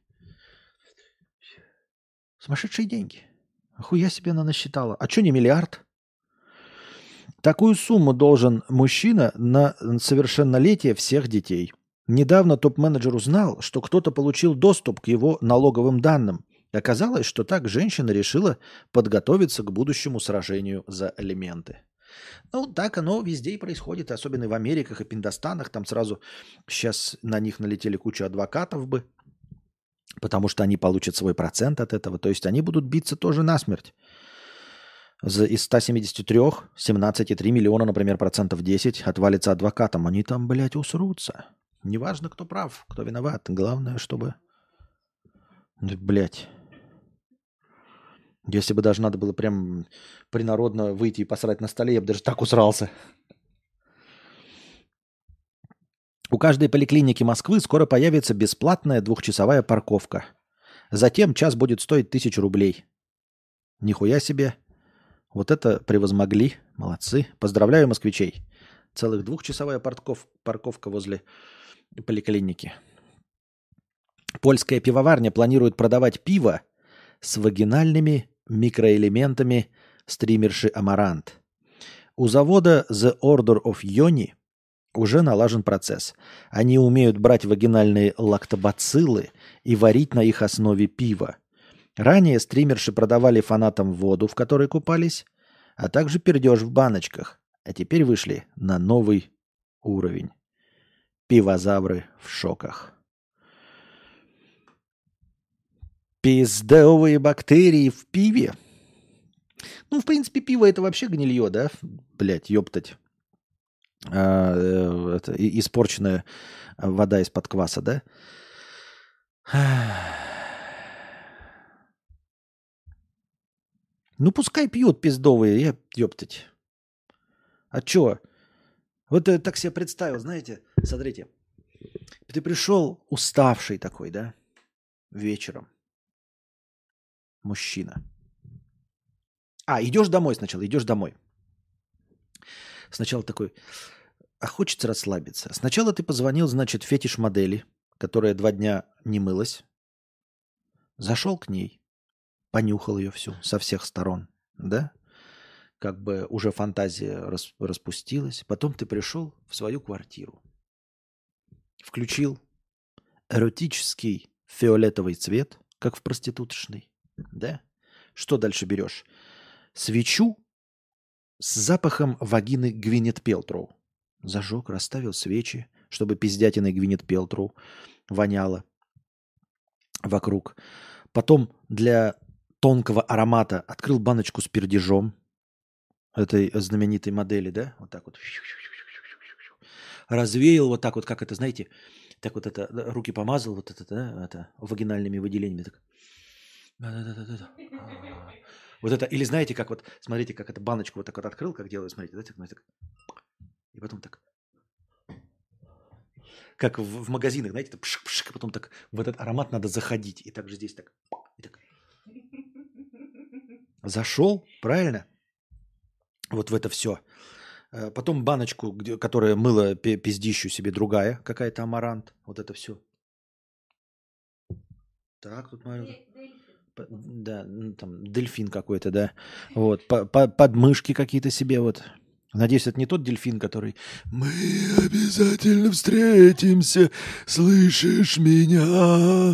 Сумасшедшие деньги. Охуя себе она насчитала. А что не миллиард? Такую сумму должен мужчина на совершеннолетие всех детей. Недавно топ-менеджер узнал, что кто-то получил доступ к его налоговым данным. Оказалось, что так женщина решила подготовиться к будущему сражению за алименты. Ну, так оно везде и происходит, особенно в Америках и Пиндостанах. Там сразу сейчас на них налетели куча адвокатов бы, потому что они получат свой процент от этого. То есть они будут биться тоже насмерть. Из ста семидесяти трёх семнадцать целых три миллиона, например, процентов десять отвалится адвокатам. Они там, блядь, усрутся. Неважно, кто прав, кто виноват. Главное, чтобы... Блядь. Если бы даже надо было прям принародно выйти и посрать на столе, я бы даже так усрался. У каждой поликлиники Москвы скоро появится бесплатная двухчасовая парковка. Затем час будет стоить тысячу рублей. Нихуя себе. Вот это превозмогли. Молодцы. Поздравляю москвичей. Целых двухчасовая парков, парковка возле поликлиники. Польская пивоварня планирует продавать пиво с вагинальными микроэлементами стримерши Амарант. У завода The Order of Yoni уже налажен процесс. Они умеют брать вагинальные лактобациллы и варить на их основе пиво. Ранее стримерши продавали фанатам воду, в которой купались, а также пердеж в баночках. А теперь вышли на новый уровень. Пивозавры в шоках. Пиздовые бактерии в пиве. Ну, в принципе, пиво это вообще гнилье, да? Блять, ёптать. А, это, испорченная вода из-под кваса, да? Ну, пускай пьют пиздовые, я, ёптать. А чё? Вот я так себе представил, знаете, смотрите. Ты пришел уставший такой, да? Вечером. Мужчина. А, идешь домой сначала, идешь домой. Сначала такой, а хочется расслабиться. Сначала ты позвонил, значит, фетиш-модели, которая два дня не мылась. Зашел к ней, понюхал ее всю со всех сторон, да? Как бы уже фантазия рас, распустилась. Потом ты пришел в свою квартиру, включил эротический фиолетовый цвет, как в проституточной, да? Что дальше берешь? Свечу с запахом вагины Гвинет Пелтроу. Зажег, расставил свечи, чтобы пиздятиной Гвинет Пелтроу воняло вокруг. Потом для тонкого аромата открыл баночку с пердежом этой знаменитой модели, да? Вот так вот. Развеял вот так вот, как это, знаете, так вот это, руки помазал, вот это, да, это, вагинальными выделениями. Так. Вот это, или знаете, как вот, смотрите, как это баночку вот так вот открыл, как делаю, смотрите, да, так, так, и потом так, как в, в магазинах, знаете, так, пшик, пшик, потом так, в этот аромат надо заходить, и также здесь так, и так. Зашел, правильно? Вот в это все. Потом баночку, где, которая мыла пиздищу себе другая, какая-то амарант, вот это все. Так, тут, наверное, да, ну, там дельфин какой-то, да. Вот, по, по, подмышки какие-то себе вот. Надеюсь, это не тот дельфин, который «Мы обязательно встретимся, слышишь меня,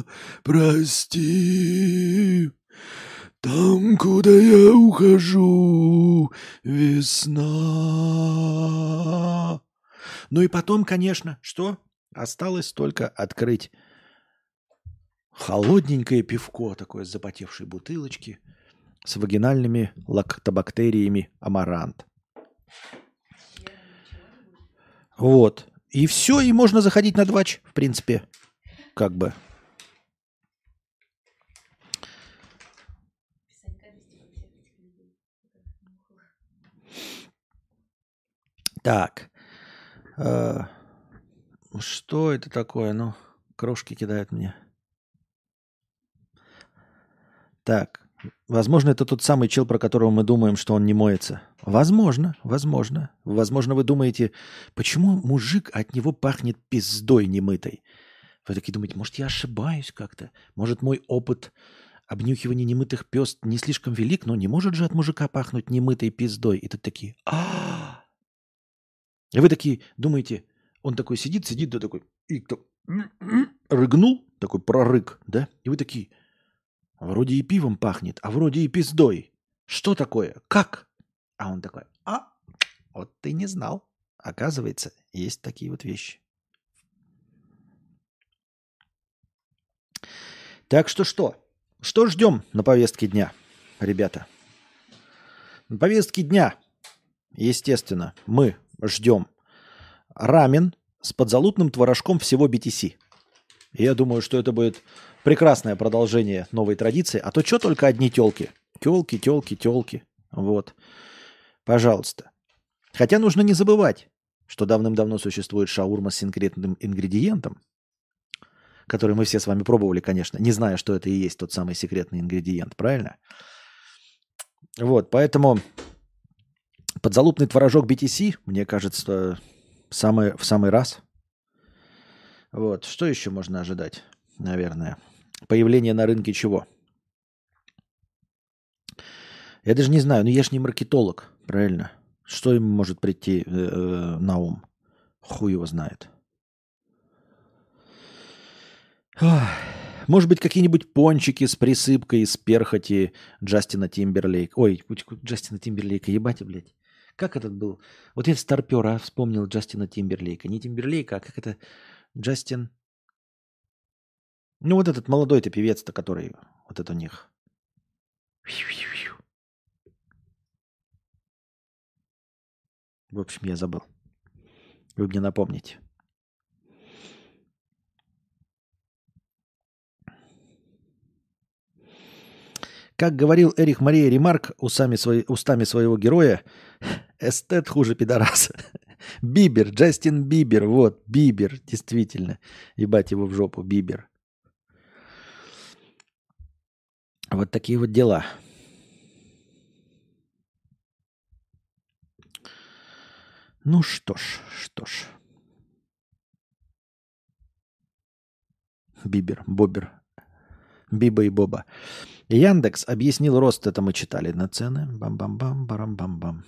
прости, там, куда я ухожу, весна». Ну и потом, конечно, что? Осталось только открыть холодненькое пивко, такое с запотевшей бутылочки, с вагинальными лактобактериями амарант. Вот. И все, и можно заходить на двач, в принципе. Как бы. Так. Э, что это такое? Ну, крошки кидают мне. Так. Возможно, это тот самый чел, про которого мы думаем, что он не моется. Возможно, возможно. Возможно, вы думаете, почему мужик от него пахнет пиздой немытой? Вы такие думаете, может, я ошибаюсь как-то? Может, мой опыт обнюхивания немытых пёст не слишком велик, но не может же от мужика пахнуть немытой пиздой. И тут такие, а И вы такие думаете, он такой сидит, сидит, да такой, и кто рыгнул, такой прорык, да? И вы такие, вроде и пивом пахнет, а вроде и пиздой. Что такое? Как? А он такой, а, вот ты не знал. Оказывается, есть такие вот вещи. Так что что? Что ждем на повестке дня, ребята? На повестке дня, естественно, мы ждем рамен с подзалутным творожком всего би ти си. Я думаю, что это будет прекрасное продолжение новой традиции. А то что только одни телки? Телки, телки, телки. Вот. Пожалуйста. Хотя нужно не забывать, что давным-давно существует шаурма с секретным ингредиентом, который мы все с вами пробовали, конечно, не зная, что это и есть тот самый секретный ингредиент, правильно? Вот, поэтому подзалупный творожок би ти си, мне кажется, самый, в самый раз. Вот, что еще можно ожидать, наверное? Появление на рынке чего? Я даже не знаю, но я же не маркетолог, правильно? Что им может прийти э, на ум? Хуй его знает. Ох. Может быть, какие-нибудь пончики с присыпкой из перхоти Джастина Тимберлейка. Ой, Джастина Тимберлейка, ебать, блядь. Как этот был? Вот я старпер, а, вспомнил Джастина Тимберлейка. Не Тимберлейка, а как это? Джастин... Ну, вот этот молодой-то певец-то, который... Вот это у них... В общем, я забыл. Вы мне напомните. Как говорил Эрих Мария Ремарк устами, свои, устами своего героя, эстет хуже пидораса. Бибер, Джастин Бибер, вот, Бибер, действительно. Ебать его в жопу, Бибер. Вот такие вот дела. Ну что ж, что ж. Бибер, Бобер, Биба и Боба. Яндекс объяснил рост, это мы читали на цены. Бам-бам-бам, барам-бам-бам.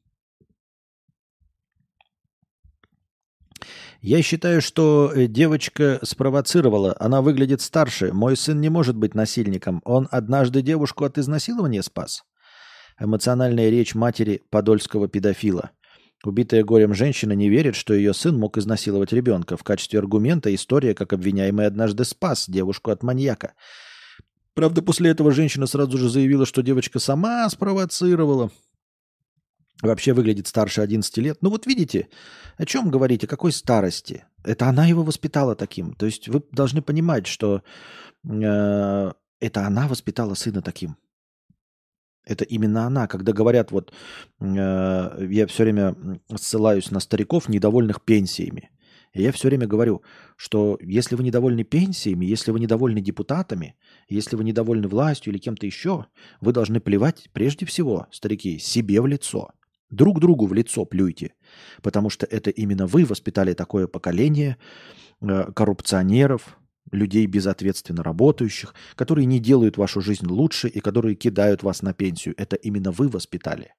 Я считаю, что э, девочка спровоцировала. Она выглядит старше. Мой сын не может быть насильником. Он однажды девушку от изнасилования спас. Эмоциональная речь матери подольского педофила. Убитая горем женщина не верит, что ее сын мог изнасиловать ребенка. В качестве аргумента история, как обвиняемый однажды спас девушку от маньяка. Правда, после этого женщина сразу же заявила, что девочка сама спровоцировала. Вообще выглядит старше одиннадцати лет. Ну вот видите, о чем говорите, о какой старости? Это она его воспитала таким. То есть вы должны понимать, что э, это она воспитала сына таким. Это именно она. Когда говорят, вот э, я все время ссылаюсь на стариков, недовольных пенсиями. И я все время говорю, что если вы недовольны пенсиями, если вы недовольны депутатами, если вы недовольны властью или кем-то еще, вы должны плевать прежде всего, старики, себе в лицо. Друг другу в лицо плюйте, потому что это именно вы воспитали такое поколение э, коррупционеров, людей безответственно работающих, которые не делают вашу жизнь лучше и которые кидают вас на пенсию. Это именно вы воспитали.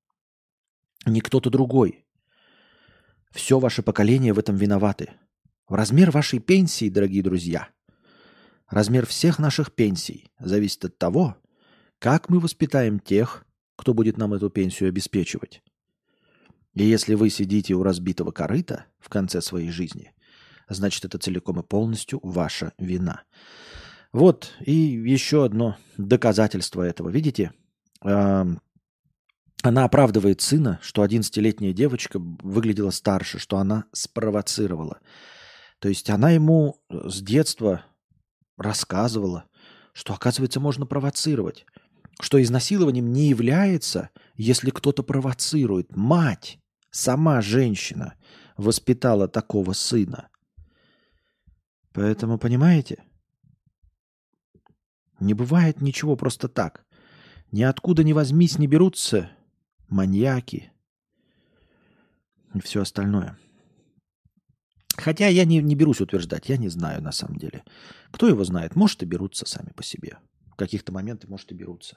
Не кто-то другой. Все ваше поколение в этом виноваты. Размер вашей пенсии, дорогие друзья, размер всех наших пенсий зависит от того, как мы воспитаем тех, кто будет нам эту пенсию обеспечивать. И если вы сидите у разбитого корыта в конце своей жизни, значит, это целиком и полностью ваша вина. Вот и еще одно доказательство этого. Видите, она оправдывает сына, что одиннадцатилетняя девочка выглядела старше, что она спровоцировала. То есть она ему с детства рассказывала, что, оказывается, можно провоцировать. Что изнасилованием не является, если кто-то провоцирует. Мать, сама женщина, воспитала такого сына. Поэтому, понимаете, не бывает ничего просто так. Ниоткуда не возьмись, не берутся маньяки и все остальное. Хотя я не, не берусь утверждать, я не знаю на самом деле. Кто его знает? Может, и берутся сами по себе. В каких-то моментах, может, и берутся.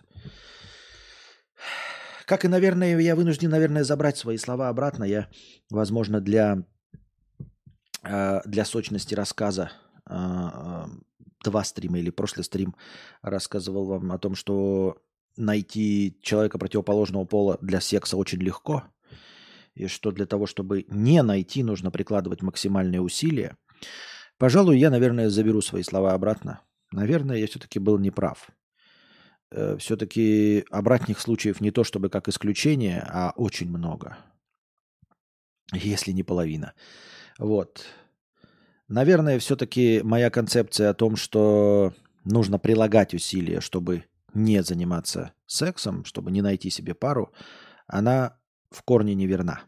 Как и, наверное, я вынужден, наверное, забрать свои слова обратно. Я, возможно, для, для сочности рассказа два стрима или прошлый стрим рассказывал вам о том, что найти человека противоположного пола для секса очень легко. И что для того, чтобы не найти, нужно прикладывать максимальные усилия. Пожалуй, я, наверное, заберу свои слова обратно. Наверное, я все-таки был неправ. Все-таки обратных случаев не то чтобы как исключение, а очень много. Если не половина. Вот. Наверное, все-таки моя концепция о том, что нужно прилагать усилия, чтобы не заниматься сексом, чтобы не найти себе пару, она в корне неверна.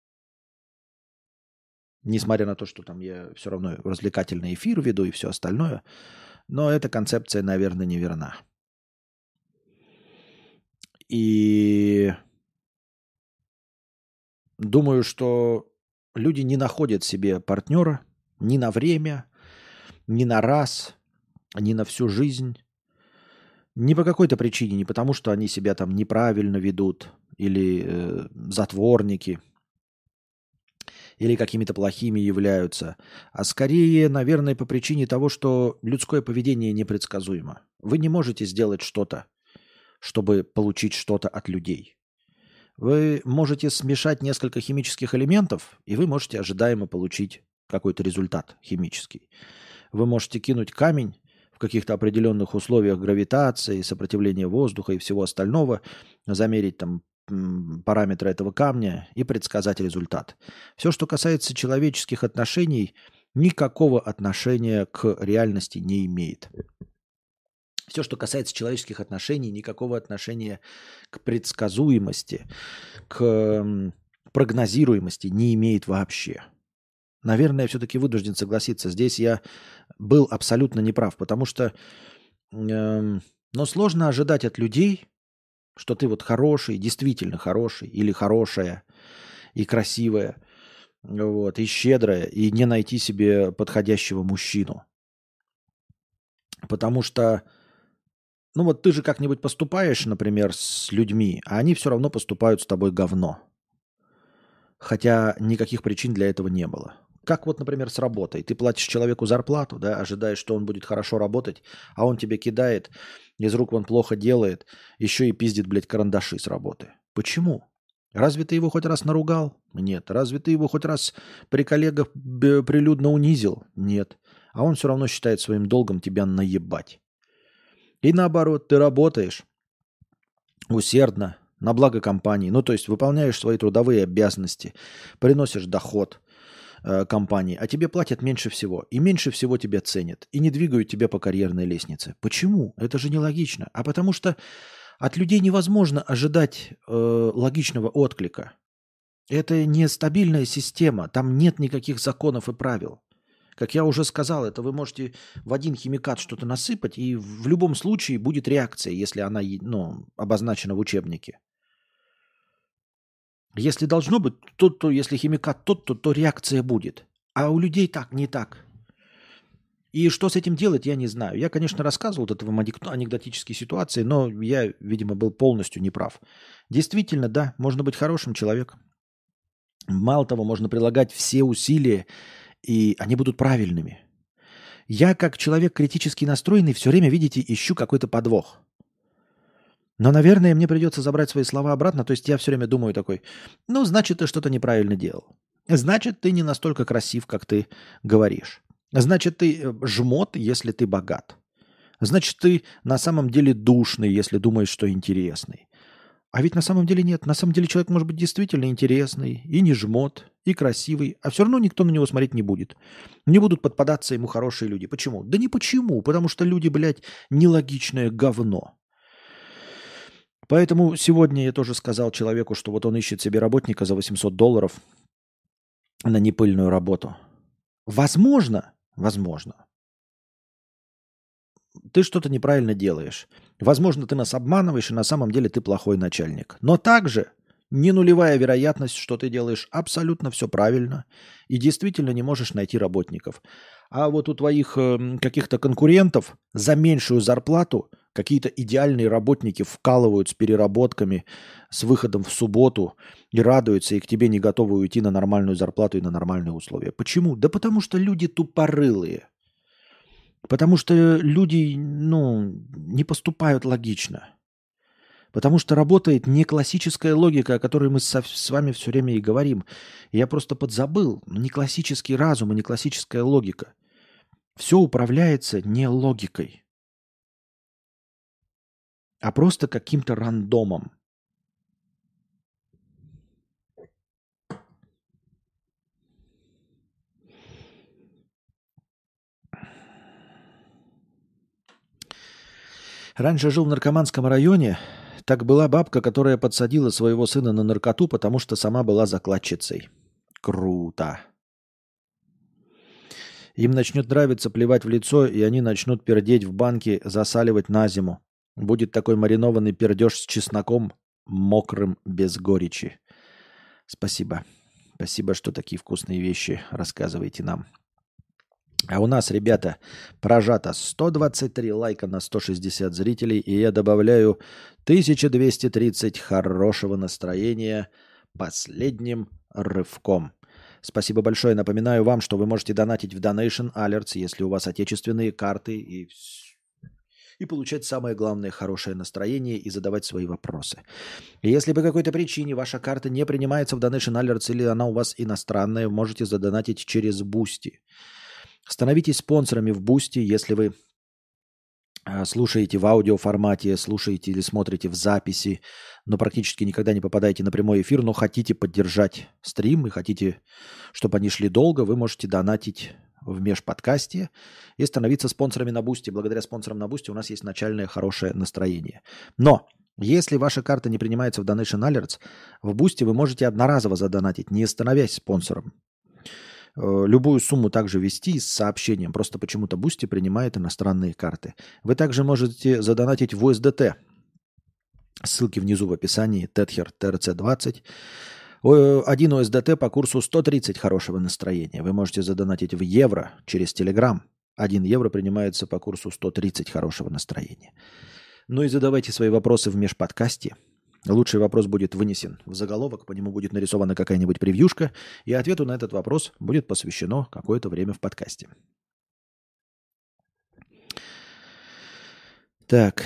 Несмотря на то, что там я все равно развлекательный эфир веду и все остальное, но эта концепция, наверное, неверна. И думаю, что люди не находят себе партнера ни на время, ни на раз, ни на всю жизнь. Не по какой-то причине, не потому, что они себя там неправильно ведут, или э, затворники, или какими-то плохими являются, а скорее, наверное, по причине того, что людское поведение непредсказуемо. Вы не можете сделать что-то, чтобы получить что-то от людей. Вы можете смешать несколько химических элементов, и вы можете ожидаемо получить какой-то результат химический. Вы можете кинуть камень в каких-то определенных условиях гравитации, сопротивления воздуха и всего остального, замерить там параметры этого камня и предсказать результат. Все, что касается человеческих отношений, никакого отношения к реальности не имеет. Все, что касается человеческих отношений, никакого отношения к предсказуемости, к прогнозируемости не имеет вообще. Наверное, я все-таки вынужден согласиться. Здесь я был абсолютно неправ, потому что э, но сложно ожидать от людей, что ты вот хороший, действительно хороший или хорошая и красивая, вот, и щедрая, и не найти себе подходящего мужчину. Потому что, ну вот ты же как-нибудь поступаешь, например, с людьми, а они все равно поступают с тобой говно. Хотя никаких причин для этого не было. Как вот, например, с работой. Ты платишь человеку зарплату, да, ожидаешь, что он будет хорошо работать, а он тебе кидает, из рук он плохо делает, еще и пиздит, блядь, карандаши с работы. Почему? Разве ты его хоть раз наругал? Нет. Разве ты его хоть раз при коллегах прилюдно унизил? Нет. А он все равно считает своим долгом тебя наебать. И наоборот, ты работаешь усердно, на благо компании, ну то есть выполняешь свои трудовые обязанности, приносишь доход э, компании, а тебе платят меньше всего, и меньше всего тебя ценят, и не двигают тебя по карьерной лестнице. Почему? Это же нелогично. А потому что от людей невозможно ожидать э, логичного отклика. Это нестабильная система, там нет никаких законов и правил. Как я уже сказал, это вы можете в один химикат что-то насыпать, и в любом случае будет реакция, если она ну, обозначена в учебнике. Если должно быть, то, то если химикат тот, то, то реакция будет. А у людей так, не так. И что с этим делать, я не знаю. Я, конечно, рассказывал вот этого анекдотические ситуации, но я, видимо, был полностью неправ. Действительно, да, можно быть хорошим человеком. Мало того, можно прилагать все усилия, и они будут правильными. Я, как человек критически настроенный, все время, видите, ищу какой-то подвох. Но, наверное, мне придется забрать свои слова обратно. То есть я все время думаю такой, ну, значит, ты что-то неправильно делал. Значит, ты не настолько красив, как ты говоришь. Значит, ты жмот, если ты богат. Значит, ты на самом деле душный, если думаешь, что интересный. А ведь на самом деле нет. На самом деле человек может быть действительно интересный, и не жмот, и красивый, а все равно никто на него смотреть не будет. Не будут подпадаться ему хорошие люди. Почему? Да не почему. Потому что люди, блядь, нелогичное говно. Поэтому сегодня я тоже сказал человеку, что вот он ищет себе работника за восемьсот долларов на непыльную работу. Возможно, возможно, ты что-то неправильно делаешь. Возможно, ты нас обманываешь, и на самом деле ты плохой начальник. Но также не нулевая вероятность, что ты делаешь абсолютно все правильно и действительно не можешь найти работников. А вот у твоих э, каких-то конкурентов за меньшую зарплату какие-то идеальные работники вкалывают с переработками, с выходом в субботу и радуются, и к тебе не готовы уйти на нормальную зарплату и на нормальные условия. Почему? Да потому что люди тупорылые. Потому что люди, ну, не поступают логично. Потому что работает не классическая логика, о которой мы со, с вами все время и говорим. Я просто подзабыл. Не классический разум и не классическая логика. Все управляется не логикой, а просто каким-то рандомом. Раньше жил в наркоманском районе. Так была бабка, которая подсадила своего сына на наркоту, потому что сама была закладчицей. Круто. Им начнет нравиться плевать в лицо, и они начнут пердеть в банке, засаливать на зиму. Будет такой маринованный пердеж с чесноком, мокрым, без горечи. Спасибо. Спасибо, что такие вкусные вещи рассказываете нам. А у нас, ребята, прожато сто двадцать три лайка на сто шестьдесят зрителей, и я добавляю тысяча двести тридцать хорошего настроения последним рывком. Спасибо большое. Напоминаю вам, что вы можете донатить в Donation Alerts, если у вас отечественные карты, и, и получать самое главное хорошее настроение и задавать свои вопросы. И если по какой-то причине ваша карта не принимается в Donation Alerts или она у вас иностранная, вы можете задонатить через Boosty. Становитесь спонсорами в Boosty, если вы слушаете в аудиоформате, слушаете или смотрите в записи, но практически никогда не попадаете на прямой эфир, но хотите поддержать стрим и хотите, чтобы они шли долго, вы можете донатить в межподкасте и становиться спонсорами на Boosty. Благодаря спонсорам на Boosty у нас есть начальное хорошее настроение. Но если ваша карта не принимается в Donation Alerts, в Boosty вы можете одноразово задонатить, не становясь спонсором. Любую сумму также ввести с сообщением. Просто почему-то Boosty принимает иностранные карты. Вы также можете задонатить в ю эс ди ти. Ссылки внизу в описании. Тетхер Т Р Ц двадцать. Один у эс дэ тэ по курсу сто тридцать хорошего настроения. Вы можете задонатить в евро через Телеграм. Один евро принимается по курсу сто тридцать хорошего настроения. Ну и задавайте свои вопросы в межподкасте. Лучший вопрос будет вынесен в заголовок, по нему будет нарисована какая-нибудь превьюшка, и ответу на этот вопрос будет посвящено какое-то время в подкасте. Так.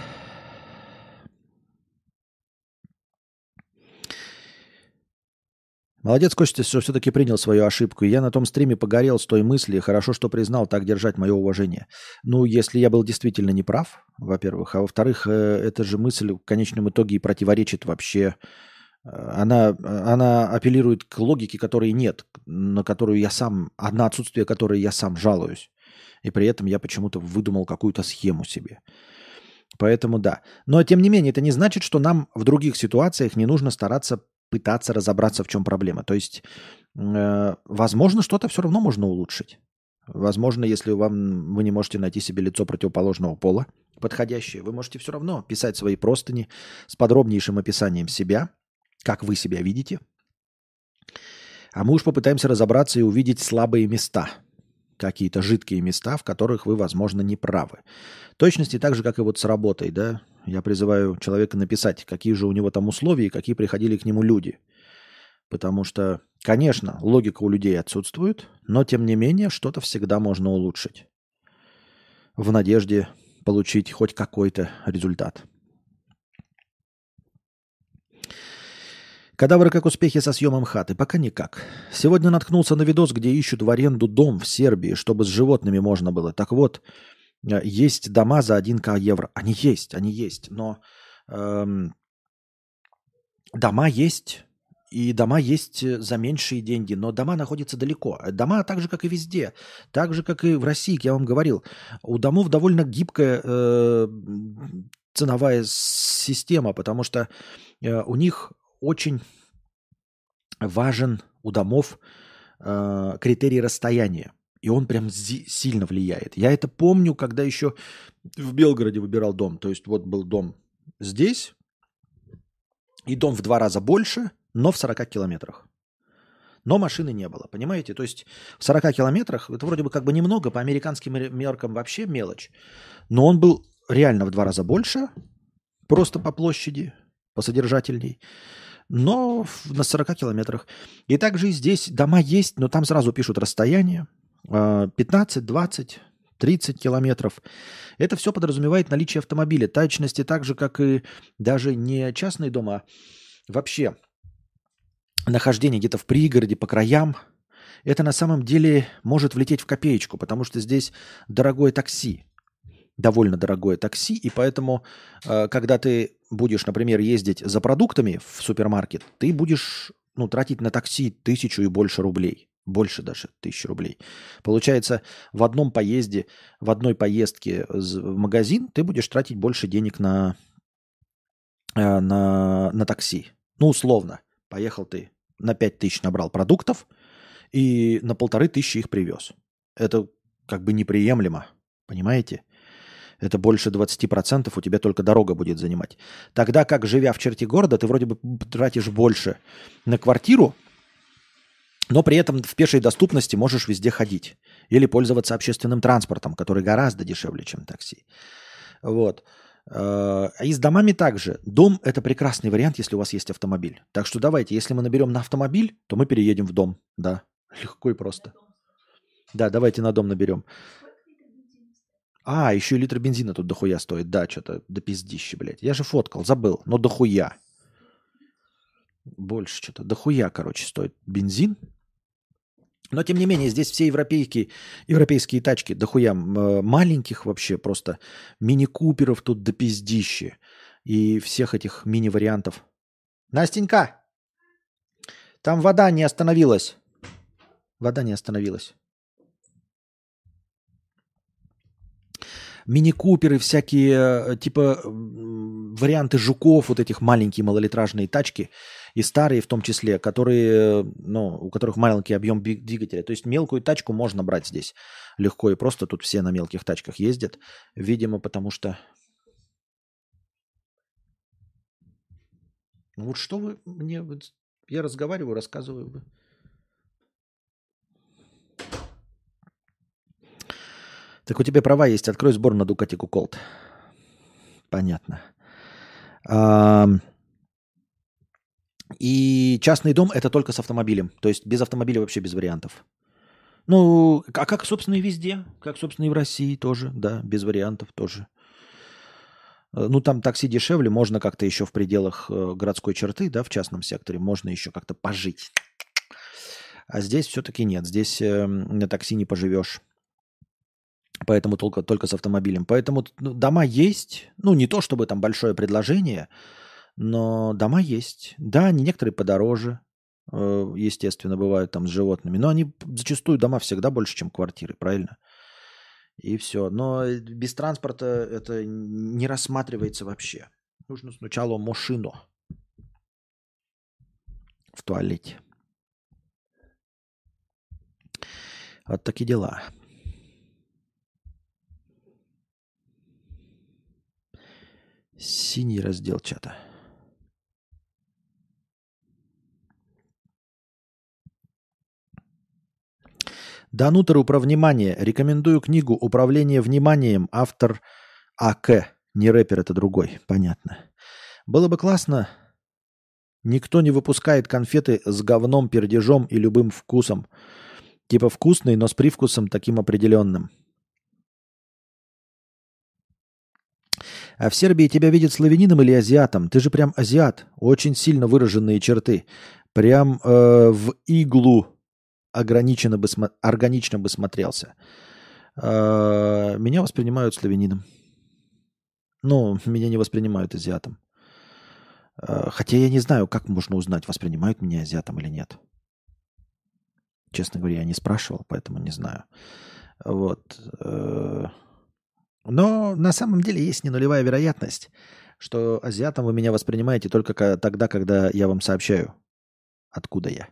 Молодец, Костя, что все-таки принял свою ошибку. Я на том стриме погорел с той мысли. Хорошо, что признал, так держать мое уважение. Ну, если я был действительно неправ, во-первых. А во-вторых, эта же мысль в конечном итоге и противоречит вообще. Она, она апеллирует к логике, которой нет, на которую я сам, на отсутствие которой я сам жалуюсь. И при этом я почему-то выдумал какую-то схему себе. Поэтому да. Но тем не менее, это не значит, что нам в других ситуациях не нужно стараться пытаться разобраться, в чем проблема. То есть, э, возможно, что-то все равно можно улучшить. Возможно, если вам, вы не можете найти себе лицо противоположного пола подходящее, вы можете все равно писать свои простыни с подробнейшим описанием себя, как вы себя видите. А мы уж попытаемся разобраться и увидеть слабые места, какие-то жидкие места, в которых вы, возможно, не правы. В точности так же, как и вот с работой, да. Я призываю человека написать, какие же у него там условия и какие приходили к нему люди. Потому что, конечно, логика у людей отсутствует, но, тем не менее, что-то всегда можно улучшить. В надежде получить хоть какой-то результат. Кадавры, как успехи со съемом хаты? Пока никак. Сегодня наткнулся на видос, где ищут в аренду дом в Сербии, чтобы с животными можно было. Так вот, есть дома за один тысячу евро. Они есть, они есть. Но эм, дома есть, и дома есть за меньшие деньги. Но дома находятся далеко. Дома так же, как и везде. Так же, как и в России, я вам говорил. У домов довольно гибкая э, ценовая система, потому что э, у них очень важен у домов э, критерий расстояния. И он прям зи- сильно влияет. Я это помню, когда еще в Белгороде выбирал дом. То есть вот был дом здесь, и дом в два раза больше, но в сорока километрах. Но машины не было, понимаете? То есть в сорока километрах, это вроде бы как бы немного, по американским меркам вообще мелочь. Но он был реально в два раза больше, просто по площади, по содержательней. Но на сорока километрах. И также и здесь дома есть, но там сразу пишут расстояние. пятнадцать, двадцать, тридцать километров. Это все подразумевает наличие автомобиля. Точности так же, как и даже не частные дома, а вообще нахождение где-то в пригороде, по краям. Это на самом деле может влететь в копеечку, потому что здесь дорогое такси. Довольно дорогое такси, и поэтому, когда ты будешь, например, ездить за продуктами в супермаркет, ты будешь ну, тратить на такси тысячу и больше рублей. Больше даже тысячи рублей. Получается, в одном поезде, в одной поездке в магазин ты будешь тратить больше денег на, на, на такси. Ну, условно. Поехал ты на пять тысяч набрал продуктов и на полторы тысячи их привез. Это как бы неприемлемо. Понимаете? Это больше двадцать процентов у тебя только дорога будет занимать. Тогда как, живя в черте города, ты вроде бы тратишь больше на квартиру, но при этом в пешей доступности можешь везде ходить. Или пользоваться общественным транспортом, который гораздо дешевле, чем такси. Вот. И с домами также. Дом – это прекрасный вариант, если у вас есть автомобиль. Так что давайте, если мы наберем на автомобиль, то мы переедем в дом. Да, легко и просто. Да, давайте на дом наберем. А, еще и литр бензина тут дохуя стоит. Да, что-то до пиздища, блядь. Я же фоткал, забыл, но дохуя. Больше что-то. Дохуя, короче, стоит бензин. Но, тем не менее, здесь все европейские, европейские тачки дохуя маленьких вообще, просто мини-куперов тут до пиздища. И всех этих мини-вариантов. Настенька! Там вода не остановилась. Вода не остановилась. Мини-куперы, всякие, типа, варианты жуков, вот этих маленькие малолитражные тачки, и старые в том числе, которые, ну, у которых маленький объем двигателя. То есть мелкую тачку можно брать здесь легко, и просто тут все на мелких тачках ездят. Видимо, потому что... Ну вот что вы мне... Я разговариваю, рассказываю. Так у тебя права есть. Открой сбор на Ducati Colt. Понятно. А, и частный дом это только с автомобилем. То есть без автомобиля вообще без вариантов. Ну, а как, собственно, и везде. Как, собственно, и в России тоже. Да, без вариантов тоже. Ну, там такси дешевле. Можно как-то еще в пределах городской черты, да, в частном секторе. Можно еще как-то пожить. А здесь все-таки нет. Здесь э, на такси не поживешь. Поэтому только, только с автомобилем. Поэтому ну, дома есть. Ну, не то чтобы там большое предложение, но дома есть. Да, они некоторые подороже, э, естественно, бывают там с животными. Но они зачастую дома всегда больше, чем квартиры, правильно? И все. Но без транспорта это не рассматривается вообще. Нужно сначала машину в туалете. Вот такие дела. Синий раздел чата. Данутеру про внимание. Рекомендую книгу «Управление вниманием». Автор АК. Не рэпер, это другой. Понятно. Было бы классно. Никто не выпускает конфеты с говном, пердежом и любым вкусом. Типа вкусный, но с привкусом таким определенным. А в Сербии тебя видят славянином или азиатом? Ты же прям азиат. Очень сильно выраженные черты. Прям э, в иглу ограниченно бы смо- органично бы смотрелся. Э, меня воспринимают славянином. Ну, меня не воспринимают азиатом. Э, хотя я не знаю, как можно узнать, воспринимают меня азиатом или нет. Честно говоря, я не спрашивал, поэтому не знаю. Вот. Э, но на самом деле есть не нулевая вероятность, что азиатом вы меня воспринимаете только ка- тогда, когда я вам сообщаю, откуда я.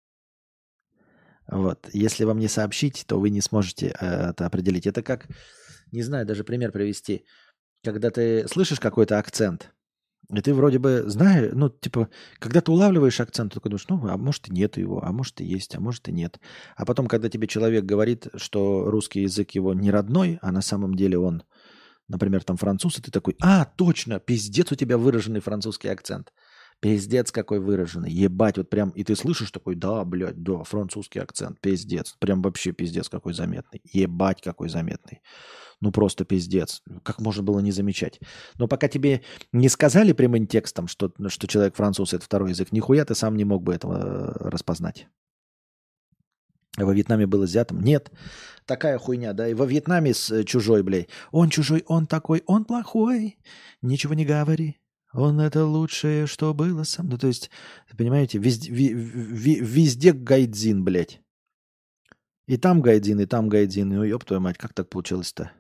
Вот. Если вам не сообщить, то вы не сможете э, это определить. Это как, не знаю, даже пример привести. Когда ты слышишь какой-то акцент, и ты вроде бы знаешь, ну, типа, когда ты улавливаешь акцент, ты такой думаешь, ну, а может и нет его, а может и есть, а может и нет. А потом, когда тебе человек говорит, что русский язык его не родной, а на самом деле он, например, там француз, и ты такой, а, точно, пиздец, у тебя выраженный французский акцент. Пиздец какой выраженный, ебать, вот прям, и ты слышишь такой, да, блядь, да, французский акцент, пиздец, прям вообще пиздец какой заметный, ебать какой заметный. Ну просто пиздец. Как можно было не замечать? Но пока тебе не сказали прямым текстом, что, что человек француз это второй язык, нихуя ты сам не мог бы этого э, распознать. А во Вьетнаме был азиатом? Нет. Такая хуйня, да? И во Вьетнаме с э, чужой, блядь. Он чужой, он такой, он плохой. Ничего не говори. Он это лучшее, что было со мной. Ну, то есть, понимаете, везде, ви- ви- везде гайдзин, блядь. И там гайдзин, и там гайдзин. Ну, ёб твою мать, как так получилось-то?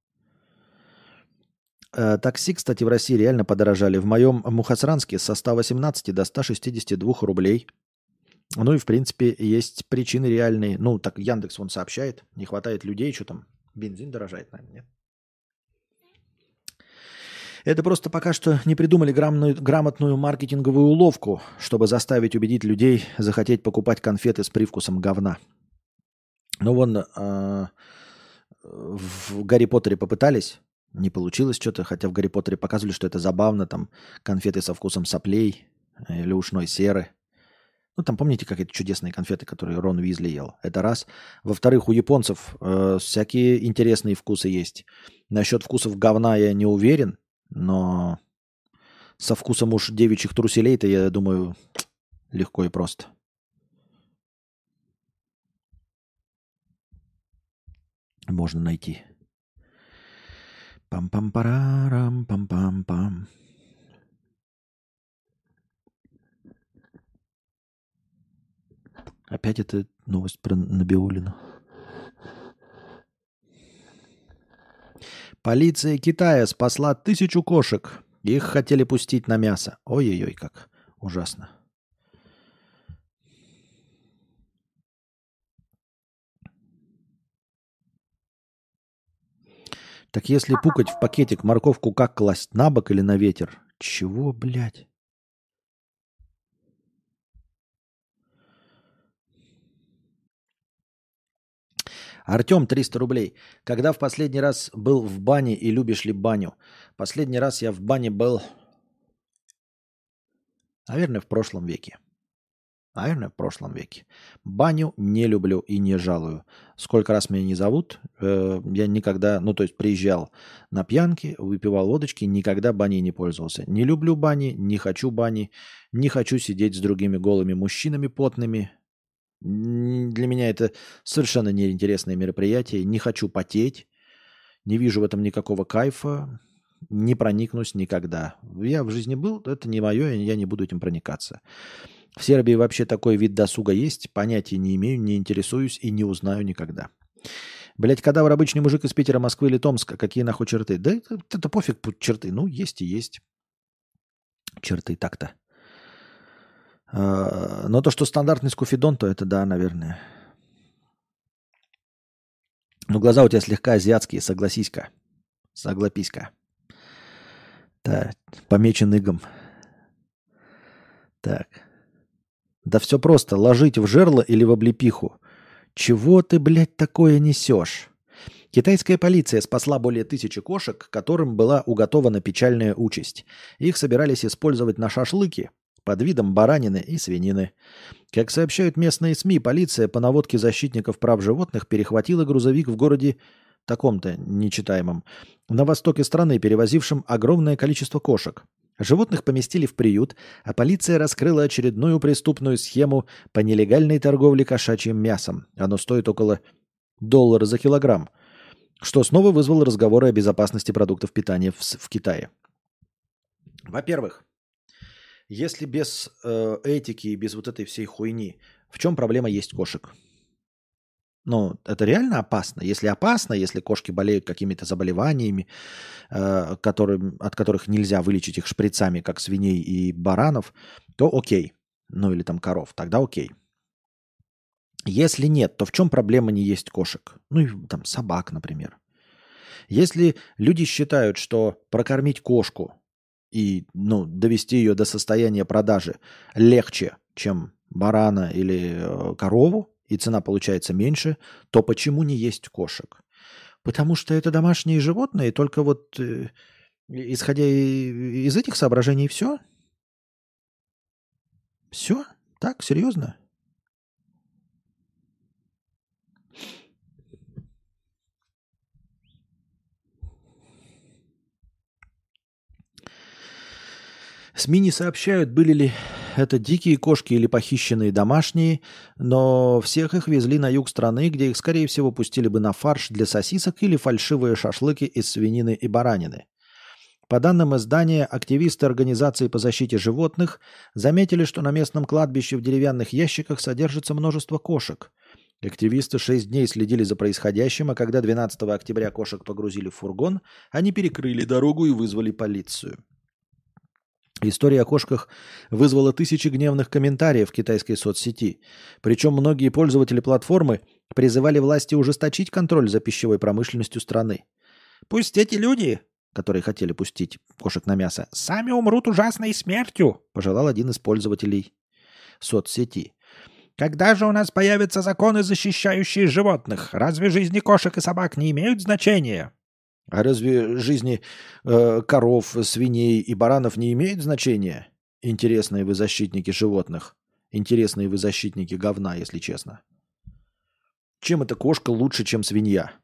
Э, Такси, кстати, в России реально подорожали. В моем Мухосранске со ста восемнадцати до ста шестидесяти двух рублей. Ну и, в принципе, есть причины реальные. Ну, так Яндекс вон сообщает. Не хватает людей, что там, бензин дорожает, наверное, нет? Это просто пока что не придумали грамотную, грамотную маркетинговую уловку, чтобы заставить, убедить людей захотеть покупать конфеты с привкусом говна. Ну, вон э, в Гарри Поттере попытались, не получилось что-то, хотя в Гарри Поттере показывали, что это забавно, там конфеты со вкусом соплей или ушной серы. Ну, там помните, как эти чудесные конфеты, которые Рон Уизли ел? Это раз. Во-вторых, у японцев э, всякие интересные вкусы есть. Насчет вкусов говна я не уверен, но со вкусом уж девичьих труселей-то, я думаю, легко и просто. Можно найти. Пам-пам-парарам, пам-пам-пам. Опять это новость про Набиуллину. Полиция Китая спасла тысячу кошек. Их хотели пустить на мясо. Ой-ой-ой, как ужасно. Так если пукать в пакетик, морковку как класть? На бок или на ветер? Чего, блядь? Артем, триста рублей. Когда в последний раз был в бане и любишь ли баню? Последний раз я в бане был, наверное, в прошлом веке. Наверное, в прошлом веке. Баню не люблю и не жалую. Сколько раз меня не зовут, э, я никогда, ну то есть приезжал на пьянки, выпивал водочки, никогда баней не пользовался. Не люблю бани, не хочу бани, не хочу сидеть с другими голыми мужчинами потными. Для меня это совершенно неинтересное мероприятие. Не хочу потеть, не вижу в этом никакого кайфа, не проникнусь никогда. Я в жизни был, это не мое, я не буду этим проникаться. В Сербии вообще такой вид досуга есть, понятия не имею, не интересуюсь и не узнаю никогда. Блять, кадавр обычный мужик из Питера, Москвы или Томска, какие нахуй черты? Да это, это пофиг черты, ну есть и есть черты так-то. Но то, что стандартный скуфидон, то это да, наверное. Но глаза у тебя слегка азиатские, согласись-ка. Соглопись-ка. Так, помечен игом. Так. Да все просто. Ложить в жерло или в облепиху. Чего ты, блядь, такое несешь? Китайская полиция спасла более тысячи кошек, которым была уготована печальная участь. Их собирались использовать на шашлыки под видом баранины и свинины. Как сообщают местные СМИ, полиция по наводке защитников прав животных перехватила грузовик в городе таком-то нечитаемом, на востоке страны, перевозившим огромное количество кошек. Животных поместили в приют, а полиция раскрыла очередную преступную схему по нелегальной торговле кошачьим мясом. Оно стоит около доллара за килограмм, что снова вызвало разговоры о безопасности продуктов питания в, в Китае. Во-первых, если без э, этики и без вот этой всей хуйни, в чем проблема есть кошек? Ну, это реально опасно. Если опасно, если кошки болеют какими-то заболеваниями, э, которым, от которых нельзя вылечить их шприцами, как свиней и баранов, то окей. Ну, или там коров, тогда окей. Если нет, то в чем проблема не есть кошек? Ну, и там собак, например. Если люди считают, что прокормить кошку и ну, довести ее до состояния продажи легче, чем барана или э, корову, и цена получается меньше, то почему не есть кошек? Потому что это домашние животные, только вот э, исходя из этих соображений все? Все? Так, серьезно? СМИ не сообщают, были ли это дикие кошки или похищенные домашние, но всех их везли на юг страны, где их, скорее всего, пустили бы на фарш для сосисок или фальшивые шашлыки из свинины и баранины. По данным издания, активисты организации по защите животных заметили, что на местном кладбище в деревянных ящиках содержится множество кошек. Активисты шесть дней следили за происходящим, а когда двенадцатого октября кошек погрузили в фургон, они перекрыли дорогу и вызвали полицию. История о кошках вызвала тысячи гневных комментариев в китайской соцсети. Причем многие пользователи платформы призывали власти ужесточить контроль за пищевой промышленностью страны. «Пусть эти люди, которые хотели пустить кошек на мясо, сами умрут ужасной смертью», пожелал один из пользователей соцсети. «Когда же у нас появятся законы, защищающие животных? Разве жизни кошек и собак не имеют значения?» А разве жизни э, коров, свиней и баранов не имеют значения? Интересные вы защитники животных. Интересные вы защитники говна, если честно. Чем эта кошка лучше, чем свинья?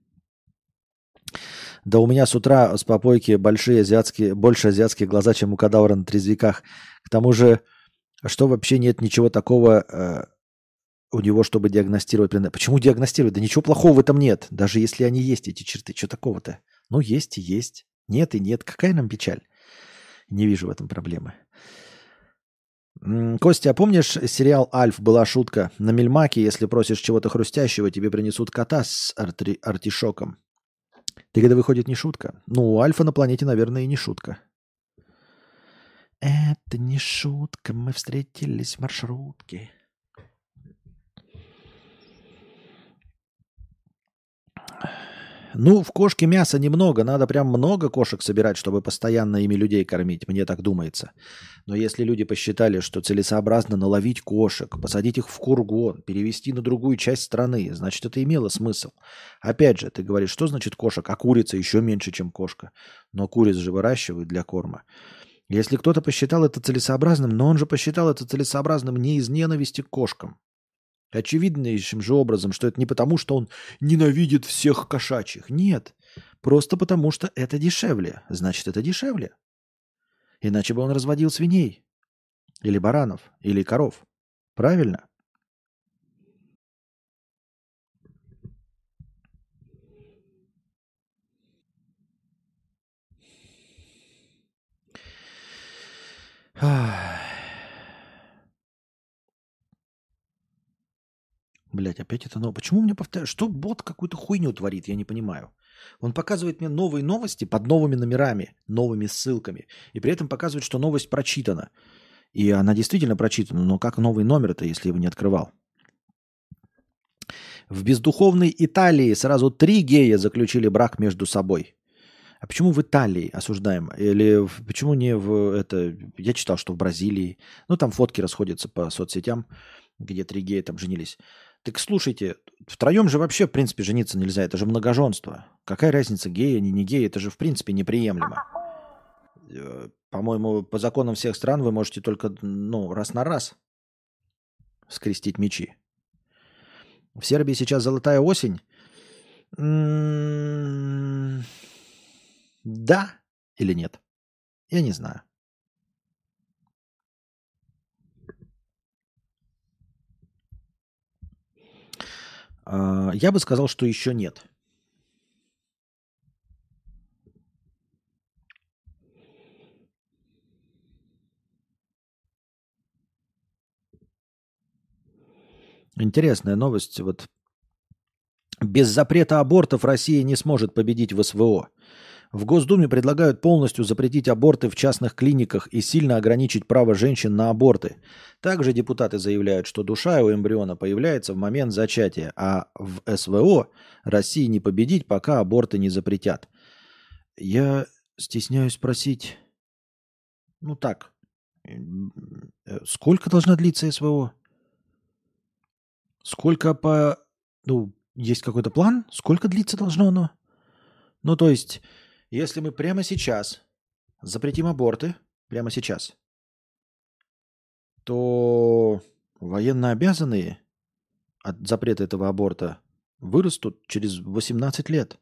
Да у меня с утра с попойки большие азиатские, больше азиатские глаза, чем у кадавра на трезвиках. К тому же, что вообще нет ничего такого э, у него, чтобы диагностировать. Почему диагностировать? Да ничего плохого в этом нет. Даже если они есть, эти черты. Что такого-то? Ну, есть и есть. Нет и нет. Какая нам печаль? Не вижу в этом проблемы. Костя, а помнишь сериал «Альф» была шутка? На Мельмаке, если просишь чего-то хрустящего, тебе принесут кота с арти- артишоком. Ты когда выходит не шутка? Ну, у Альфа на планете, наверное, и не шутка. Это не шутка, мы встретились в маршрутке. Ну, в кошке мяса немного. Надо прям много кошек собирать, чтобы постоянно ими людей кормить. Мне так думается. Но если люди посчитали, что целесообразно наловить кошек, посадить их в кургон, перевести на другую часть страны, значит, это имело смысл. Опять же, ты говоришь, что значит кошек? А курица еще меньше, чем кошка. Но куриц же выращивают для корма. Если кто-то посчитал это целесообразным, но он же посчитал это целесообразным не из ненависти к кошкам. Очевиднейшим же образом, что это не потому, что он ненавидит всех кошачьих. Нет. Просто потому, что это дешевле. Значит, это дешевле. Иначе бы он разводил свиней. Или баранов. Или коров. Правильно? Блять, опять это новое. Почему мне повторяют? Что бот какую-то хуйню творит, я не понимаю. Он показывает мне новые новости под новыми номерами, новыми ссылками. И при этом показывает, что новость прочитана. И она действительно прочитана. Но как новый номер-то, если его не открывал? В бездуховной Италии сразу три гея заключили брак между собой. А почему в Италии осуждаем? Или в, почему не в это... Я читал, что в Бразилии. Ну, там фотки расходятся по соцсетям, где три гея там женились. Так слушайте, втроем же вообще, в принципе, жениться нельзя. Это же многоженство. Какая разница, геи, они не геи? Это же, в принципе, неприемлемо. По-моему, по законам всех стран вы можете только, ну, раз на раз скрестить мечи. В Сербии сейчас золотая осень. М-м- да или нет? Я не знаю. Я бы сказал, что еще нет. Интересная новость. Вот. Без запрета абортов Россия не сможет победить в СВО. В Госдуме предлагают полностью запретить аборты в частных клиниках и сильно ограничить право женщин на аборты. Также депутаты заявляют, что душа у эмбриона появляется в момент зачатия, а в СВО России не победить, пока аборты не запретят. Я стесняюсь спросить, ну так, сколько должна длиться СВО? Сколько по... Ну, есть какой-то план? Сколько длиться должно оно? Ну, то есть... Если мы прямо сейчас запретим аборты, прямо сейчас, то военнообязанные от запрета этого аборта вырастут через восемнадцать лет.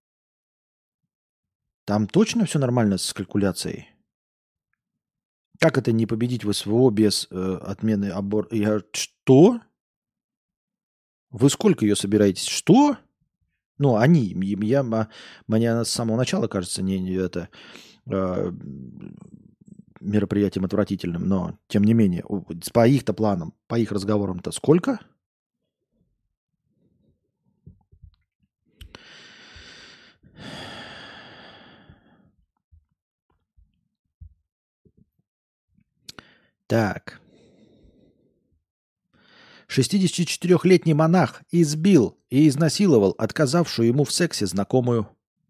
Там точно все нормально с калькуляцией? Как это не победить в СВО без э, отмены аборта? Я что? Вы сколько ее собираетесь? Что? Ну, они, я, мне с самого начала кажется не, не это э, мероприятием отвратительным, но тем не менее, по их-то планам, по их разговорам-то сколько? Так. шестидесятичетырёхлетний монах избил и изнасиловал отказавшую ему в сексе знакомую.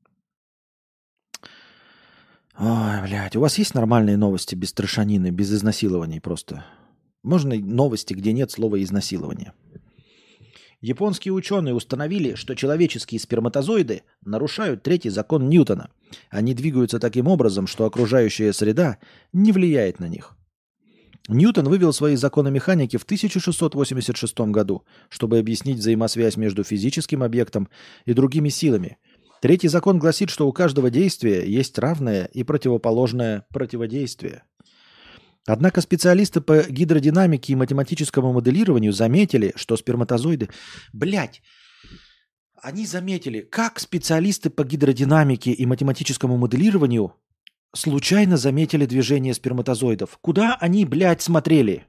Ой, блядь, у вас есть нормальные новости без трешанины, без изнасилований просто? Можно новости, где нет слова изнасилование? Японские ученые установили, что человеческие сперматозоиды нарушают третий закон Ньютона. Они двигаются таким образом, что окружающая среда не влияет на них. Ньютон вывел свои законы механики в тысяча шестьсот восемьдесят шестом году, чтобы объяснить взаимосвязь между физическим объектом и другими силами. Третий закон гласит, что у каждого действия есть равное и противоположное противодействие. Однако специалисты по гидродинамике и математическому моделированию заметили, что сперматозоиды... Блядь! Они заметили, как специалисты по гидродинамике и математическому моделированию случайно заметили движение сперматозоидов. Куда они, блядь, смотрели?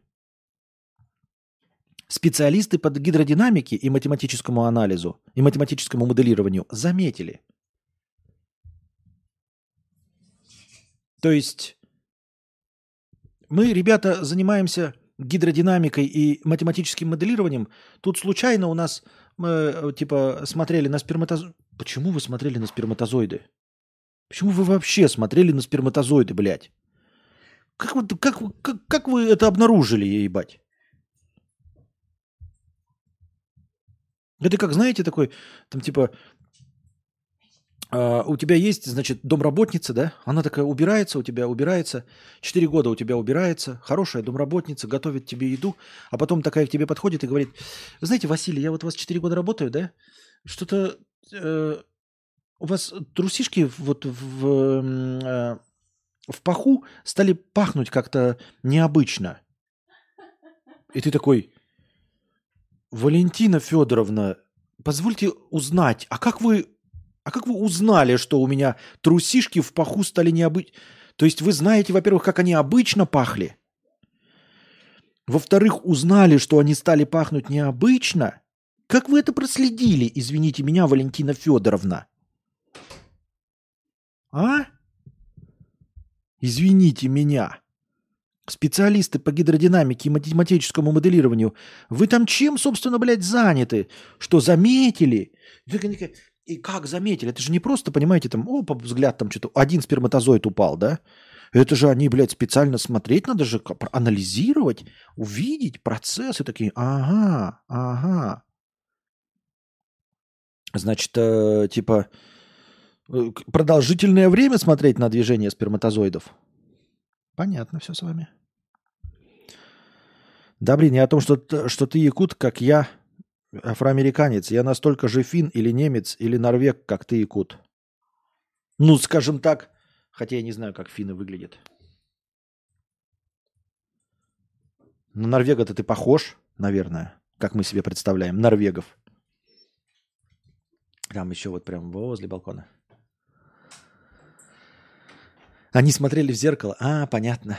Специалисты по гидродинамике и математическому анализу, и математическому моделированию заметили. То есть мы, ребята, занимаемся гидродинамикой и математическим моделированием. Тут случайно у нас мы, типа, смотрели на сперматозоид. Почему вы смотрели на сперматозоиды? Почему вы вообще смотрели на сперматозоиды, блядь? Как вы, как, вы- как, как вы это обнаружили, ебать? Это как, знаете, такой, там типа, а, у тебя есть, значит, домработница, да? Она такая убирается у тебя, убирается. Четыре года у тебя убирается. Хорошая домработница, готовит тебе еду. А потом такая к тебе подходит и говорит, вы знаете, Василий, я вот у вас четыре года работаю, да? Что-то э, у вас трусишки вот в, м, э, в паху стали пахнуть как-то необычно. И ты такой, Валентина Федоровна, позвольте узнать, а как вы, а как вы узнали, что у меня трусишки в паху стали необычно? То есть вы знаете, во-первых, как они обычно пахли? Во-вторых, узнали, что они стали пахнуть необычно? Как вы это проследили, извините меня, Валентина Федоровна? А? Извините меня. Специалисты по гидродинамике и математическому моделированию. Вы там чем, собственно, блядь, заняты? Что, заметили? И как заметили? Это же не просто, понимаете, там, о, по взгляд, там что-то, один сперматозоид упал, да? Это же они, блядь, специально смотреть надо же, как- анализировать, увидеть процессы такие. Ага, ага. Значит, э, типа, э, к- продолжительное время смотреть на движение сперматозоидов. Понятно все с вами. Да, блин, не о том, что, т- что ты якут, как я, афроамериканец. Я настолько же фин или немец, или норвег, как ты якут. Ну, скажем так, хотя я не знаю, как финны выглядят. На норвега-то ты похож, наверное, как мы себе представляем, норвегов. Там еще вот прям возле балкона. Они смотрели в зеркало. А, понятно.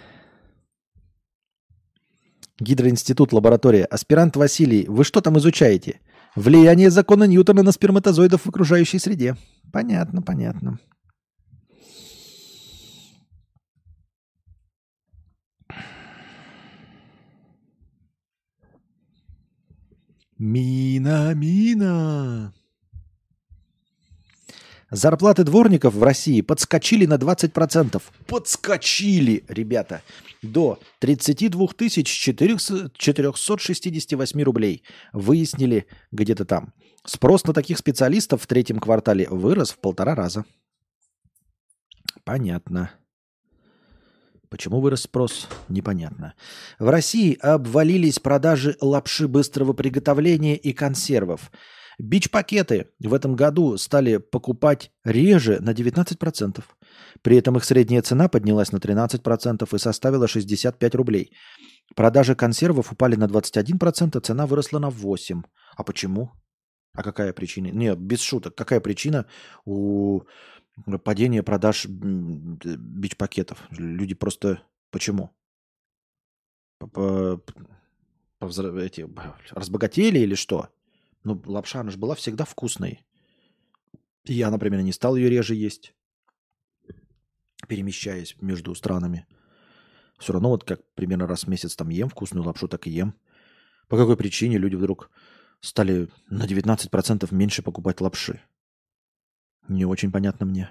Гидроинститут, лаборатория. Аспирант Василий, вы что там изучаете? Влияние закона Ньютона на сперматозоидов в окружающей среде. Понятно, понятно. Мина, мина. Зарплаты дворников в России подскочили на двадцать процентов. Подскочили, ребята, до тридцать два тысяч четыреста шестьдесят восемь рублей. Выяснили где-то там. Спрос на таких специалистов в третьем квартале вырос в полтора раза. Понятно. Почему вырос спрос? Непонятно. В России обвалились продажи лапши быстрого приготовления и консервов. Бич-пакеты в этом году стали покупать реже на девятнадцать процентов. При этом их средняя цена поднялась на тринадцать процентов и составила шестьдесят пять рублей. Продажи консервов упали на двадцать один процент, а цена выросла на восемь процентов. А почему? А какая причина? Нет, без шуток. Какая причина у падения продаж м, д- бич-пакетов? Люди просто... Почему? По- по- повзра- эти, б- разбогатели или что? Ну, лапша, она же была всегда вкусной. И я, например, не стал ее реже есть, перемещаясь между странами. Все равно вот как примерно раз в месяц там ем вкусную лапшу, так и ем. По какой причине люди вдруг стали на девятнадцать процентов меньше покупать лапши? Не очень понятно мне.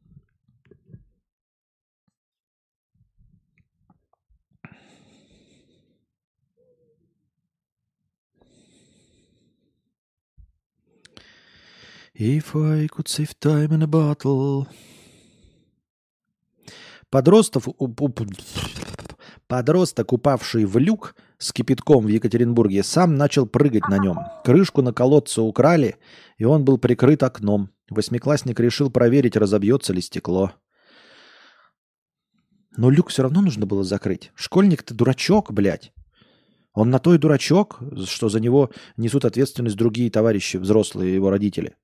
If I could save time in a bottle. Подростов, уп- уп- Подросток, упавший в люк с кипятком в Екатеринбурге, сам начал прыгать на нем. Крышку на колодце украли, и он был прикрыт окном. Восьмиклассник решил проверить, разобьется ли стекло. Но люк все равно нужно было закрыть. Школьник-то дурачок, блядь. Он на то и дурачок, что за него несут ответственность другие товарищи, взрослые, его родители.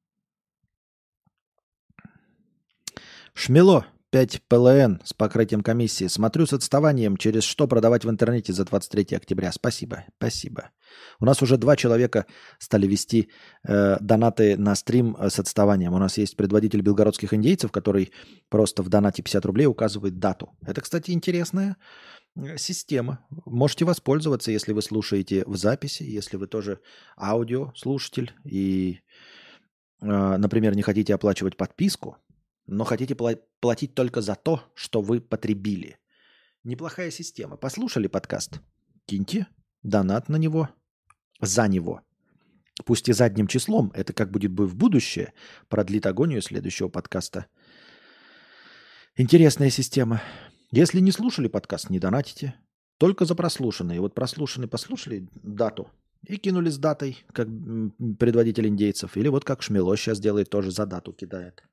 Шмело, пять пэ эл эн с покрытием комиссии. Смотрю с отставанием, через что продавать в интернете за двадцать третьего октября. Спасибо, спасибо. У нас уже два человека стали вести э, донаты на стрим э, с отставанием. У нас есть предводитель белгородских индейцев, который просто в донате пятьдесят рублей указывает дату. Это, кстати, интересная э, система. Можете воспользоваться, если вы слушаете в записи, если вы тоже аудиослушатель и например, не хотите оплачивать подписку, но хотите пла- платить только за то, что вы потребили. Неплохая система. Послушали подкаст? Киньте донат на него, за него. Пусть и задним числом, это как будет бы в будущее, продлит агонию следующего подкаста. Интересная система. Если не слушали подкаст, не донатите. Только за прослушанные. Вот прослушанные послушали дату и кинули с датой, как предводитель индейцев. Или вот как Шмело сейчас делает, тоже за дату кидает.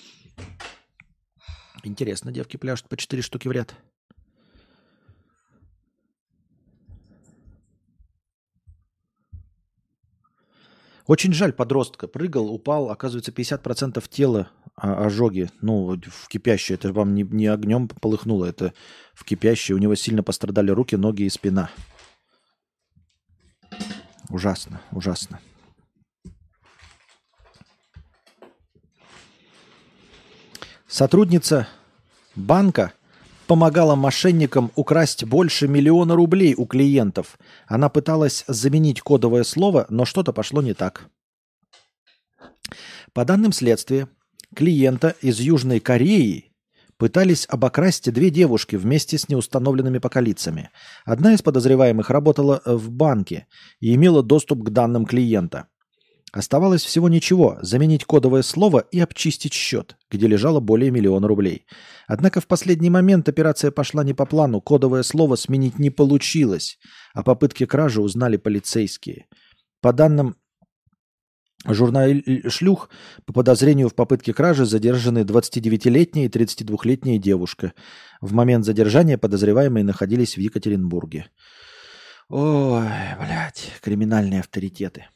Интересно, девки пляшут по четыре штуки в ряд. Очень жаль подростка. Прыгал, упал, оказывается, пятьдесят процентов тела ожоги. Ну, в кипящее. Это вам не, не огнем полыхнуло, это в кипящее. У него сильно пострадали руки, ноги и спина. Ужасно, ужасно. Сотрудница банка помогала мошенникам украсть больше миллиона рублей у клиентов. Она пыталась заменить кодовое слово, но что-то пошло не так. По данным следствия, клиента из Южной Кореи пытались обокрасть две девушки вместе с неустановленными пока лицами. Одна из подозреваемых работала в банке и имела доступ к данным клиента. Оставалось всего ничего – заменить кодовое слово и обчистить счет, где лежало более миллиона рублей. Однако в последний момент операция пошла не по плану, кодовое слово сменить не получилось. О попытке кражи узнали полицейские. По данным журнала «Шлюх», по подозрению в попытке кражи задержаны двадцатидевятилетняя и тридцатидвухлетняя девушка. В момент задержания подозреваемые находились в Екатеринбурге. Ой, блядь, криминальные авторитеты.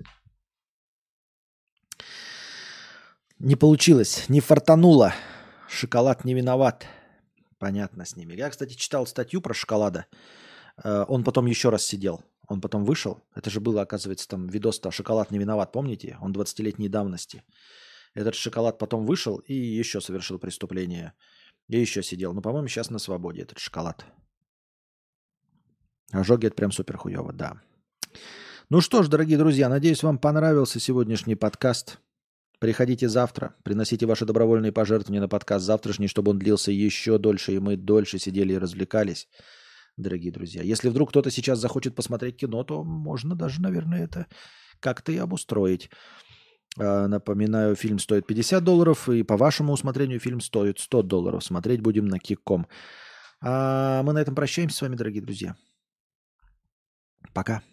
Не получилось, не фартануло. Шоколад не виноват. Понятно с ними. Я, кстати, читал статью про шоколада. Он потом еще раз сидел. Он потом вышел. Это же было, оказывается, там видос-то «Шоколад не виноват», помните? Он двадцатилетней давности. Этот шоколад потом вышел и еще совершил преступление. И еще сидел. Ну, по-моему, сейчас на свободе этот шоколад. Ожоги — это прям супер хуево, да. Ну что ж, дорогие друзья, надеюсь, вам понравился сегодняшний подкаст. Приходите завтра, приносите ваши добровольные пожертвования на подкаст завтрашний, чтобы он длился еще дольше, и мы дольше сидели и развлекались, дорогие друзья. Если вдруг кто-то сейчас захочет посмотреть кино, то можно даже, наверное, это как-то и обустроить. Напоминаю, фильм стоит пятьдесят долларов, и по вашему усмотрению фильм стоит сто долларов. Смотреть будем на кик точка ком. А мы на этом прощаемся с вами, дорогие друзья. Пока.